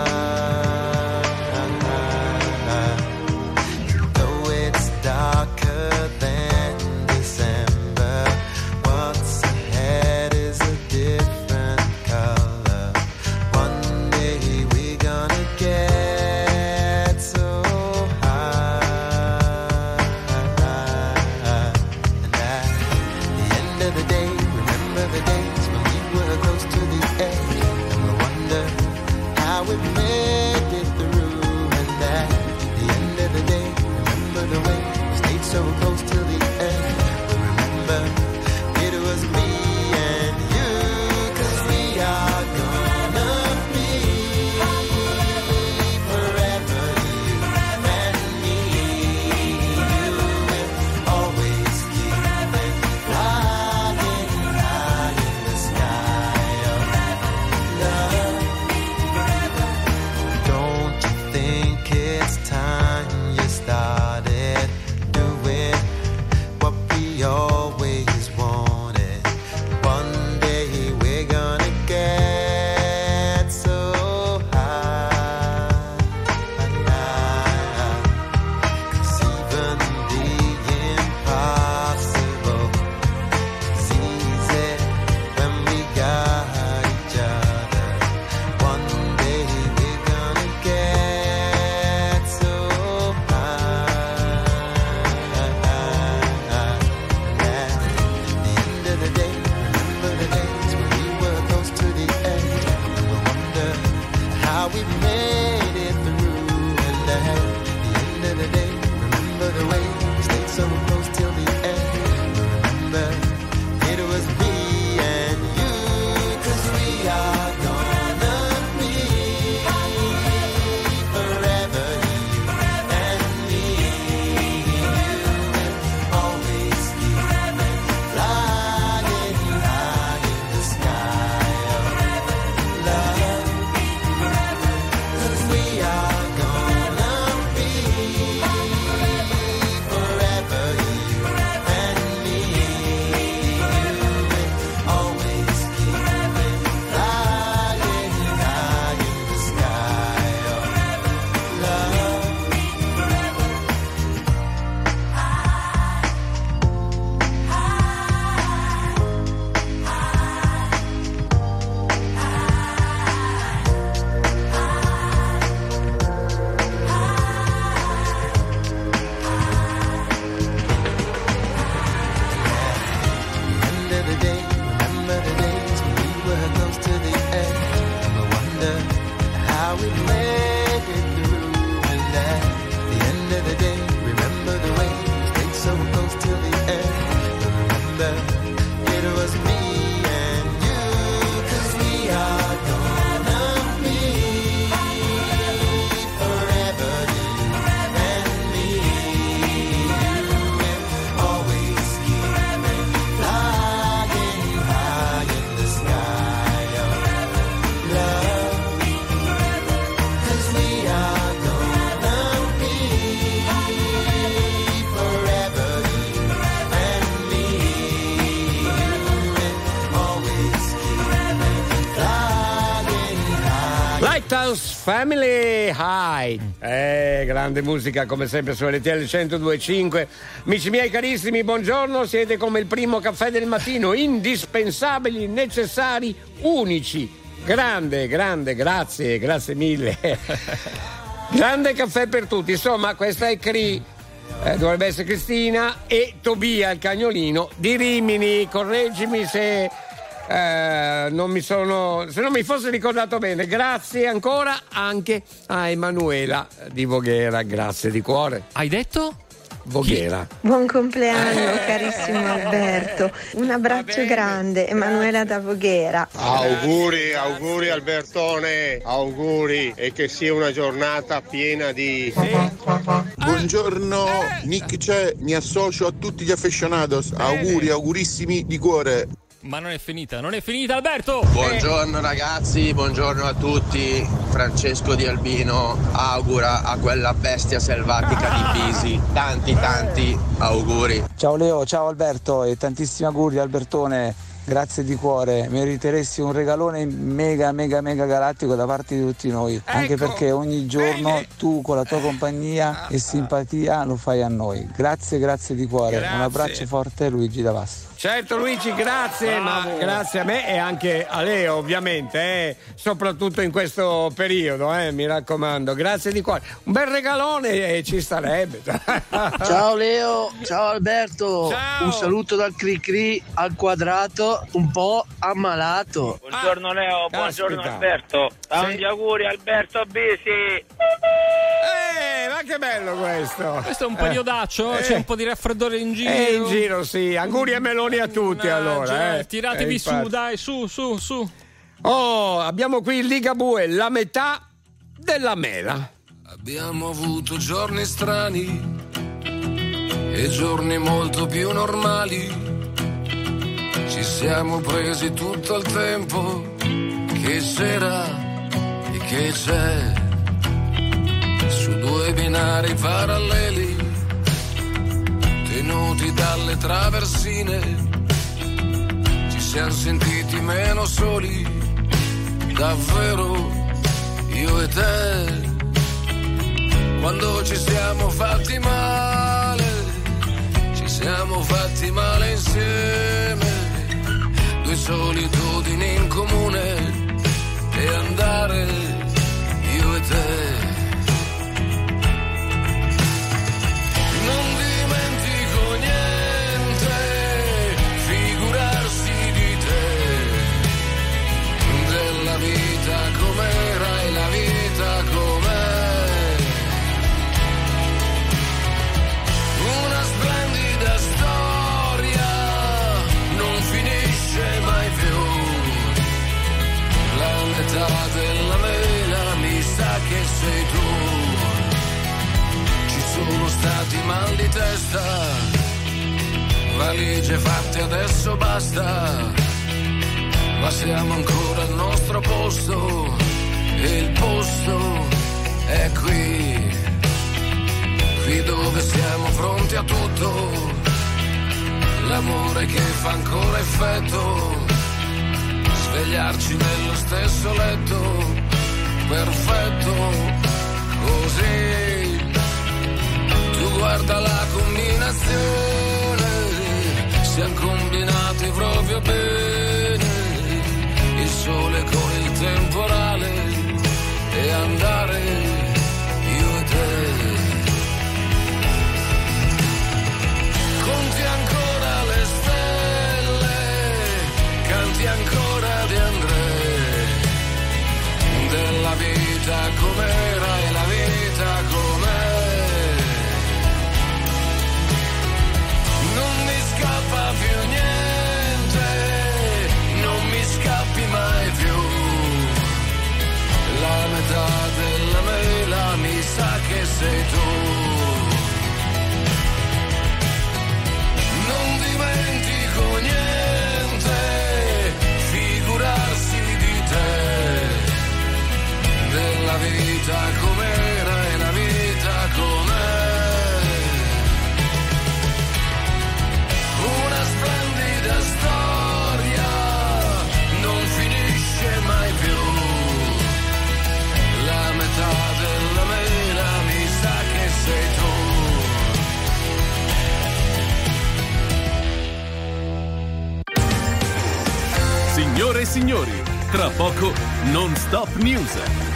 Though it's darker than December, what's ahead is a different color. One day we're gonna get so high. And at the end of the day, remember the days when we were close to the edge, and we wonder how we made it through. And at the end of the day, remember the way we stayed so close till the end. We remember it was me and you, 'cause we are gonna be forever, you and me. You will always keep flying high in the sky of love. Don't you think it's time you started doing what we always wanted? One day we're gonna get so high. 'Cause even the impossible remember it was me and you, 'cause we are gonna be forever, you and me. You will always keep flying high in the sky of love, 'cause we are gonna be forever, you and me. You will always keep flying high in the sky of love. Remember the days when we were close to the edge, and we wonder how we made it through. And at the end of the day, remember the way we stayed so close to the edge. Remember it was me and you, 'cause we are gonna be forever, you and me. You will always keep flying high in the sky of love, 'cause we are gonna be forever, you and me. You will always keep flying high. Lighthouse Family High. Grande musica come sempre su RTL 102.5. Amici miei carissimi, buongiorno, siete come il primo caffè del mattino, indispensabili, necessari, unici. Grande, grazie mille. Grande caffè per tutti. Insomma, questa è Cri. Dovrebbe essere Cristina e Tobia, il cagnolino di Rimini. Correggimi se non mi fosse ricordato bene. Grazie ancora anche a Emanuela di Voghera, grazie di cuore. Hai detto? Voghera. Buon compleanno carissimo Alberto, un abbraccio grande, Emanuela da Voghera. Auguri Albertone, auguri, e che sia una giornata piena di... Buongiorno, Nick c'è, mi associo a tutti gli affezionados, augurissimi di cuore. Ma non è finita Alberto! Buongiorno ragazzi, buongiorno a tutti. Francesco di Albino augura a quella bestia selvatica di Bisi tanti auguri. Ciao Leo, ciao Alberto e tantissimi auguri Albertone, grazie di cuore, meriteresti un regalone mega galattico da parte di tutti noi, anche perché ogni giorno tu con la tua compagnia e simpatia lo fai a noi. Grazie di cuore, un abbraccio forte, Luigi da Vasto. Certo Luigi, grazie, ma grazie a me e anche a Leo ovviamente, soprattutto in questo periodo, mi raccomando, grazie di cuore. Un bel regalone ci starebbe. Ciao Leo, ciao Alberto, ciao. Un saluto dal Cricri al quadrato, un po' ammalato. Buongiorno Leo, buongiorno Alberto, tanti auguri Alberto Bisi. Ma che bello questo! Questo è un periodaccio, c'è un po' di raffreddore in giro. In giro sì, auguri e meloni a tutti allora. Tiratevi su, dai, su. Oh, abbiamo qui il Ligabue, la metà della mela. Abbiamo avuto giorni strani e giorni molto più normali. Ci siamo presi tutto il tempo che c'era e che c'è. Su due binari paralleli, tenuti dalle traversine, ci siamo sentiti meno soli, davvero, io e te. Quando ci siamo fatti male insieme, due solitudini in comune, e andare, io e te. Non dimentico niente, figurarsi di te, della vita com'era e la vita com'è. Una splendida storia mal di testa, valigie fatte adesso basta, ma siamo ancora al nostro posto e il posto è qui, qui dove siamo pronti a tutto, l'amore che fa ancora effetto, svegliarci nello stesso letto, perfetto, così. Tu guarda la combinazione, siamo combinati proprio bene, il sole con il temporale e andare io e te. Conti ancora le stelle, canti ancora di André, della vita com'era e la vita com'è. Non mi scappa più niente, non mi scappi mai più, la metà della mela mi sa che sei tu. Non dimentico niente, figurarsi di te, della vita com'era e la vita com'è. Una splendida storia, non finisce mai più, la metà della mela mi sa che sei tu. Signore e signori, tra poco Non Stop News.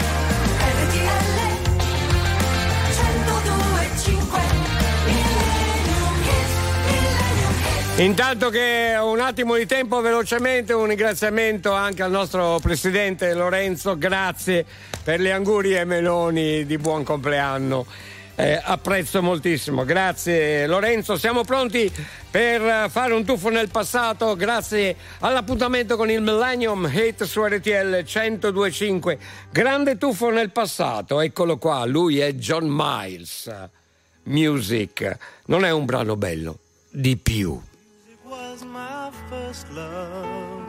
Intanto che un attimo di tempo, velocemente un ringraziamento anche al nostro presidente Lorenzo, grazie per le angurie Meloni di buon compleanno. Apprezzo moltissimo, grazie Lorenzo. Siamo pronti per fare un tuffo nel passato grazie all'appuntamento con il Millennium Hit su RTL 102.5. Grande tuffo nel passato, eccolo qua, lui è John Miles. Music, non è un brano bello, di più. Was my first love,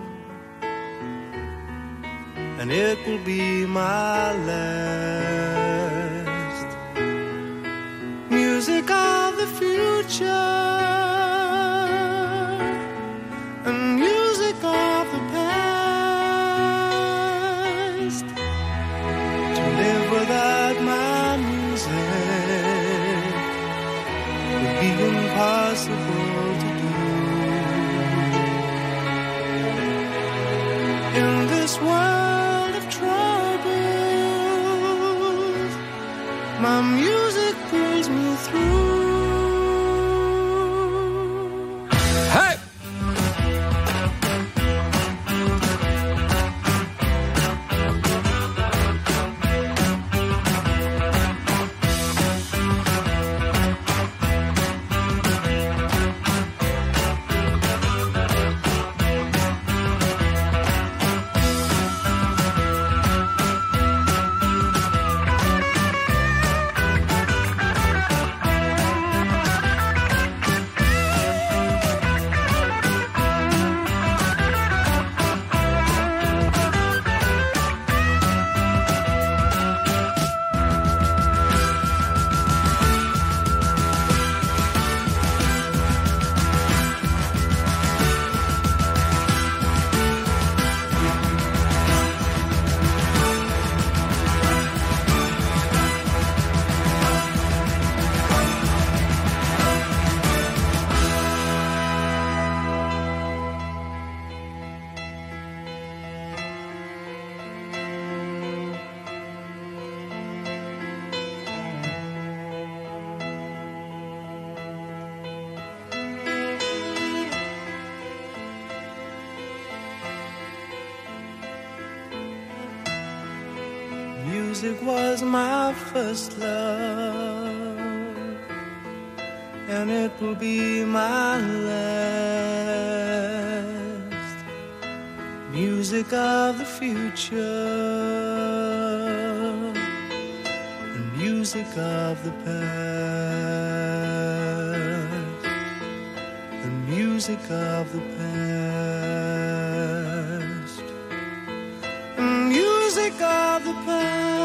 and it will be my last. Music of the future, and music of the past. To live without my music would be impossible to do. In this world of troubles, my music pulls me through. Hey! Music was my first love, and it will be my last. Music of the future, and music of the past. music of the past. Music of the past.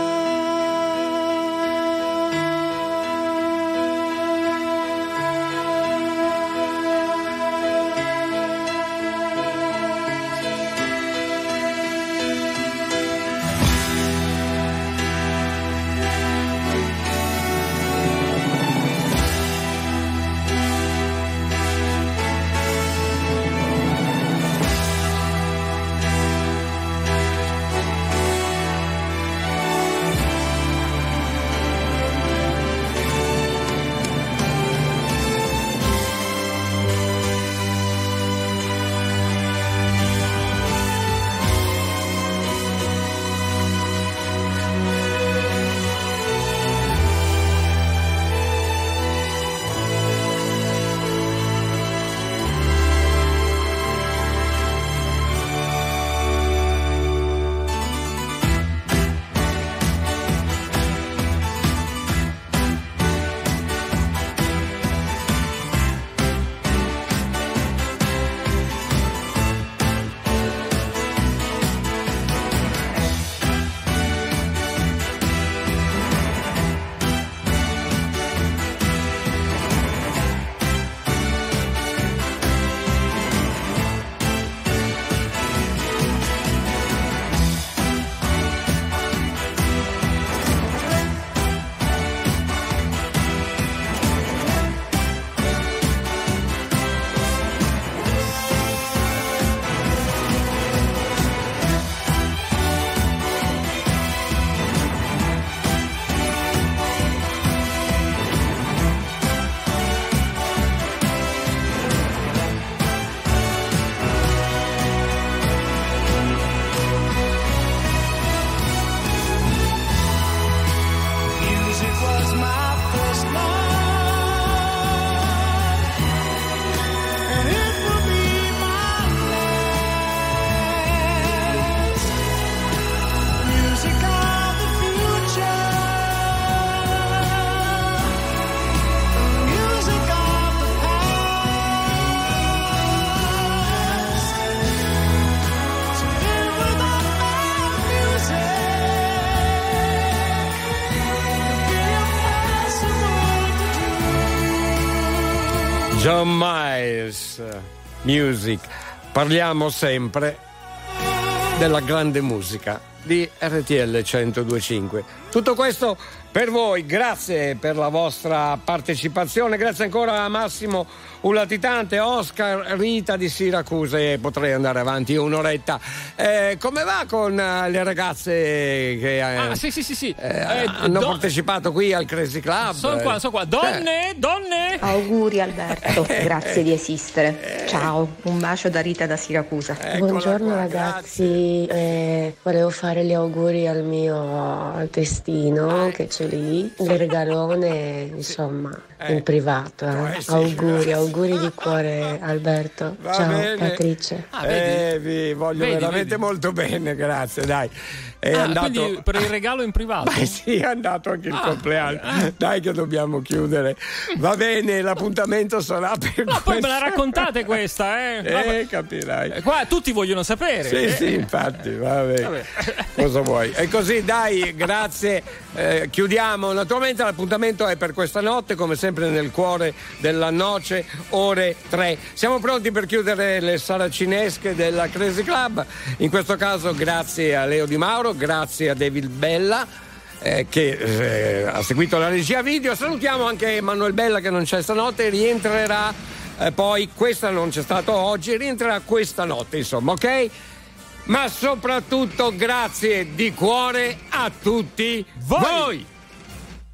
John Miles, Music. Parliamo sempre della grande musica di RTL 102.5. Tutto questo per voi, grazie per la vostra partecipazione, grazie ancora a Massimo Latitante, Oscar, Rita di Siracusa, e potrei andare avanti un'oretta. Come va con le ragazze che hanno partecipato qui al Crazy Club? Sono qua. Donne. Auguri Alberto, grazie di esistere. Ciao, un bacio da Rita da Siracusa. Buongiorno ragazzi, volevo fare gli auguri al mio testino che c'è lì, il regalone insomma in privato. Auguri di cuore Alberto. Ciao bene. Beatrice. Vi voglio veramente molto bene, grazie, dai. È andato quindi per il regalo in privato? Beh sì, è andato anche il compleanno. Dai che dobbiamo chiudere. Va bene, l'appuntamento sarà per poi me la raccontate questa, capirai. Qua tutti vogliono sapere. Sì, infatti, vabbè. Cosa vuoi? E così, dai, grazie. Chiudiamo. Naturalmente l'appuntamento è per questa notte, come sempre nel cuore della noce, ore 3. Siamo pronti per chiudere le saracinesche della Crazy Club. In questo caso grazie a Leo Di Mauro, grazie a David Bella che ha seguito la regia video. Salutiamo anche Manuel Bella che non c'è stanotte, rientrerà poi, questa non c'è stato oggi, rientrerà questa notte, insomma, ok? Ma soprattutto grazie di cuore a tutti voi.